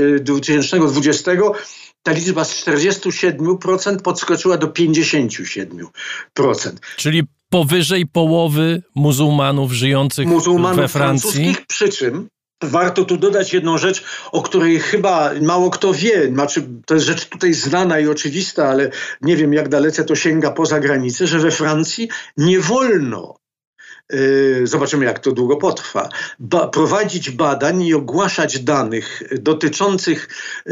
2020 ta liczba z 47% podskoczyła do 57%. Czyli powyżej połowy muzułmanów żyjących we Francji. Przy czym warto tu dodać jedną rzecz, o której chyba mało kto wie. Znaczy, to jest rzecz tutaj znana i oczywista, ale nie wiem, jak dalece to sięga poza granicę, że we Francji nie wolno, zobaczymy, jak to długo potrwa, prowadzić badań i ogłaszać danych dotyczących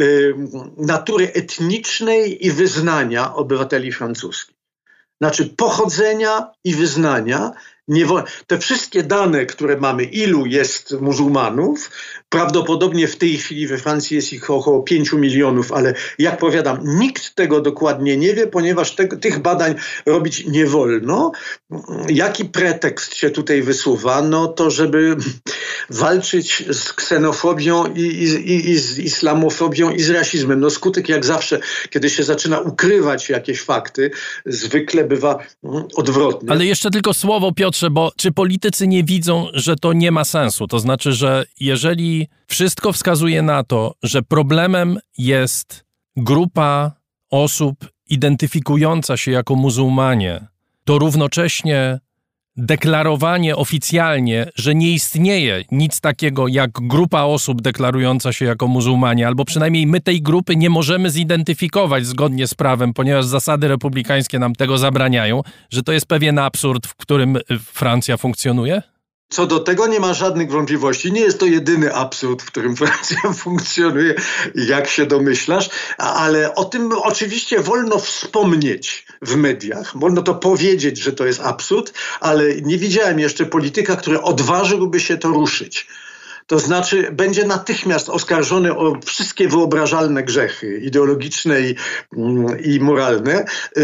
natury etnicznej i wyznania obywateli francuskich. Znaczy pochodzenia i wyznania. Te wszystkie dane, które mamy, ilu jest muzułmanów, prawdopodobnie w tej chwili we Francji jest ich około 5 milionów, ale jak powiadam, nikt tego dokładnie nie wie, ponieważ tych badań robić nie wolno. Jaki pretekst się tutaj wysuwa? No to, żeby walczyć z ksenofobią i z islamofobią i z rasizmem. No skutek jak zawsze, kiedy się zaczyna ukrywać jakieś fakty, zwykle bywa odwrotny. Ale jeszcze tylko słowo, Piotrze, bo czy politycy nie widzą, że to nie ma sensu? To znaczy, że jeżeli wszystko wskazuje na to, że problemem jest grupa osób identyfikująca się jako muzułmanie, to równocześnie deklarowanie oficjalnie, że nie istnieje nic takiego jak grupa osób deklarująca się jako muzułmanie, albo przynajmniej my tej grupy nie możemy zidentyfikować zgodnie z prawem, ponieważ zasady republikańskie nam tego zabraniają, że to jest pewien absurd, w którym Francja funkcjonuje? Co do tego nie ma żadnych wątpliwości. Nie jest to jedyny absurd, w którym Francja funkcjonuje, jak się domyślasz, ale o tym oczywiście wolno wspomnieć w mediach. Wolno to powiedzieć, że to jest absurd, ale nie widziałem jeszcze polityka, który odważyłby się to ruszyć. To znaczy będzie natychmiast oskarżony o wszystkie wyobrażalne grzechy ideologiczne i moralne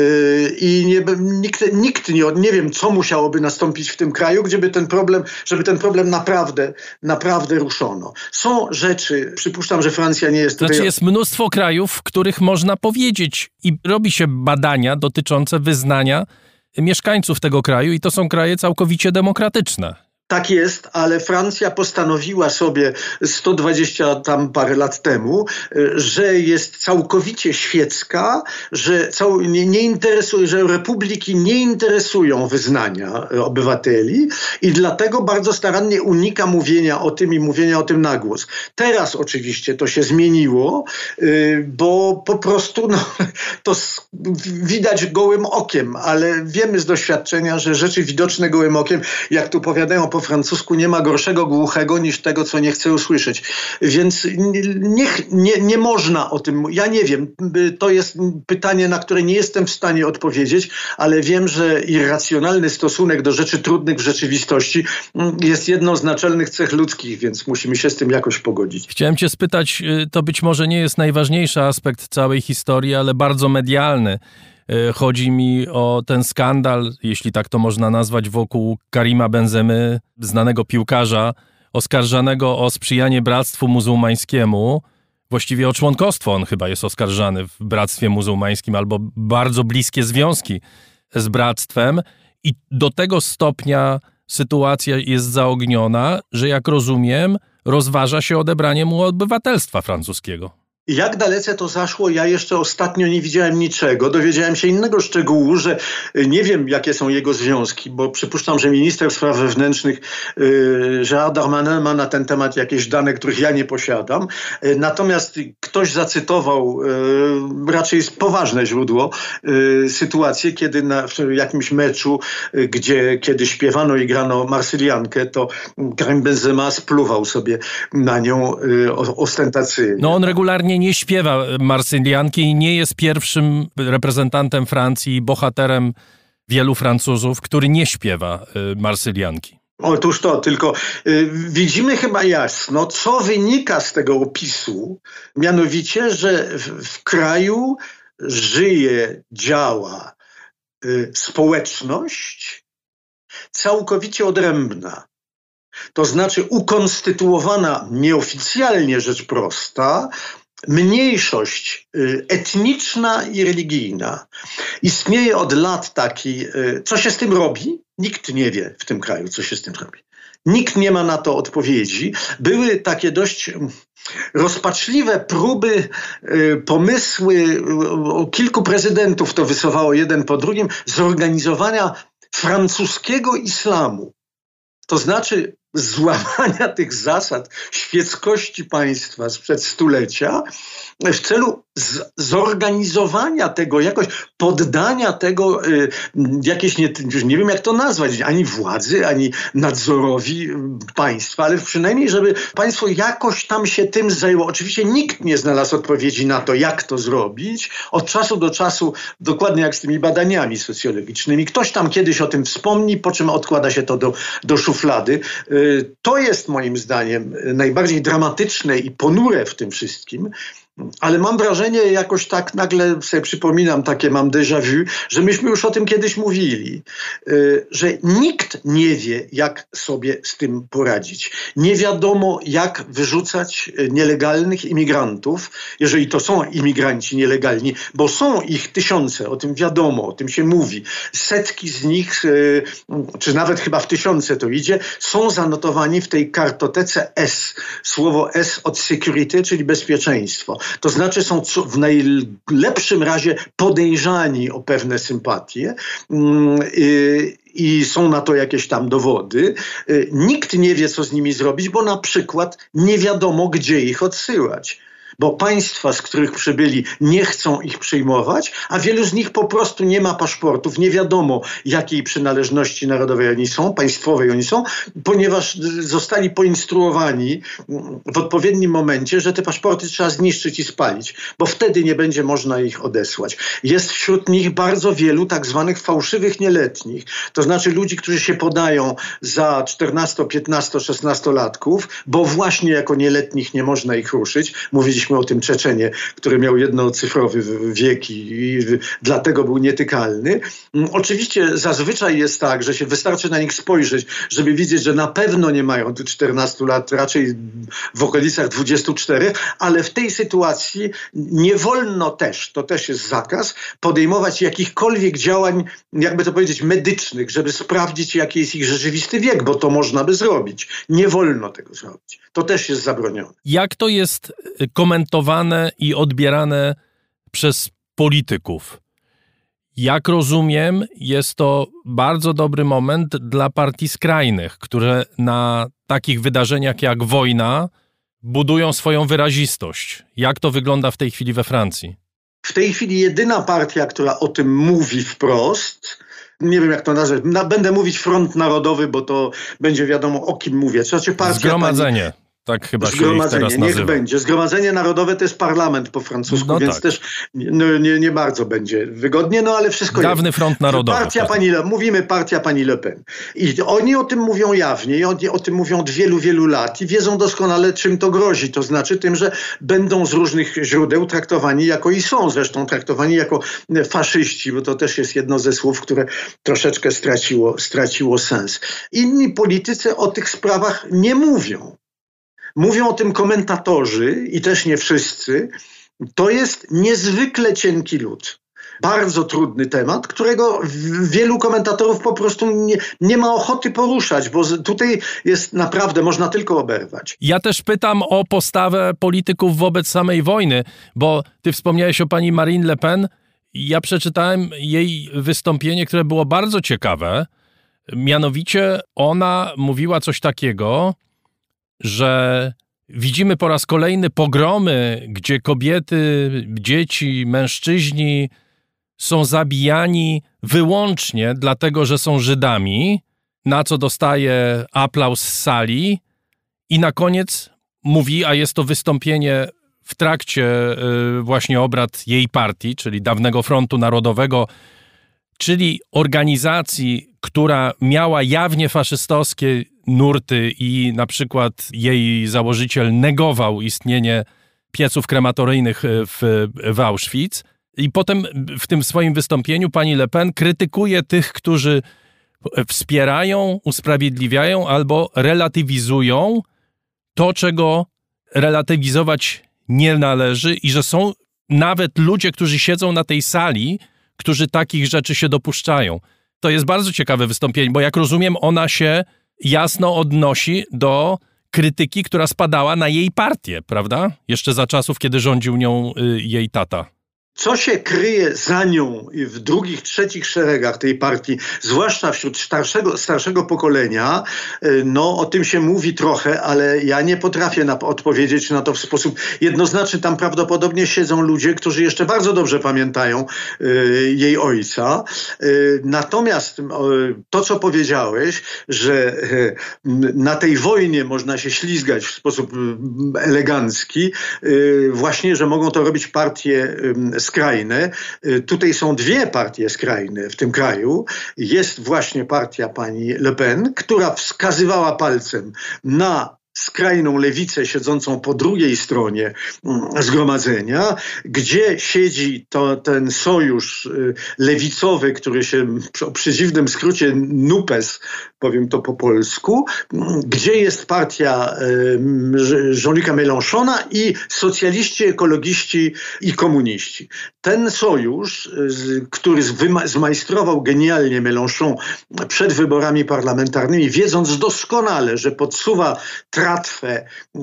i nikt nie wiem, co musiałoby nastąpić w tym kraju, żeby ten problem naprawdę ruszono. Są rzeczy, przypuszczam, że Francja nie jest... Znaczy jest mnóstwo krajów, w których można powiedzieć i robi się badania dotyczące wyznania mieszkańców tego kraju i to są kraje całkowicie demokratyczne. Tak jest, ale Francja postanowiła sobie 120 tam parę lat temu, że jest całkowicie świecka, że nie interesuje, że republiki nie interesują wyznania obywateli i dlatego bardzo starannie unika mówienia o tym i mówienia o tym na głos. Teraz oczywiście to się zmieniło, bo po prostu to widać gołym okiem, ale wiemy z doświadczenia, że rzeczy widoczne gołym okiem, jak tu powiadają po francusku, nie ma gorszego głuchego niż tego, co nie chce usłyszeć. Więc nie można o tym... Ja nie wiem, to jest pytanie, na które nie jestem w stanie odpowiedzieć, ale wiem, że irracjonalny stosunek do rzeczy trudnych w rzeczywistości jest jedną z naczelnych cech ludzkich, więc musimy się z tym jakoś pogodzić. Chciałem cię spytać, to być może nie jest najważniejszy aspekt całej historii, ale bardzo medialny. Chodzi mi o ten skandal, jeśli tak to można nazwać, wokół Karima Benzemy, znanego piłkarza, oskarżanego o sprzyjanie Bractwu Muzułmańskiemu. Właściwie o członkostwo on chyba jest oskarżany w Bractwie Muzułmańskim albo bardzo bliskie związki z Bractwem. I do tego stopnia sytuacja jest zaogniona, że jak rozumiem, rozważa się odebranie mu obywatelstwa francuskiego. Jak dalece to zaszło, ja jeszcze ostatnio nie widziałem niczego. Dowiedziałem się innego szczegółu, że nie wiem, jakie są jego związki, bo przypuszczam, że minister spraw wewnętrznych Gérald Darmanin ma na ten temat jakieś dane, których ja nie posiadam. Natomiast ktoś zacytował, raczej jest poważne źródło, sytuację, kiedy w jakimś meczu, kiedy śpiewano i grano Marsyliankę, to Karim Benzema spluwał sobie na nią ostentacyjnie. No on regularnie nie śpiewa Marsylianki i nie jest pierwszym reprezentantem Francji, bohaterem wielu Francuzów, który nie śpiewa Marsylianki. Otóż to, tylko widzimy chyba jasno, co wynika z tego opisu, mianowicie, że w kraju żyje, działa społeczność całkowicie odrębna. To znaczy ukonstytuowana nieoficjalnie, rzecz prosta, mniejszość etniczna i religijna. Istnieje od lat taki, co się z tym robi? Nikt nie wie w tym kraju, co się z tym robi. Nikt nie ma na to odpowiedzi. Były takie dość rozpaczliwe próby, pomysły, kilku prezydentów to wysuwało jeden po drugim, zorganizowania francuskiego islamu. To znaczy złamania tych zasad świeckości państwa sprzed stulecia w celu zorganizowania tego, jakoś poddania tego jakieś, nie wiem jak to nazwać, ani władzy, ani nadzorowi państwa, ale przynajmniej, żeby państwo jakoś tam się tym zajęło. Oczywiście nikt nie znalazł odpowiedzi na to, jak to zrobić. Od czasu do czasu, dokładnie jak z tymi badaniami socjologicznymi, ktoś tam kiedyś o tym wspomni, po czym odkłada się to do szuflady. To jest moim zdaniem najbardziej dramatyczne i ponure w tym wszystkim, ale mam wrażenie, jakoś tak nagle sobie przypominam, takie mam déjà vu, że myśmy już o tym kiedyś mówili, że nikt nie wie, jak sobie z tym poradzić. Nie wiadomo, jak wyrzucać nielegalnych imigrantów, jeżeli to są imigranci nielegalni, bo są ich tysiące, o tym wiadomo, o tym się mówi. Setki z nich, czy nawet chyba w tysiące to idzie, są zanotowani w tej kartotece S. Słowo S od security, czyli bezpieczeństwo. To znaczy są w najlepszym razie podejrzani o pewne sympatie i są na to jakieś tam dowody. Nikt nie wie, co z nimi zrobić, bo na przykład nie wiadomo, gdzie ich odsyłać. Bo państwa, z których przybyli, nie chcą ich przyjmować, a wielu z nich po prostu nie ma paszportów. Nie wiadomo, jakiej przynależności narodowej oni są, państwowej oni są, ponieważ zostali poinstruowani w odpowiednim momencie, że te paszporty trzeba zniszczyć i spalić, bo wtedy nie będzie można ich odesłać. Jest wśród nich bardzo wielu tak zwanych fałszywych nieletnich. To znaczy ludzi, którzy się podają za 14, 15, 16-latków, bo właśnie jako nieletnich nie można ich ruszyć. Mówiliśmy o tym Czeczenie, który miał jednocyfrowy wiek i dlatego był nietykalny. Oczywiście zazwyczaj jest tak, że się wystarczy na nich spojrzeć, żeby widzieć, że na pewno nie mają 14 lat, raczej w okolicach 24, ale w tej sytuacji nie wolno też, to też jest zakaz, podejmować jakichkolwiek działań, jakby to powiedzieć, medycznych, żeby sprawdzić, jaki jest ich rzeczywisty wiek, bo to można by zrobić. Nie wolno tego zrobić. To też jest zabronione. Jak to jest komentowane i odbierane przez polityków? Jak rozumiem, jest to bardzo dobry moment dla partii skrajnych, które na takich wydarzeniach jak wojna budują swoją wyrazistość. Jak to wygląda w tej chwili we Francji? W tej chwili jedyna partia, która o tym mówi wprost, nie wiem jak to nazwać, będę mówić Front Narodowy, bo to będzie wiadomo, o kim mówię. Znaczy partia Zgromadzenie. Tak chyba się ich teraz nazywa. Niech będzie. Zgromadzenie Narodowe to jest parlament po francusku, no więc tak. Też nie bardzo będzie wygodnie, no ale wszystko Dawny jest. Front Narodowy. Mówimy partia pani Le Pen. I oni o tym mówią jawnie i oni o tym mówią od wielu, wielu lat i wiedzą doskonale, czym to grozi. To znaczy tym, że będą z różnych źródeł traktowani jako i są zresztą traktowani jako faszyści, bo to też jest jedno ze słów, które troszeczkę straciło sens. Inni politycy o tych sprawach nie mówią. Mówią o tym komentatorzy i też nie wszyscy. To jest niezwykle cienki lód. bardzo trudny temat, którego wielu komentatorów po prostu nie ma ochoty poruszać, bo tutaj jest naprawdę, można tylko oberwać. Ja też pytam o postawę polityków wobec samej wojny, bo ty wspomniałeś o pani Marine Le Pen. Ja przeczytałem jej wystąpienie, które było bardzo ciekawe. Mianowicie ona mówiła coś takiego, że widzimy po raz kolejny pogromy, gdzie kobiety, dzieci, mężczyźni są zabijani wyłącznie dlatego, że są Żydami, na co dostaje aplauz z sali i na koniec mówi, a jest to wystąpienie w trakcie właśnie obrad jej partii, czyli Dawnego Frontu Narodowego, czyli organizacji, która miała jawnie faszystowskie nurty i na przykład jej założyciel negował istnienie pieców krematoryjnych w Auschwitz. I potem w tym swoim wystąpieniu pani Le Pen krytykuje tych, którzy wspierają, usprawiedliwiają albo relatywizują to, czego relatywizować nie należy i że są nawet ludzie, którzy siedzą na tej sali, którzy takich rzeczy się dopuszczają. To jest bardzo ciekawe wystąpienie, bo jak rozumiem, ona się jasno odnosi do krytyki, która spadała na jej partię, prawda? Jeszcze za czasów, kiedy rządził nią jej tata. Co się kryje za nią w drugich, trzecich szeregach tej partii, zwłaszcza wśród starszego pokolenia, no o tym się mówi trochę, ale ja nie potrafię odpowiedzieć na to w sposób jednoznaczny. Tam prawdopodobnie siedzą ludzie, którzy jeszcze bardzo dobrze pamiętają jej ojca. Natomiast to, co powiedziałeś, że na tej wojnie można się ślizgać w sposób elegancki, właśnie, że mogą to robić partie skrajne. Tutaj są dwie partie skrajne w tym kraju. Jest właśnie partia pani Le Pen, która wskazywała palcem na skrajną lewicę siedzącą po drugiej stronie zgromadzenia, gdzie siedzi ten sojusz lewicowy, który się o przedziwnym skrócie NUPES, powiem to po polsku, gdzie jest partia Jean-Luca Mélenchona i socjaliści, ekologiści i komuniści. Ten sojusz, który zmajstrował genialnie Mélenchon przed wyborami parlamentarnymi, wiedząc doskonale, że podsuwa tratwę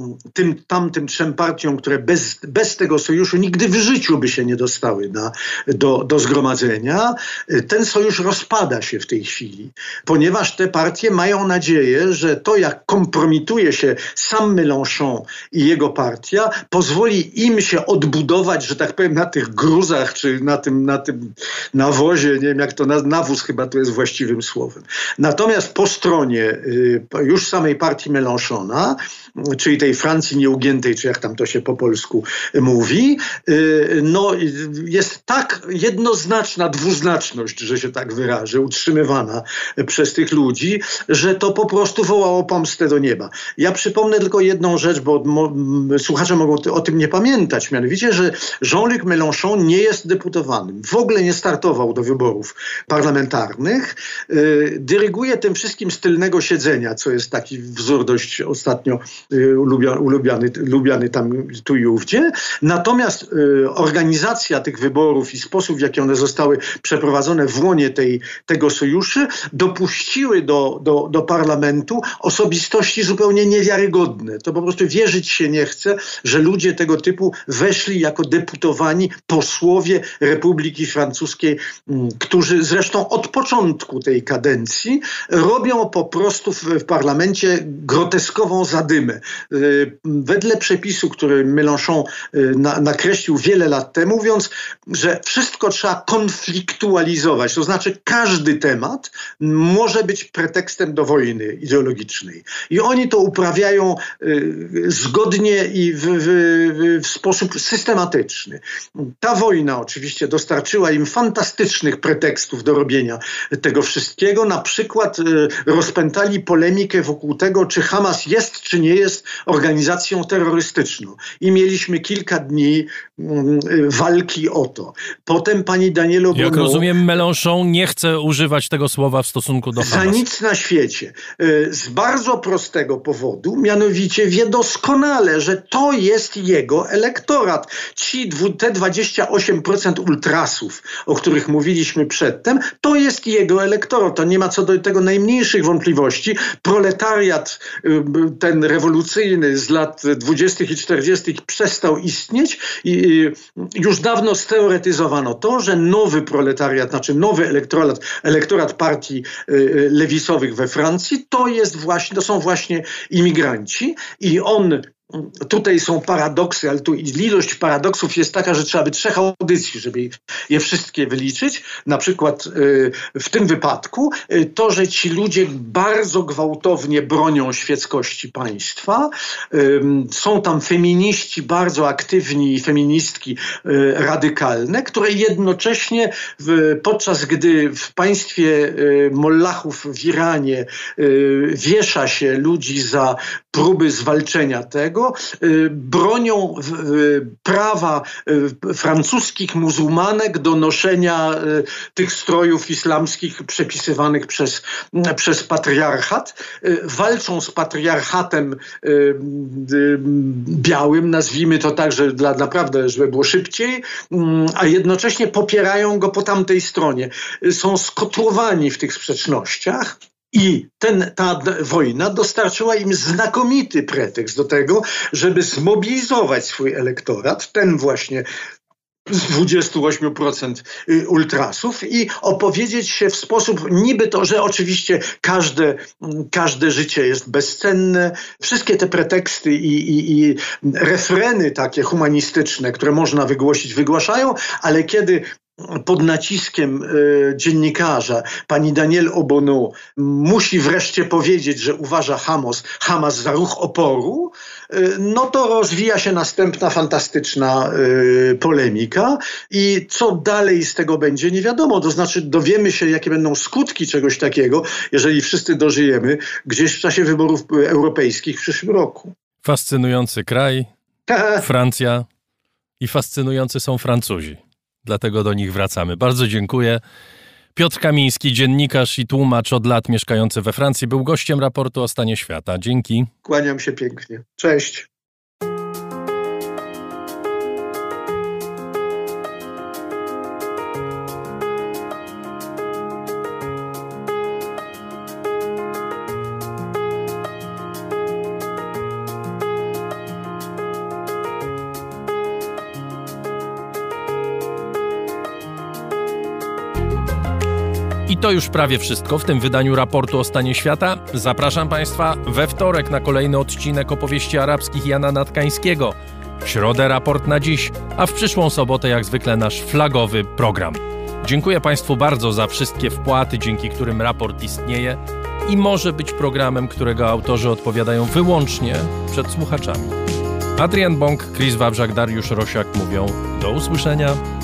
tamtym trzem partiom, które bez tego sojuszu nigdy w życiu by się nie dostały do zgromadzenia, ten sojusz rozpada się w tej chwili, ponieważ te partie mają nadzieję, że to, jak kompromituje się sam Mélenchon i jego partia, pozwoli im się odbudować, że tak powiem, na tych gruzach, czy na tym nawozie, nie wiem jak to, nawóz chyba to jest właściwym słowem. Natomiast po stronie już samej partii Mélenchona, czyli tej Francji nieugiętej, czy jak tam to się po polsku mówi, no jest tak jednoznaczna dwuznaczność, że się tak wyrażę, utrzymywana przez tych ludzi, że to po prostu wołało pomstę do nieba. Ja przypomnę tylko jedną rzecz, bo słuchacze mogą o tym nie pamiętać, mianowicie, że Jean-Luc Mélenchon nie jest deputowanym. W ogóle nie startował do wyborów parlamentarnych. Dyryguje tym wszystkim z tylnego siedzenia, co jest taki wzór dość ostatnio lubiany tam tu i ówdzie. Natomiast organizacja tych wyborów i sposób, w jaki one zostały przeprowadzone w łonie tego sojuszu, dopuściły do parlamentu osobistości zupełnie niewiarygodne. To po prostu wierzyć się nie chce, że ludzie tego typu weszli jako deputowani posłowie Republiki Francuskiej, którzy zresztą od początku tej kadencji robią po prostu w parlamencie groteskową zadymę. Wedle przepisu, który Mélenchon nakreślił wiele lat temu, mówiąc, że wszystko trzeba konfliktualizować, to znaczy każdy temat może być pretekstem do wojny ideologicznej. I oni to uprawiają zgodnie i w sposób systematyczny. Ta wojna oczywiście dostarczyła im fantastycznych pretekstów do robienia tego wszystkiego. Na przykład rozpętali polemikę wokół tego, czy Hamas jest czy nie jest organizacją terrorystyczną. I mieliśmy kilka dni walki o to. Potem pani Daniel Obono... Jak rozumiem, Mélenchon nie chce używać tego słowa w stosunku do Hamas. Za nic na świecie. Z bardzo prostego powodu, mianowicie wie doskonale, że to jest jego elektorat. Te 28% ultrasów, o których mówiliśmy przedtem, to jest jego elektorat. To nie ma co do tego najmniejszych wątpliwości. Proletariat ten rewolucyjny z lat 20. i 40. przestał istnieć i już dawno steoretyzowano to, że nowy proletariat, znaczy nowy elektorat partii lewicowych we Francji, to są właśnie imigranci i tutaj są paradoksy, ale tu ilość paradoksów jest taka, że trzeba by 3 audycji, żeby je wszystkie wyliczyć. Na przykład w tym wypadku to, że ci ludzie bardzo gwałtownie bronią świeckości państwa. Są tam feminiści bardzo aktywni i feministki radykalne, które jednocześnie podczas gdy w państwie mollachów w Iranie wiesza się ludzi za próby zwalczenia tego, bronią prawa francuskich muzułmanek do noszenia tych strojów islamskich przepisywanych przez patriarchat. Walczą z patriarchatem białym, nazwijmy to tak, że naprawdę, żeby było szybciej, a jednocześnie popierają go po tamtej stronie. Są skotrowani w tych sprzecznościach. I ta wojna dostarczyła im znakomity pretekst do tego, żeby zmobilizować swój elektorat, ten właśnie z 28% ultrasów i opowiedzieć się w sposób niby to, że oczywiście każde życie jest bezcenne. Wszystkie te preteksty i refreny takie humanistyczne, które można wygłosić, wygłaszają, ale kiedy pod naciskiem dziennikarza pani Daniel Obono musi wreszcie powiedzieć, że uważa Hamas za ruch oporu, no to rozwija się następna fantastyczna polemika i co dalej z tego będzie, nie wiadomo. To znaczy dowiemy się, jakie będą skutki czegoś takiego, jeżeli wszyscy dożyjemy gdzieś w czasie wyborów europejskich w przyszłym roku. Fascynujący kraj, Francja i fascynujący są Francuzi. Dlatego do nich wracamy. Bardzo dziękuję. Piotr Kamiński, dziennikarz i tłumacz od lat mieszkający we Francji, był gościem raportu o stanie świata. Dzięki. Kłaniam się pięknie. Cześć. I to już prawie wszystko w tym wydaniu raportu o stanie świata. Zapraszam Państwa we wtorek na kolejny odcinek opowieści arabskich Jana Natkańskiego. W środę raport na dziś, a w przyszłą sobotę jak zwykle nasz flagowy program. Dziękuję Państwu bardzo za wszystkie wpłaty, dzięki którym raport istnieje i może być programem, którego autorzy odpowiadają wyłącznie przed słuchaczami. Adrian Bąk, Chris Wawrzak, Dariusz Rosiak mówią do usłyszenia.